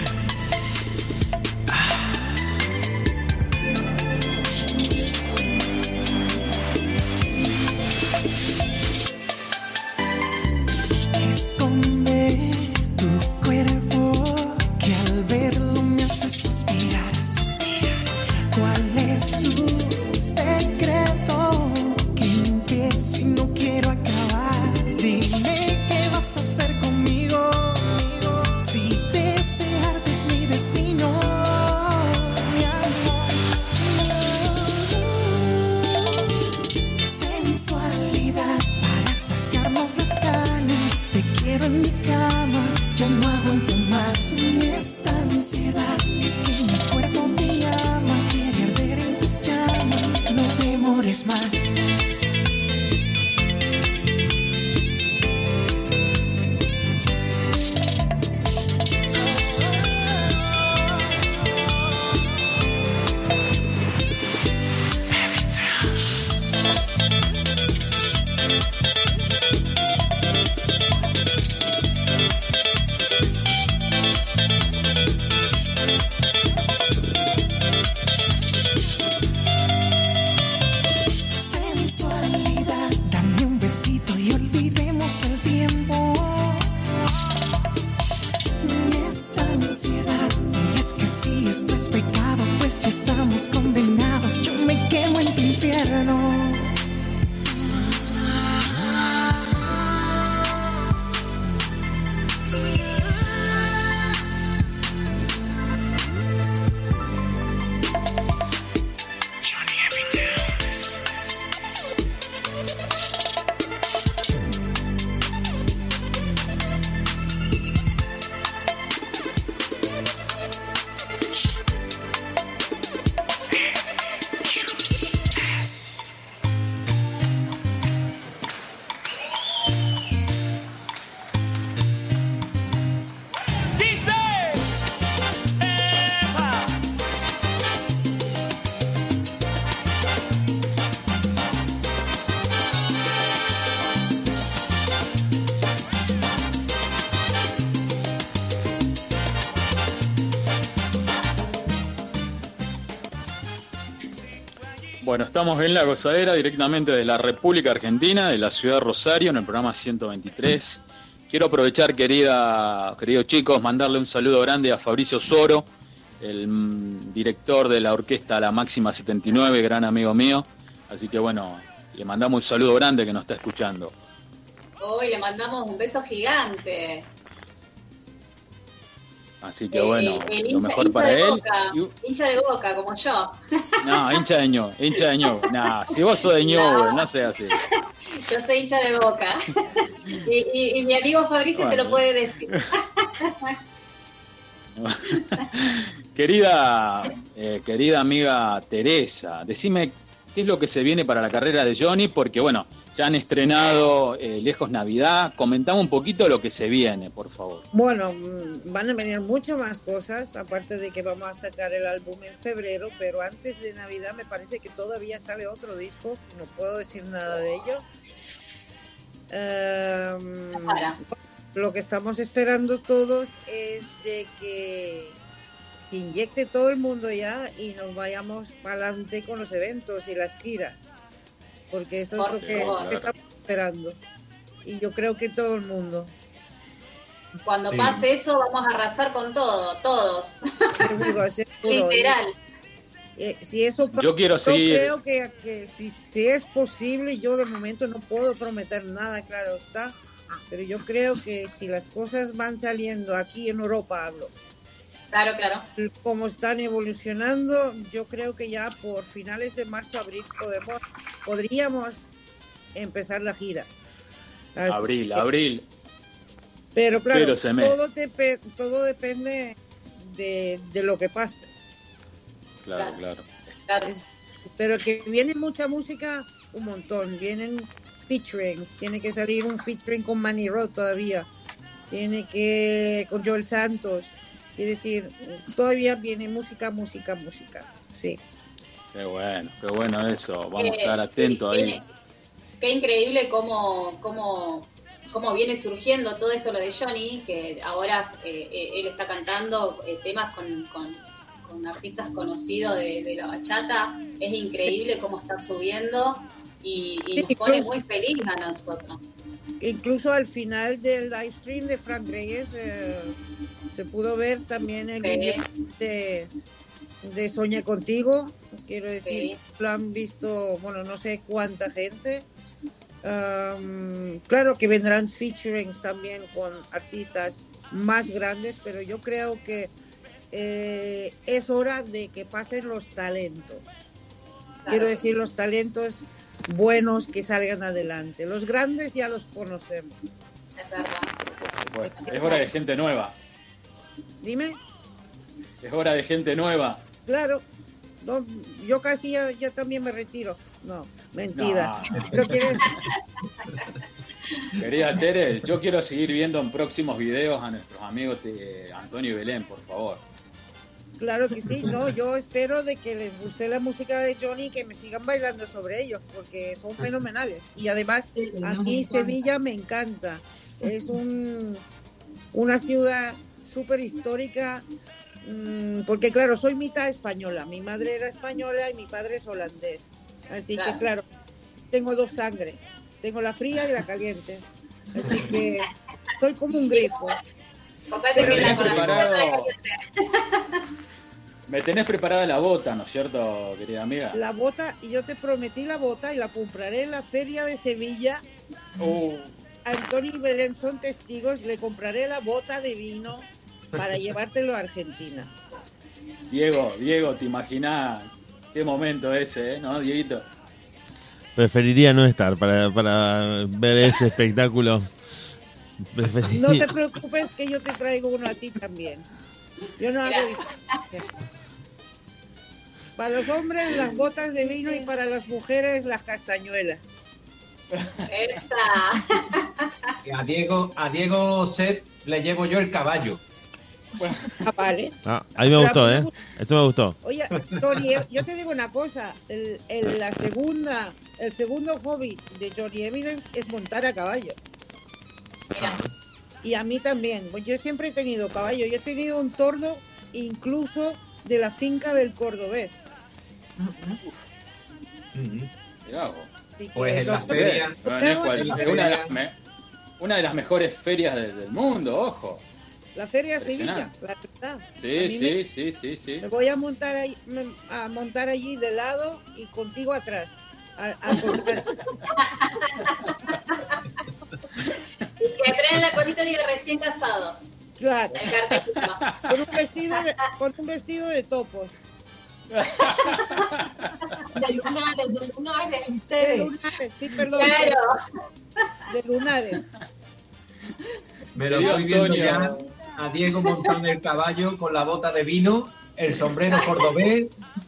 Speaker 6: Esconde tu cuerpo, que al verlo me hace suspirar, suspirar. ¿Cuál es tu secreto? Que empiezo y no quiero acabar. Dime qué vas a hacer conmigo, si desearte es mi destino, mi amor. Sensualidad para saciarnos las ganas. Te quiero en mi cama, ya no aguanto más. Y esta ansiedad es que mi cuerpo te llama, quiere arder en tus llamas. No demores más. Sensualidad, dame un besito y olvidemos el tiempo. Y esta ansiedad, y es que si esto es pecado, pues ya estamos condenados. Yo me quemo en tu infierno.
Speaker 2: Bueno, estamos en La Gozadera, directamente de la República Argentina, de la ciudad de Rosario, en el programa ciento veintitrés. Quiero aprovechar, querida, queridos chicos, mandarle un saludo grande a Fabricio Soro, el mm, director de la orquesta La Máxima setenta y nueve, gran amigo mío. Así que bueno, le mandamos un saludo grande que nos está escuchando.
Speaker 3: Hoy le mandamos un beso gigante.
Speaker 2: Así que bueno,
Speaker 3: el, el
Speaker 2: lo
Speaker 3: hincha,
Speaker 2: mejor
Speaker 3: hincha
Speaker 2: para
Speaker 3: de
Speaker 2: él.
Speaker 3: Boca, hincha de Boca, como yo.
Speaker 2: No, hincha de Ñu, hincha de Ñu. Nah, si vos sos de Ñu, no, no seas así.
Speaker 3: Yo soy hincha de Boca. y, y, y mi amigo Fabricio bueno. te lo puede decir.
Speaker 2: querida, eh, querida amiga Teresa, decime qué es lo que se viene para la carrera de Johnny, porque bueno, ya han estrenado eh, Lejos Navidad. Comentame un poquito lo que se viene, por favor.
Speaker 11: Bueno, van a venir muchas más cosas, aparte de que vamos a sacar el álbum en febrero, pero antes de Navidad me parece que todavía sale otro disco, no puedo decir nada de ello. Um, lo que estamos esperando todos es de que se inyecte todo el mundo ya y nos vayamos para adelante con los eventos y las giras, porque eso Por es lo que, que estamos esperando, y yo creo que todo el mundo.
Speaker 3: Cuando sí. pase eso vamos a arrasar con todo, todos. Literal.
Speaker 11: Eh, si eso pasa,
Speaker 2: yo quiero
Speaker 11: yo
Speaker 2: seguir.
Speaker 11: creo que, que si, si es posible, yo de momento no puedo prometer nada, claro está, pero yo creo que si las cosas van saliendo aquí en Europa, hablo.
Speaker 3: Claro, claro.
Speaker 11: Como están evolucionando, yo creo que ya por finales de marzo, abril, podemos, podríamos empezar la gira. Así
Speaker 2: abril,
Speaker 11: que,
Speaker 2: abril.
Speaker 11: Pero claro,
Speaker 2: pero se me...
Speaker 11: todo, te, todo depende de, de lo que pase.
Speaker 2: Claro, claro.
Speaker 3: claro.
Speaker 11: Es, pero que viene mucha música, un montón. Vienen featurings, tiene que salir un featuring con Manny Roth todavía. Tiene que con Joel Santos. Quiere decir, todavía viene música, música, música. Sí.
Speaker 2: Qué bueno, qué bueno eso. Vamos
Speaker 3: eh,
Speaker 2: a estar atentos
Speaker 3: sí,
Speaker 2: ahí.
Speaker 3: Qué, qué increíble cómo, cómo, cómo viene surgiendo todo esto lo de Johnny, que ahora eh, él está cantando eh, temas con, con, con artistas conocidos de, de la bachata. Es increíble cómo está subiendo y, y nos pone muy feliz a nosotros.
Speaker 11: Incluso al final del live stream de Frank Reyes eh, se pudo ver también el sí. vídeo de, de Soñé Contigo. Quiero decir, sí. lo han visto, bueno, no sé cuánta gente. Um, claro que vendrán featurings también con artistas más grandes, pero yo creo que eh, es hora de que pasen los talentos. Claro. Quiero decir, los talentos buenos que salgan adelante. Los grandes ya los conocemos.
Speaker 3: Es verdad.
Speaker 2: Bueno, es hora de gente nueva.
Speaker 11: Dime.
Speaker 2: Es hora de gente nueva.
Speaker 11: Claro. No, yo casi ya, ya también me retiro. No, mentira. No. ¿Quieres?
Speaker 2: Querida Tere, yo quiero seguir viendo en próximos videos a nuestros amigos de Antonio y Belén, por favor.
Speaker 11: Claro que sí, no, yo espero de que les guste la música de Johnny y que me sigan bailando sobre ellos, porque son fenomenales. Y además, aquí Sevilla me encanta. Es un una ciudad súper histórica, mmm, porque claro, soy mitad española. Mi madre era española y mi padre es holandés. Así claro. que claro, tengo dos sangres. Tengo la fría y la caliente. Así que soy como un grifo.
Speaker 2: Pero me, tenés preparado, me tenés preparada la bota, ¿no es cierto, querida amiga?
Speaker 11: La bota, y yo te prometí la bota y la compraré en la feria de Sevilla.
Speaker 2: Uh.
Speaker 11: Antonio y Belén son testigos, le compraré la bota de vino para llevártelo a Argentina.
Speaker 2: Diego, Diego, ¿te imaginás qué momento ese, eh? ¿No, Dieguito?
Speaker 4: Preferiría no estar para, para ver ese espectáculo. Preferiría.
Speaker 11: No te preocupes que yo te traigo uno a ti también. Yo no hago diferencia. Para los hombres las botas de vino y para las mujeres las castañuelas.
Speaker 8: A Diego, a Diego Set le llevo yo el caballo.
Speaker 11: Ah, vale.
Speaker 4: Ah, ahí me gustó, ¿eh? Esto me gustó.
Speaker 11: Oye, Tony, yo te digo una cosa. El, el, la segunda, el segundo hobby de Johnny Evidence es montar a caballo. Mira. Y a mí también. Pues yo siempre he tenido caballo. Yo he tenido un tordo incluso de la finca del Cordobés.
Speaker 8: Uh-huh.
Speaker 2: Mirá vos.
Speaker 8: Pues en las ferias...
Speaker 2: No, no es cual- es una de las, me- una de las mejores ferias de- del mundo, ojo.
Speaker 11: La Feria Sevilla,
Speaker 2: Impresionante.
Speaker 11: la verdad. A
Speaker 2: Sí,
Speaker 11: mí
Speaker 2: sí,
Speaker 11: me-
Speaker 2: sí, sí, sí.
Speaker 11: Me voy a montar ahí, me- a montar allí de lado y contigo atrás. A, a cortar.
Speaker 3: Y que traen la corita de recién casados.
Speaker 11: Claro.
Speaker 3: El cartelito.
Speaker 11: Con un vestido de, con un vestido de topos.
Speaker 10: De lunares, de lunares,
Speaker 11: De
Speaker 10: ustedes.
Speaker 11: lunares, sí, perdón.
Speaker 3: Claro.
Speaker 11: De lunares.
Speaker 8: Me lo
Speaker 2: Querido
Speaker 8: estoy viendo
Speaker 2: Antonio.
Speaker 8: ya a Diego montando el caballo con la bota de vino, el sombrero cordobés.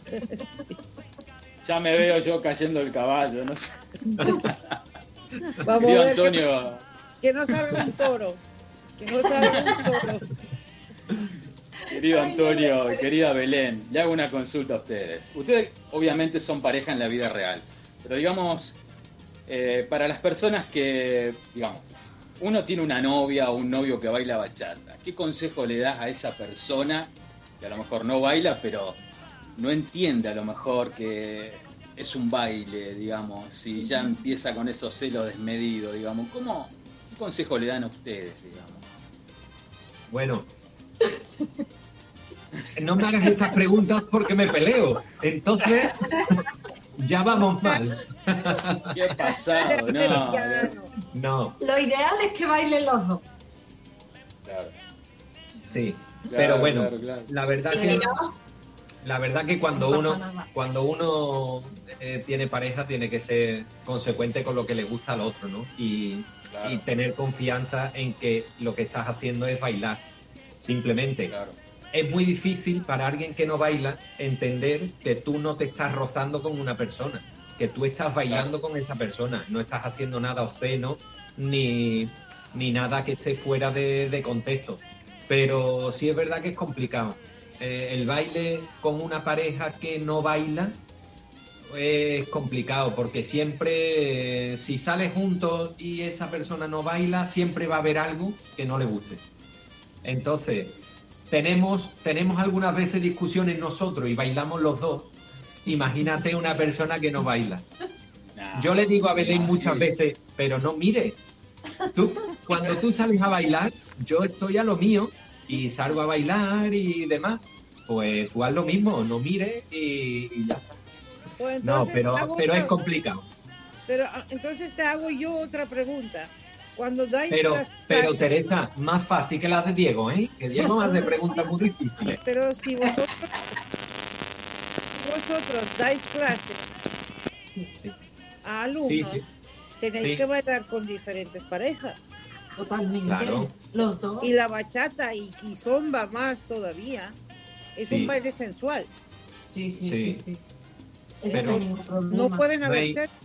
Speaker 2: Ya me veo yo cayendo el caballo, no sé.
Speaker 11: Vamos
Speaker 2: Querido
Speaker 11: a ver que,
Speaker 2: Antonio,
Speaker 11: que no salga un toro. Que no salga un toro.
Speaker 2: querido Antonio, querida Belén, le hago una consulta a ustedes. Ustedes obviamente son pareja en la vida real, pero digamos, eh, para las personas que, digamos, uno tiene una novia o un novio que baila bachata, ¿qué consejo le das a esa persona que a lo mejor no baila, pero no entiende a lo mejor que es un baile, digamos, si ya empieza con esos celos desmedidos, digamos? ¿Cómo, qué consejo le dan a ustedes, digamos?
Speaker 8: Bueno, no me hagas esas preguntas porque me peleo. Entonces, ya vamos mal.
Speaker 2: ¿Qué ha pasado? No,
Speaker 8: No,
Speaker 10: Lo ideal es que bailen los dos.
Speaker 2: claro.
Speaker 8: sí.
Speaker 2: Claro,
Speaker 8: Pero bueno,
Speaker 2: claro, claro.
Speaker 8: la verdad
Speaker 3: Y
Speaker 8: que
Speaker 3: si no,
Speaker 8: la verdad que cuando
Speaker 10: No
Speaker 8: uno
Speaker 10: pasa nada.
Speaker 8: cuando uno eh, tiene pareja tiene que ser consecuente con lo que le gusta al otro, ¿no? Y,
Speaker 2: Claro.
Speaker 8: y tener confianza en que lo que estás haciendo es bailar. Simplemente.
Speaker 2: Claro.
Speaker 8: Es muy difícil para alguien que no baila entender que tú no te estás rozando con una persona, que tú estás bailando con esa persona, no estás haciendo nada obsceno ni, ni nada que esté fuera de, de contexto. Pero sí es verdad que es complicado. Eh, el baile con una pareja que no baila es complicado porque siempre, eh, si sales juntos y esa persona no baila, siempre va a haber algo que no le guste. Entonces, tenemos, tenemos algunas veces discusiones nosotros y bailamos los dos. Imagínate una persona que no baila.
Speaker 2: Nah,
Speaker 8: Yo le digo a Belén
Speaker 2: nah,
Speaker 8: muchas
Speaker 2: sí.
Speaker 8: veces, pero no mire, tú, cuando tú sales a bailar, yo estoy a lo mío y salgo a bailar y demás. Pues tú haz lo mismo, no mires y, y ya está.
Speaker 11: Pues
Speaker 8: No,
Speaker 11: entonces
Speaker 8: pero,
Speaker 11: hago
Speaker 8: pero es
Speaker 11: otra-
Speaker 8: complicado.
Speaker 11: Pero ah, entonces te hago yo otra pregunta. Cuando dais
Speaker 8: Pero,
Speaker 11: las
Speaker 8: pero
Speaker 11: clases-
Speaker 8: Teresa, más fácil que las de Diego, ¿eh? Que Diego me hace preguntas muy difíciles.
Speaker 11: Pero si vosotros, vosotros dais clases
Speaker 8: Sí,
Speaker 11: a alumnos,
Speaker 8: sí, sí.
Speaker 11: tenéis
Speaker 8: Sí.
Speaker 11: que bailar con diferentes parejas.
Speaker 10: Totalmente.
Speaker 8: Claro.
Speaker 10: Los dos.
Speaker 11: Y la bachata y kizomba más todavía es
Speaker 8: Sí.
Speaker 11: un baile sensual.
Speaker 10: Sí, sí,
Speaker 8: Sí.
Speaker 10: sí, sí. Eso
Speaker 8: Pero
Speaker 10: no hay ningún problema.
Speaker 11: No pueden
Speaker 8: No
Speaker 11: haber
Speaker 8: hay-
Speaker 11: sexo.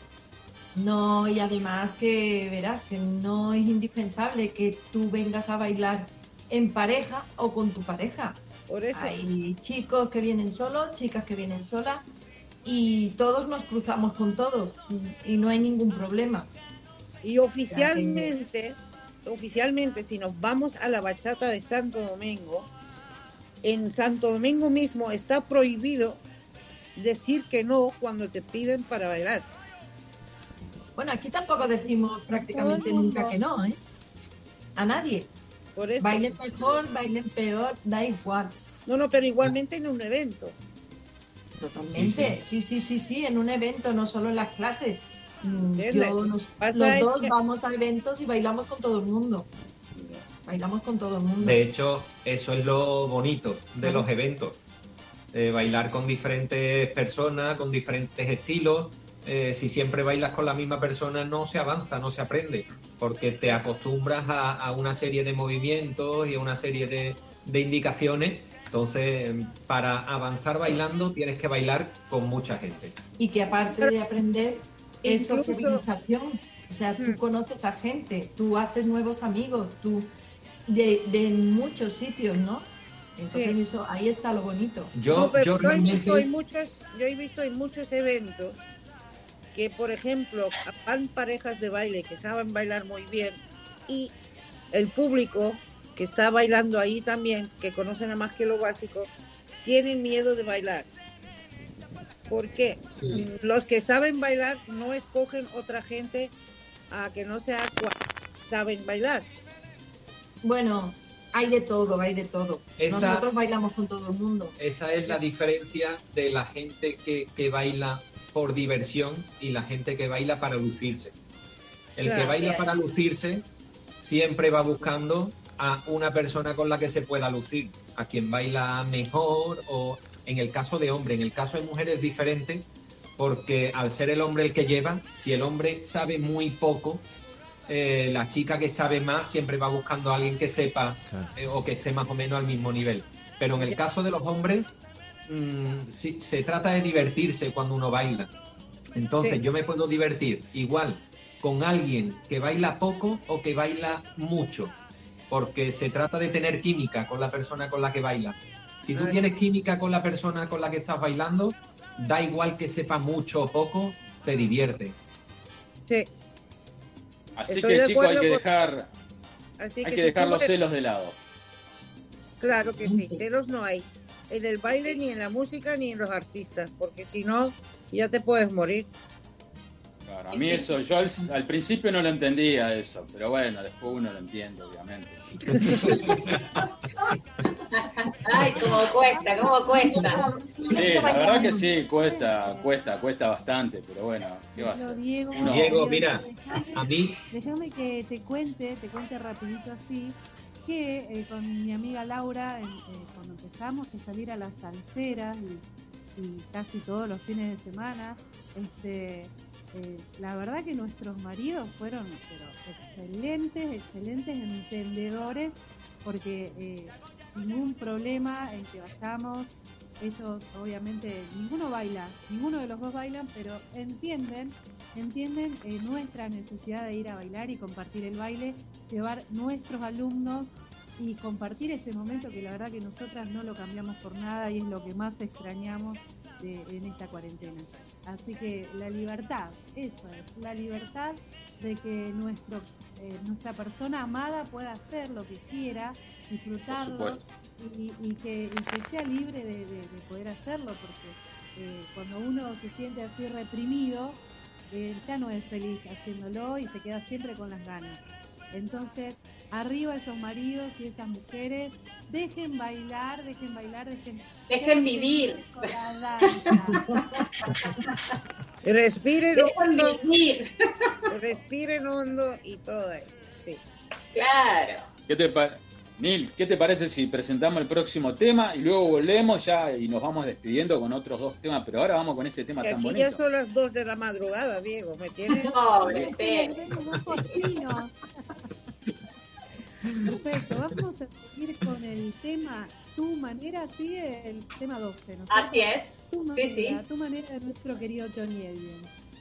Speaker 10: No, y además que verás que no es indispensable que tú vengas a bailar en pareja o con tu pareja.
Speaker 11: Por eso.
Speaker 10: Hay chicos que vienen solos, chicas que vienen solas y todos nos cruzamos con todos y no hay ningún problema.
Speaker 11: Y oficialmente, oficialmente, si nos vamos a la bachata de Santo Domingo, en Santo Domingo mismo está prohibido decir que no cuando te piden para bailar.
Speaker 10: Bueno, aquí tampoco decimos prácticamente
Speaker 5: Todo el
Speaker 10: nunca
Speaker 5: mundo.
Speaker 10: que no, ¿eh? A nadie.
Speaker 11: Por eso.
Speaker 10: Bailen mejor, bailen peor, da igual.
Speaker 11: No, no, pero igualmente en un evento.
Speaker 10: Totalmente. Sí, sí, sí, sí, en un evento, no solo en las clases. Mm,
Speaker 11: ¿Entiendes?
Speaker 10: Yo, nos-
Speaker 11: Pasa
Speaker 10: los
Speaker 11: es
Speaker 10: dos
Speaker 11: que-
Speaker 10: vamos a eventos y bailamos con todo el mundo. Bailamos con todo el mundo.
Speaker 8: De hecho, eso es lo bonito de
Speaker 10: Claro.
Speaker 8: los eventos. Eh, bailar con diferentes personas, con diferentes estilos. Eh, si siempre bailas con la misma persona, no se avanza, no se aprende, porque te acostumbras a, a una serie de movimientos y a una serie de, de indicaciones. Entonces, para avanzar bailando, tienes que bailar con mucha gente.
Speaker 10: Y que aparte de aprender, es
Speaker 11: Incluso-
Speaker 10: socialización. O sea, tú
Speaker 11: Hmm.
Speaker 10: conoces a gente, tú haces nuevos amigos, tú de, de muchos sitios, ¿no? Entonces
Speaker 11: Sí.
Speaker 10: eso, ahí está lo bonito.
Speaker 8: Yo,
Speaker 11: No, pero
Speaker 8: yo
Speaker 11: yo he visto
Speaker 8: realmente...
Speaker 11: en muchos, yo he visto en muchos eventos que, por ejemplo, van parejas de baile que saben bailar muy bien y el público que está bailando ahí también, que conocen a más que lo básico, tienen miedo de bailar. Porque
Speaker 8: Sí.
Speaker 11: los que saben bailar no escogen otra gente a que no sea cua- saben bailar.
Speaker 10: Bueno, hay de todo, hay de todo.
Speaker 8: Esa-
Speaker 10: Nosotros bailamos con todo el mundo.
Speaker 8: Esa es la diferencia de la gente que, que baila por diversión y la gente que baila para lucirse. El
Speaker 11: Claro.
Speaker 8: que baila para lucirse siempre va buscando a una persona con la que se pueda lucir, a quien baila mejor, o en el caso de hombre, en el caso de mujer es diferente, porque al ser el hombre el que lleva, si el hombre sabe muy poco, eh, la chica que sabe más siempre va buscando a alguien que sepa
Speaker 4: Claro.
Speaker 8: eh, o que esté más o menos al mismo nivel. Pero en el caso de los hombres, mm, sí, se trata de divertirse cuando uno baila. Entonces
Speaker 11: Sí.
Speaker 8: yo me puedo divertir igual con alguien que baila poco o que baila mucho, porque se trata de tener química con la persona con la que baila. Si tú
Speaker 11: Ay.
Speaker 8: tienes química con la persona con la que estás bailando, da igual que sepa mucho o poco, te divierte.
Speaker 11: Sí.
Speaker 2: Así
Speaker 11: Estoy
Speaker 2: que
Speaker 11: de
Speaker 2: chicos, hay
Speaker 11: acuerdo
Speaker 2: que
Speaker 11: con-
Speaker 2: dejar,
Speaker 11: Así
Speaker 2: hay
Speaker 11: que
Speaker 2: que
Speaker 11: si
Speaker 2: dejar
Speaker 11: tú
Speaker 2: los
Speaker 11: ves-
Speaker 2: celos de lado.
Speaker 11: Claro que sí, celos no hay. En el baile, ni en la música, ni en los artistas, porque si no, ya te puedes morir.
Speaker 2: Claro, a mí eso, yo al, al principio no lo entendía eso, pero bueno, después uno lo entiende, obviamente.
Speaker 3: Ay, cómo cuesta, cómo cuesta.
Speaker 2: Sí, la verdad que sí, cuesta, cuesta, cuesta bastante, pero bueno, ¿qué va a
Speaker 5: Pero
Speaker 2: hacer?
Speaker 5: Diego,
Speaker 2: Uno-
Speaker 8: Diego, mira,
Speaker 5: déjame-
Speaker 8: a mí,
Speaker 5: Déjame que te cuente, te cuente rapidito así, que eh, con mi amiga Laura, en- eh, cuando empezamos a salir a las salseras y, y casi todos los fines de semana, este, eh, la verdad que nuestros maridos fueron pero excelentes, excelentes entendedores, porque eh, ningún problema en que vayamos, ellos obviamente ninguno baila, ninguno de los dos bailan, pero entienden, entienden eh, nuestra necesidad de ir a bailar y compartir el baile, llevar nuestros alumnos y compartir ese momento que la verdad que nosotras no lo cambiamos por nada y es lo que más extrañamos de- en esta cuarentena. Así que la libertad, eso es, la libertad de que nuestro, eh, nuestra persona amada pueda hacer lo que quiera, disfrutarlo
Speaker 2: Por
Speaker 5: y, y que, y que sea libre de, de- de poder hacerlo, porque eh, cuando uno se siente así reprimido, eh, ya no es feliz haciéndolo y se queda siempre con las ganas. Entonces, arriba esos maridos y esas mujeres, dejen bailar, dejen bailar, dejen,
Speaker 3: Dejen vivir.
Speaker 5: con la danza.
Speaker 11: Respiren
Speaker 3: Dejen
Speaker 11: hondo,
Speaker 3: vivir.
Speaker 11: respiren hondo y todo eso, sí.
Speaker 3: Claro.
Speaker 2: ¿Qué te pa- Nil, ¿qué te parece si presentamos el próximo tema y luego volvemos ya y nos vamos despidiendo con otros dos temas? Pero ahora vamos con este tema
Speaker 11: Que
Speaker 2: tan
Speaker 11: aquí
Speaker 2: bonito.
Speaker 11: ya son las dos de la madrugada, Diego, ¿me tienes?
Speaker 3: Pobre,
Speaker 5: Pero
Speaker 3: Pe.
Speaker 5: tengo más cochinos. Perfecto, vamos a seguir con el tema Tu Manera, sí, el tema doce, ¿no? es
Speaker 3: Así
Speaker 5: cierto?
Speaker 3: es.
Speaker 5: Tu
Speaker 3: Sí,
Speaker 5: manera,
Speaker 3: sí.
Speaker 5: Tu Manera de nuestro querido Johnny Edwin.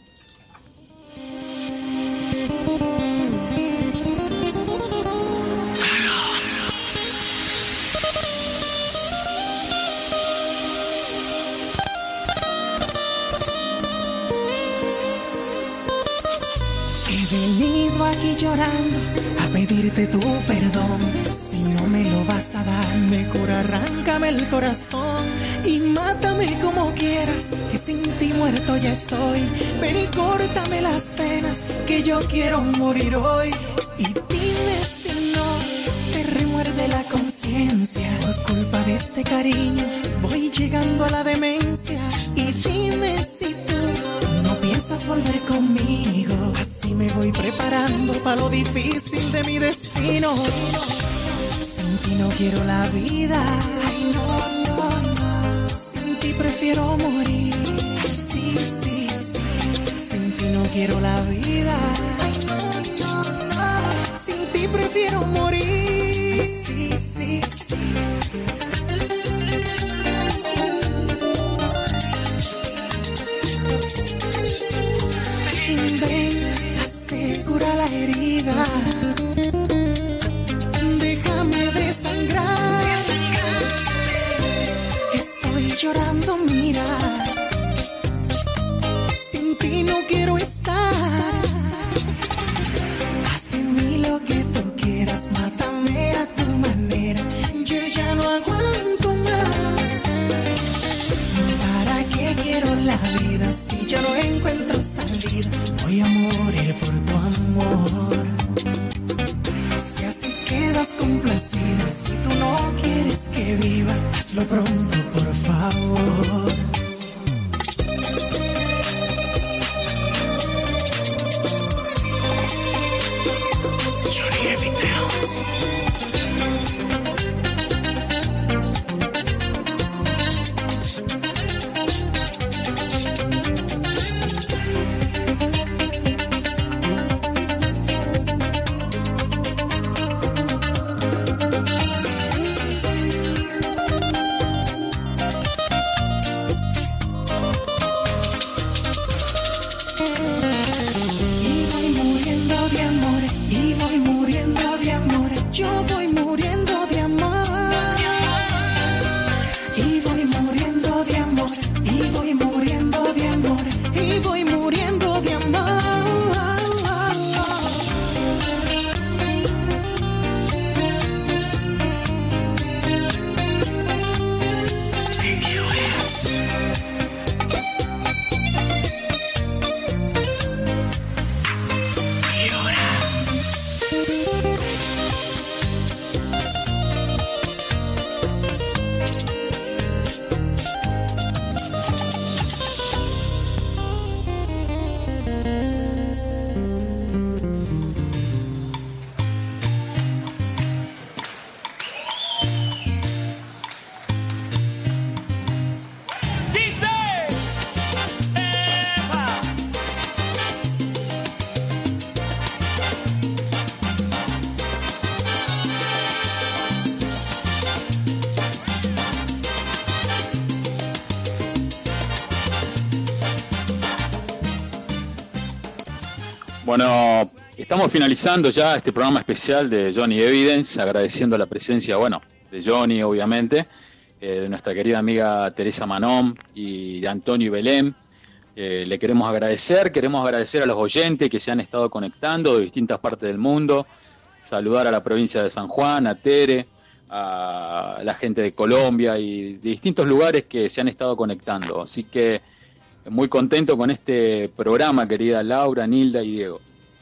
Speaker 6: He venido aquí llorando a pedirte tu perdón. Si no me lo vas a dar, mejor arráncame el corazón y mátame como quieras, que sin ti muerto ya estoy. Ven y córtame las venas, que yo quiero morir hoy. Y dime si no te remuerde la conciencia. Por culpa de este cariño voy llegando a la demencia. Y dime si tú no piensas volver conmigo. Así me voy preparando para lo difícil de mi destino. Sin ti no quiero la vida. Ay, no, no, no. Sin ti prefiero morir. Ay, sí, sí, sí. Sin ti no quiero la vida. Ay, no, no, no. Sin ti prefiero morir. Ay, sí, sí, sí. Ven, ven, asegura la herida. Déjame desangrar. Estoy llorando, mira. Sin ti no quiero estar. Haz de mí lo que tú quieras. Mátame a tu manera. Yo ya no aguanto más. ¿Para qué quiero la
Speaker 2: Bueno, estamos finalizando ya este programa especial de Johnny Evidence, agradeciendo la presencia, bueno, de Johnny, obviamente, eh, de nuestra querida amiga Teresa Manón y de Antonio y Belén. Eh, le queremos agradecer, queremos agradecer a los oyentes que se han estado conectando de distintas partes del mundo, saludar a la provincia de San Juan, a Tere, a la gente de Colombia y de distintos lugares que se han estado conectando. Así que muy contento con este programa, querida Laura, Nilda y Diego.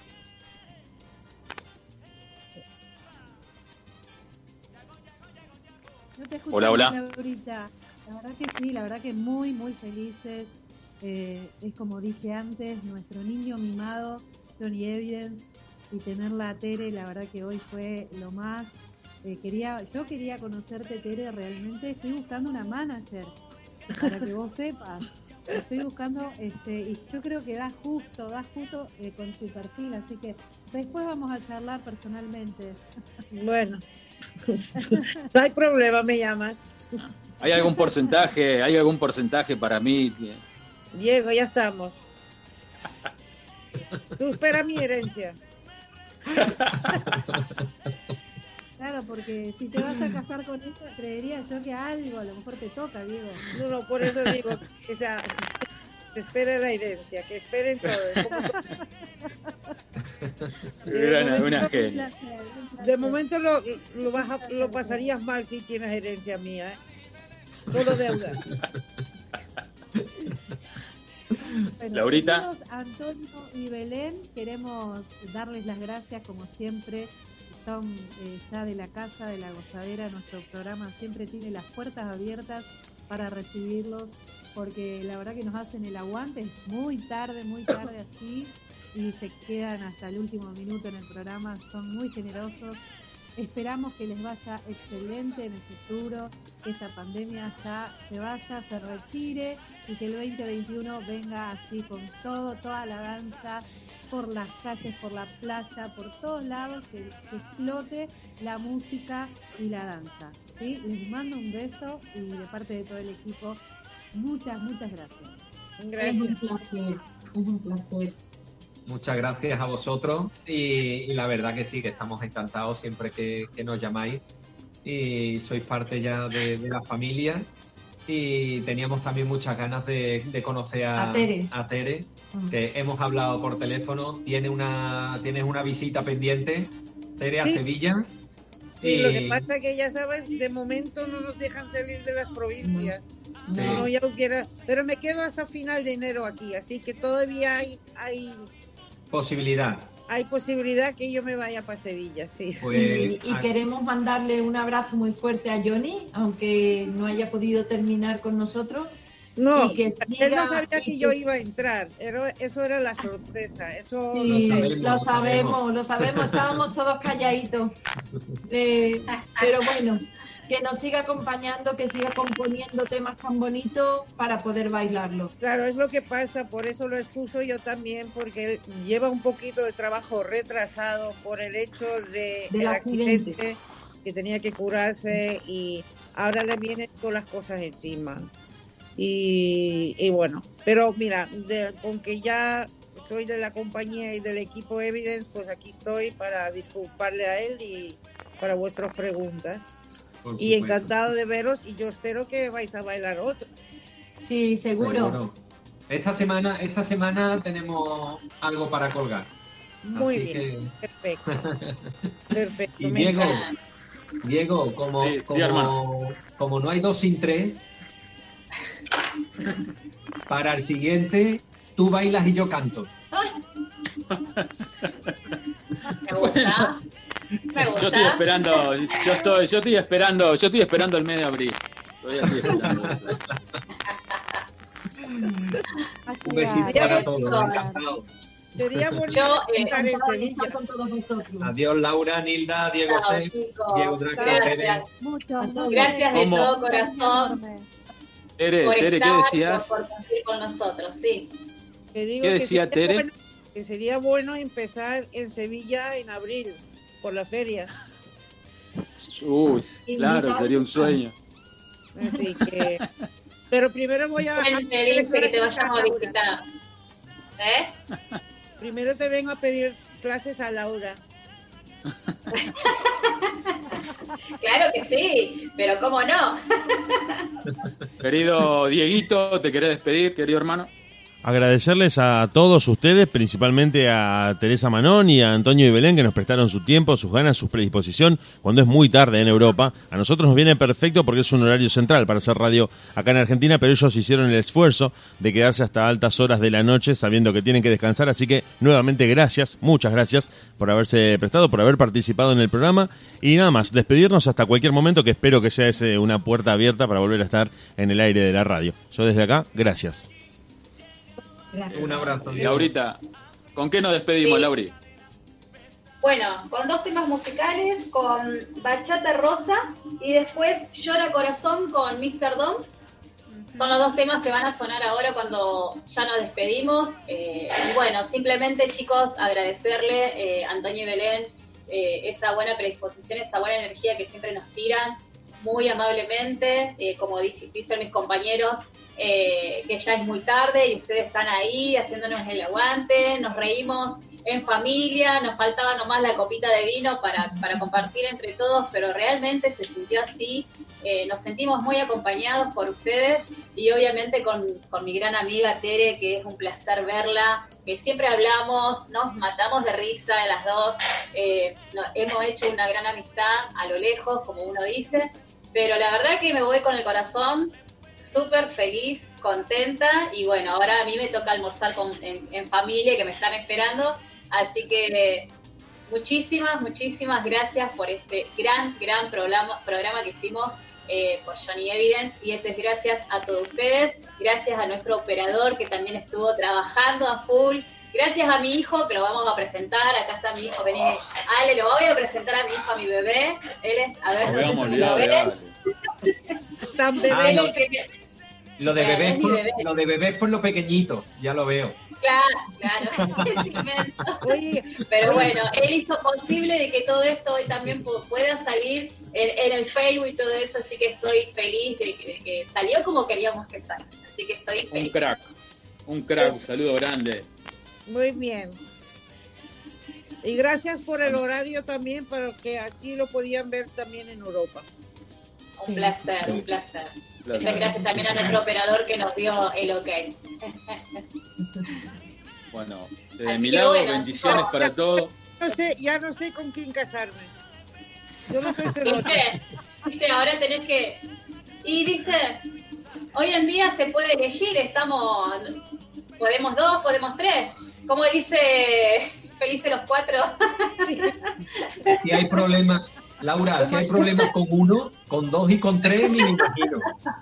Speaker 5: No te
Speaker 2: Hola, hola.
Speaker 5: Laurita. La verdad que sí, la verdad que muy, muy felices. Eh, es como dije antes, nuestro niño mimado, Johnny Evidence, y tenerla a Tere, la verdad que hoy fue lo más. Eh, quería, yo quería conocerte, Tere, realmente estoy buscando una manager, para que vos sepas. Estoy buscando, este, y yo creo que das justo, das justo eh, con tu perfil, así que después vamos a charlar personalmente.
Speaker 11: Bueno, no hay problema, me llaman.
Speaker 2: ¿Hay algún porcentaje, hay algún porcentaje para mí?
Speaker 11: Diego, ya estamos. Tú espera mi herencia.
Speaker 5: Claro, porque si te vas a casar con ella, creería yo que algo a lo mejor te toca, Diego.
Speaker 11: No, no, por eso digo, o sea, que espere la herencia, que esperen todo. De momento, de momento lo, lo, vas a, lo pasarías mal si tienes herencia mía, ¿eh? Solo deuda.
Speaker 5: Bueno,
Speaker 2: Laurita.
Speaker 5: queridos Antonio y Belén, queremos darles las gracias como siempre. Son eh, ya de la casa de la gozadera, nuestro programa siempre tiene las puertas abiertas para recibirlos, porque la verdad que nos hacen el aguante, es muy tarde, muy tarde así, y se quedan hasta el último minuto en el programa, son muy generosos. Esperamos que les vaya excelente en el futuro, que esta pandemia ya se vaya, se retire y que el veinte veintiuno venga así con todo, toda la danza, por las calles, por la playa, por todos lados, que, que explote la música y la danza. ¿Sí? Les mando un beso y de parte de todo el equipo, muchas, muchas gracias.
Speaker 10: Gracias. Es un placer, es un placer.
Speaker 8: Muchas gracias a vosotros y, y la verdad que sí, que estamos encantados siempre que, que nos llamáis y sois parte ya de, de la familia y teníamos también muchas ganas de, de conocer a,
Speaker 10: a Tere,
Speaker 8: a Tere que hemos hablado por teléfono, tiene una, tienes una visita pendiente, Tere, a
Speaker 11: sí.
Speaker 8: Sevilla.
Speaker 11: Sí,
Speaker 8: y...
Speaker 11: lo que pasa es que ya sabes, de momento no nos dejan salir de las provincias.
Speaker 8: Sí.
Speaker 11: No, no, ya lo quiera, pero me quedo hasta final de enero aquí, así que todavía hay, hay
Speaker 8: posibilidad.
Speaker 11: Hay posibilidad que yo me vaya para Sevilla, sí.
Speaker 8: Pues,
Speaker 10: y, y queremos mandarle un abrazo muy fuerte a Johnny, aunque no haya podido terminar con nosotros.
Speaker 11: No,
Speaker 10: y que siga,
Speaker 11: él no sabía que
Speaker 10: que...
Speaker 11: yo iba a entrar, era, eso era la sorpresa, eso
Speaker 10: sí,
Speaker 11: lo
Speaker 10: sabemos, lo sabemos, lo sabemos, estábamos todos calladitos. Eh, pero bueno, que nos siga acompañando, que siga componiendo temas tan bonitos para poder bailarlo.
Speaker 11: Claro, es lo que pasa, por eso lo expuso yo también, porque lleva un poquito de trabajo retrasado por el hecho de
Speaker 10: Del
Speaker 11: el
Speaker 10: accidente.
Speaker 11: accidente, que tenía que curarse y ahora le vienen todas las cosas encima. Y, y bueno, pero mira, de, con que ya soy de la compañía y del equipo Evidence, pues aquí estoy para disculparle a él y para vuestras preguntas. Y encantado de veros y yo espero que vais a bailar otro.
Speaker 10: Sí, seguro.
Speaker 8: seguro. Esta semana, esta semana tenemos algo para colgar.
Speaker 11: Muy
Speaker 8: Así
Speaker 11: bien,
Speaker 8: que...
Speaker 11: perfecto. Perfecto.
Speaker 8: Y Diego, Diego, como,
Speaker 2: sí,
Speaker 8: como,
Speaker 2: sí,
Speaker 8: como no hay dos sin tres, para el siguiente tú bailas y yo canto.
Speaker 3: Me gusta. Me gusta.
Speaker 2: Yo estoy esperando, yo estoy, yo estoy esperando, yo estoy esperando el mes de abril. Todavía estoy esperando eso.
Speaker 8: Un besito
Speaker 11: Sería
Speaker 8: para
Speaker 11: bonito.
Speaker 8: todos, encantado.
Speaker 11: Sería bonito
Speaker 3: Yo, eh,
Speaker 11: estar en
Speaker 10: Encantado de
Speaker 11: Sevilla.
Speaker 10: estar con todos vosotros.
Speaker 8: Adiós Laura, Nilda, Diego
Speaker 3: Chao,
Speaker 8: C,
Speaker 3: chicos.
Speaker 8: Diego Draco,
Speaker 3: Gracias.
Speaker 8: Tere.
Speaker 5: Mucho,
Speaker 10: Muchas
Speaker 3: Gracias de
Speaker 2: ¿Cómo?
Speaker 3: todo corazón
Speaker 2: Tere,
Speaker 3: por
Speaker 2: Tere, ¿qué
Speaker 3: estar,
Speaker 2: decías?
Speaker 3: por compartir con nosotros, sí.
Speaker 11: Que digo
Speaker 2: ¿Qué
Speaker 11: que
Speaker 2: decía
Speaker 11: sería
Speaker 2: Tere?
Speaker 11: bueno- que sería bueno empezar en Sevilla en abril, por la feria.
Speaker 2: Uy, claro,
Speaker 10: Invitados.
Speaker 2: sería un sueño.
Speaker 11: Así que... Pero primero voy a...
Speaker 3: ¿Quién te dice que te vayamos a visitar? ¿Eh?
Speaker 11: primero te vengo a pedir clases a Laura.
Speaker 3: Claro que sí, pero cómo no.
Speaker 2: Querido Dieguito, ¿te querés despedir, querido hermano?
Speaker 4: Agradecerles a todos ustedes, principalmente a Teresa Manón y a Antonio y Belén, que nos prestaron su tiempo, sus ganas, su predisposición, cuando es muy tarde en Europa. A nosotros nos viene perfecto porque es un horario central para hacer radio acá en Argentina, pero ellos hicieron el esfuerzo de quedarse hasta altas horas de la noche sabiendo que tienen que descansar, así que nuevamente gracias, muchas gracias por haberse prestado, por haber participado en el programa, y nada más, despedirnos hasta cualquier momento, que espero que sea ese una puerta abierta para volver a estar en el aire de la radio. Yo desde acá, gracias.
Speaker 10: Gracias.
Speaker 2: Un abrazo. Y ahorita, ¿con qué nos despedimos,
Speaker 3: Sí.
Speaker 2: Lauri?
Speaker 3: Bueno, con dos temas musicales, con Bachata Rosa y después Llora Corazón con mister Dom. Son los dos temas que van a sonar ahora cuando ya nos despedimos. Eh, y bueno, simplemente, chicos, agradecerle a eh, Antonio y Belén eh, esa buena predisposición, esa buena energía que siempre nos tiran, muy amablemente, eh, como dice, dicen mis compañeros, eh, que ya es muy tarde y ustedes están ahí haciéndonos el aguante, nos reímos en familia, nos faltaba nomás la copita de vino para, para compartir entre todos, pero realmente se sintió así, eh, nos sentimos muy acompañados por ustedes y obviamente con, con mi gran amiga Tere, que es un placer verla, que siempre hablamos, nos matamos de risa las dos, eh, no, hemos hecho una gran amistad a lo lejos, como uno dice, pero la verdad que me voy con el corazón súper feliz, contenta, y bueno, ahora a mí me toca almorzar con, en, en familia, que me están esperando, así que muchísimas, muchísimas gracias por este gran, gran programa, programa que hicimos eh, por Johnny Evident, y este es gracias a todos ustedes, gracias a nuestro operador que también estuvo trabajando a full, gracias a mi hijo, que lo vamos a presentar, acá está mi hijo, vení, Ale, lo voy a presentar a mi hijo, a mi bebé, él es, a ver,
Speaker 2: Nos
Speaker 3: ¿dónde
Speaker 2: habíamos
Speaker 3: se lo
Speaker 2: olvidado
Speaker 3: ve?
Speaker 2: de Ale.
Speaker 11: Tan bebé.
Speaker 8: Ah, no.
Speaker 3: que-
Speaker 8: Lo de
Speaker 3: Claro,
Speaker 8: bebé
Speaker 3: es
Speaker 8: es
Speaker 3: mi
Speaker 8: por,
Speaker 3: bebé.
Speaker 8: lo de bebé es por lo pequeñito, ya lo veo.
Speaker 3: Claro, claro, es inmenso.
Speaker 11: Oye,
Speaker 3: Pero bueno, él hizo posible de que todo esto hoy también pu- pueda salir en, en el Facebook y todo eso, así que estoy feliz de que, de que salió como queríamos que salga, así que estoy
Speaker 2: Un
Speaker 3: feliz.
Speaker 2: crack, un crack, un saludo grande.
Speaker 11: muy bien. Y gracias por el horario también, para que así lo podían ver también en Europa.
Speaker 3: Un placer, un placer.
Speaker 2: Placer.
Speaker 3: Muchas gracias también a nuestro operador que nos dio el ok.
Speaker 2: Bueno, desde
Speaker 3: Así
Speaker 2: mi
Speaker 3: que
Speaker 2: lado,
Speaker 3: bueno,
Speaker 2: bendiciones
Speaker 3: chicos.
Speaker 2: para todos.
Speaker 11: No sé, ya no sé con quién casarme. Yo no soy celosa.
Speaker 3: ¿Viste? ¿Viste? Ahora tenés que... Y, ¿viste? Hoy en día se puede elegir, estamos... Podemos dos, podemos tres. Como dice Felices los Cuatro.
Speaker 8: Si hay problemas, Laura, si hay problemas con uno, con dos y con tres, ni me imagino.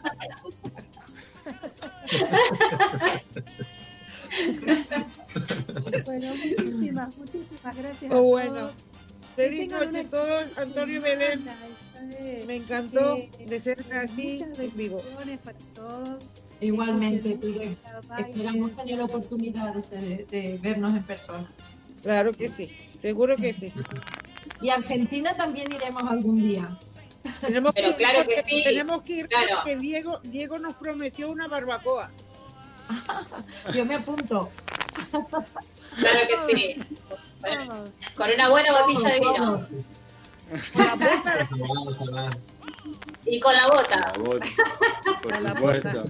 Speaker 5: Bueno, muchísimas, muchísimas gracias.
Speaker 11: Oh,
Speaker 5: a
Speaker 11: bueno.
Speaker 5: todos.
Speaker 11: Feliz
Speaker 5: tengan
Speaker 11: noche
Speaker 5: una
Speaker 11: a todos, Antonio y Belén.
Speaker 5: Eh,
Speaker 11: Me encantó
Speaker 5: eh,
Speaker 11: de ser así
Speaker 5: muchas
Speaker 11: en vivo.
Speaker 5: bendiciones para todos.
Speaker 10: Igualmente,
Speaker 5: Disfruten
Speaker 10: Tigre.
Speaker 5: mucho cada baile.
Speaker 10: Esperamos tener la oportunidad de, ser- de vernos en persona.
Speaker 11: Claro que sí, seguro que sí.
Speaker 10: Y a Argentina también iremos algún día.
Speaker 11: Tenemos
Speaker 3: Pero
Speaker 11: que ir
Speaker 3: claro que
Speaker 11: porque-
Speaker 3: sí,
Speaker 11: tenemos que ir
Speaker 3: claro.
Speaker 11: porque Diego, Diego nos prometió una barbacoa.
Speaker 10: Yo me apunto.
Speaker 3: Claro que sí. Bueno,
Speaker 5: Todos.
Speaker 3: con una buena botella de vino.
Speaker 11: Con la boca,
Speaker 8: Ojalá, ojalá.
Speaker 3: Y con la bota.
Speaker 2: La bota, por
Speaker 11: la
Speaker 2: supuesto.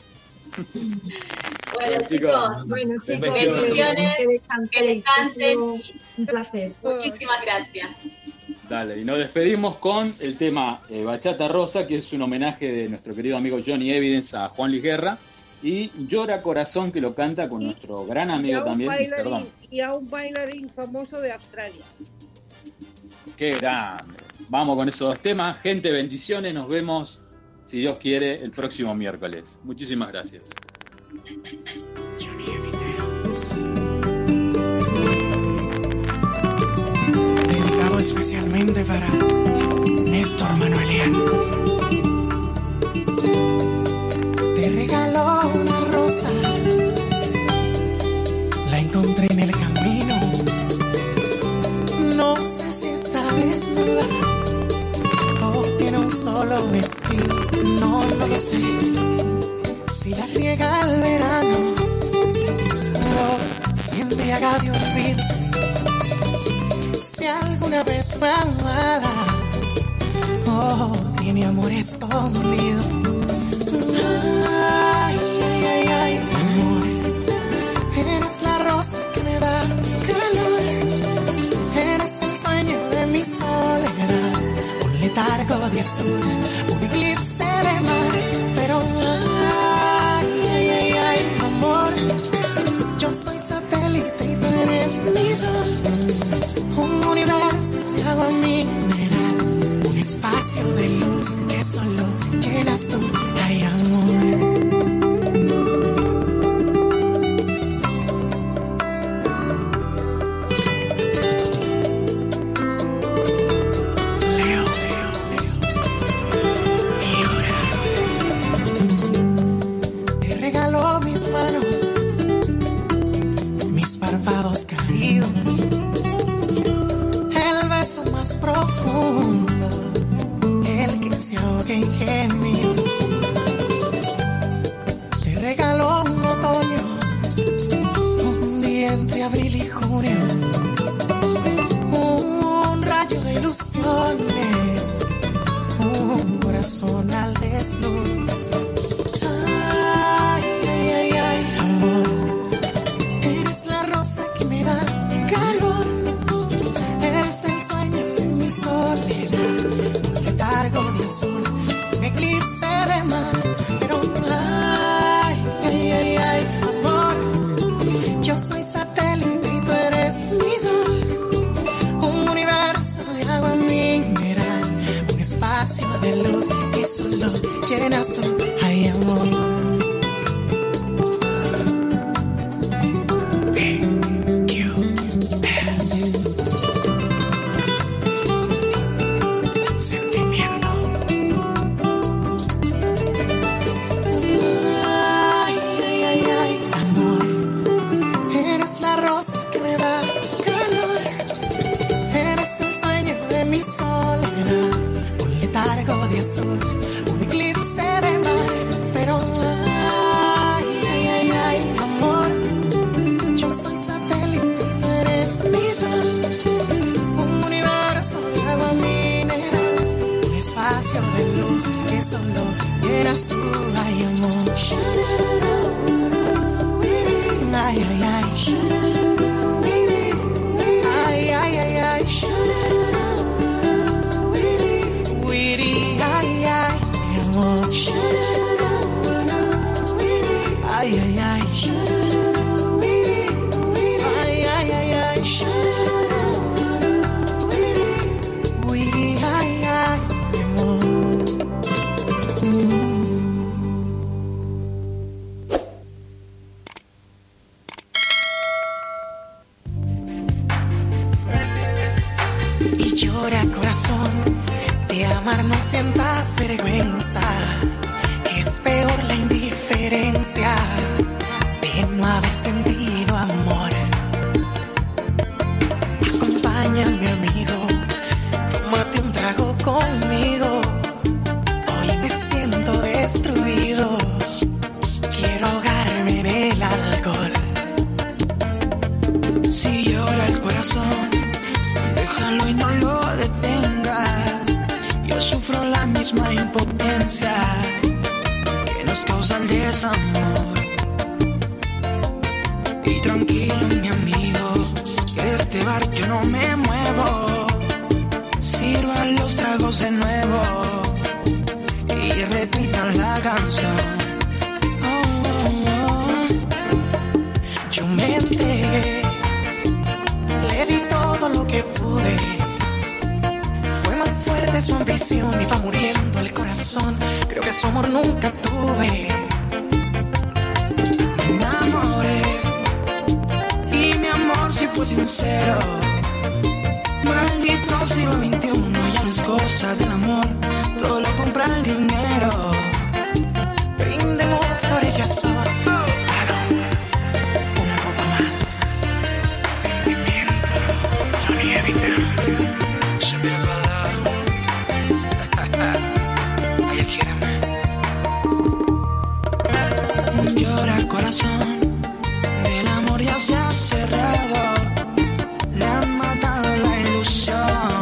Speaker 3: Bueno,
Speaker 2: chicos.
Speaker 3: chicos,
Speaker 10: Bueno, chicos,
Speaker 3: Bendiciones,
Speaker 10: que, que descanséis.
Speaker 3: que descansen.
Speaker 10: Ha sido un placer.
Speaker 3: muchísimas gracias.
Speaker 2: Dale, y nos despedimos con el tema eh, Bachata Rosa, que es un homenaje de nuestro querido amigo Johnny Evidence a Juan Luis Guerra, y Llora Corazón, que lo canta con
Speaker 11: Y-
Speaker 2: nuestro gran
Speaker 11: y,
Speaker 2: amigo
Speaker 11: a un
Speaker 2: también, mister Dom.
Speaker 11: bailarín, y a un bailarín famoso de Australia.
Speaker 2: Qué grande. Vamos con esos dos temas. Gente, bendiciones. Nos vemos, si Dios quiere, el próximo miércoles. Muchísimas gracias.
Speaker 6: Johnny Evidence. Dedicado especialmente para Néstor Manuelian. Te regaló una rosa, la encontré en el camino. No sé si está desnuda o tiene un solo vestido. No, no lo sé. Si la riega al verano o si embriaga de un una vez fue amada, oh, tiene amor escondido. Ay, ay, ay, ay, amor, eres la rosa que me da calor, eres el sueño de mi soledad, un letargo de azul, un eclipse de mar, pero ay, ay, ay, ay, amor, yo soy satélite y tú eres mi sol, un universo de agua mineral, un espacio de luz que solo llenas tú, ay, amor. Profundo, el que se ahoga en gemidos. Te regaló un otoño, un día entre abril y junio, un rayo de ilusiones, un corazón al desnudo. Ay, ay, ay, ay, amor, eres la rosa que me da calor, eres el sueño de mi soledad, un letargo de azul, un eclipse de mar, pero ay, ay, ay, ay, amor, yo soy satélite y tú eres mi sol, un universo de agua mineral, un espacio de luz que solo llenas tú, ay, amor. Un eclipse de mar, pero ay, ay, ay, ay, amor, yo soy satélite y tú eres mi sol, un universo de agua mineral, un espacio de luz que solo llenas tú, ay, amor. Ay, ay, ay, ay, ay, ay, ay. Ay, ay, mi amor. Ay, ay, ay. Ay, ay, ay, ay. Wiri, ay, ay, mi amor. Y llora, corazón, de amar no sientas vergüenza, es peor la indiferencia de no haber sentido amor. Acompáñame, amigo, tómate un trago conmigo, hoy me siento destruido, quiero ahogarme en el alcohol. Si llora el corazón, déjalo y no lo detengas. Yo sufro la misma impotencia que nos causa el desamor. Y tranquilo, mi amigo, que de este bar yo no me muevo. Sirvan los tragos de nuevo y repitan la canción. Oh, oh, oh. Yo me entregué, le di todo lo que pude. Fue más fuerte su ambición y va muriendo el corazón. Creo que su amor nunca tuve. Me enamoré y mi amor si fue sincero. Maldito siglo veintiuno, ya no es cosa del amor, todo lo compra el dinero. Brindemos por ellas dos. Ah, no. Una copa más. Sentimiento. Johnny Eviters. Je me volar. Ay, quiérame. Llora, corazón. El amor ya se ha cerrado. Le han matado la ilusión.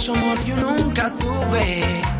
Speaker 6: mucho amor yo nunca tuve.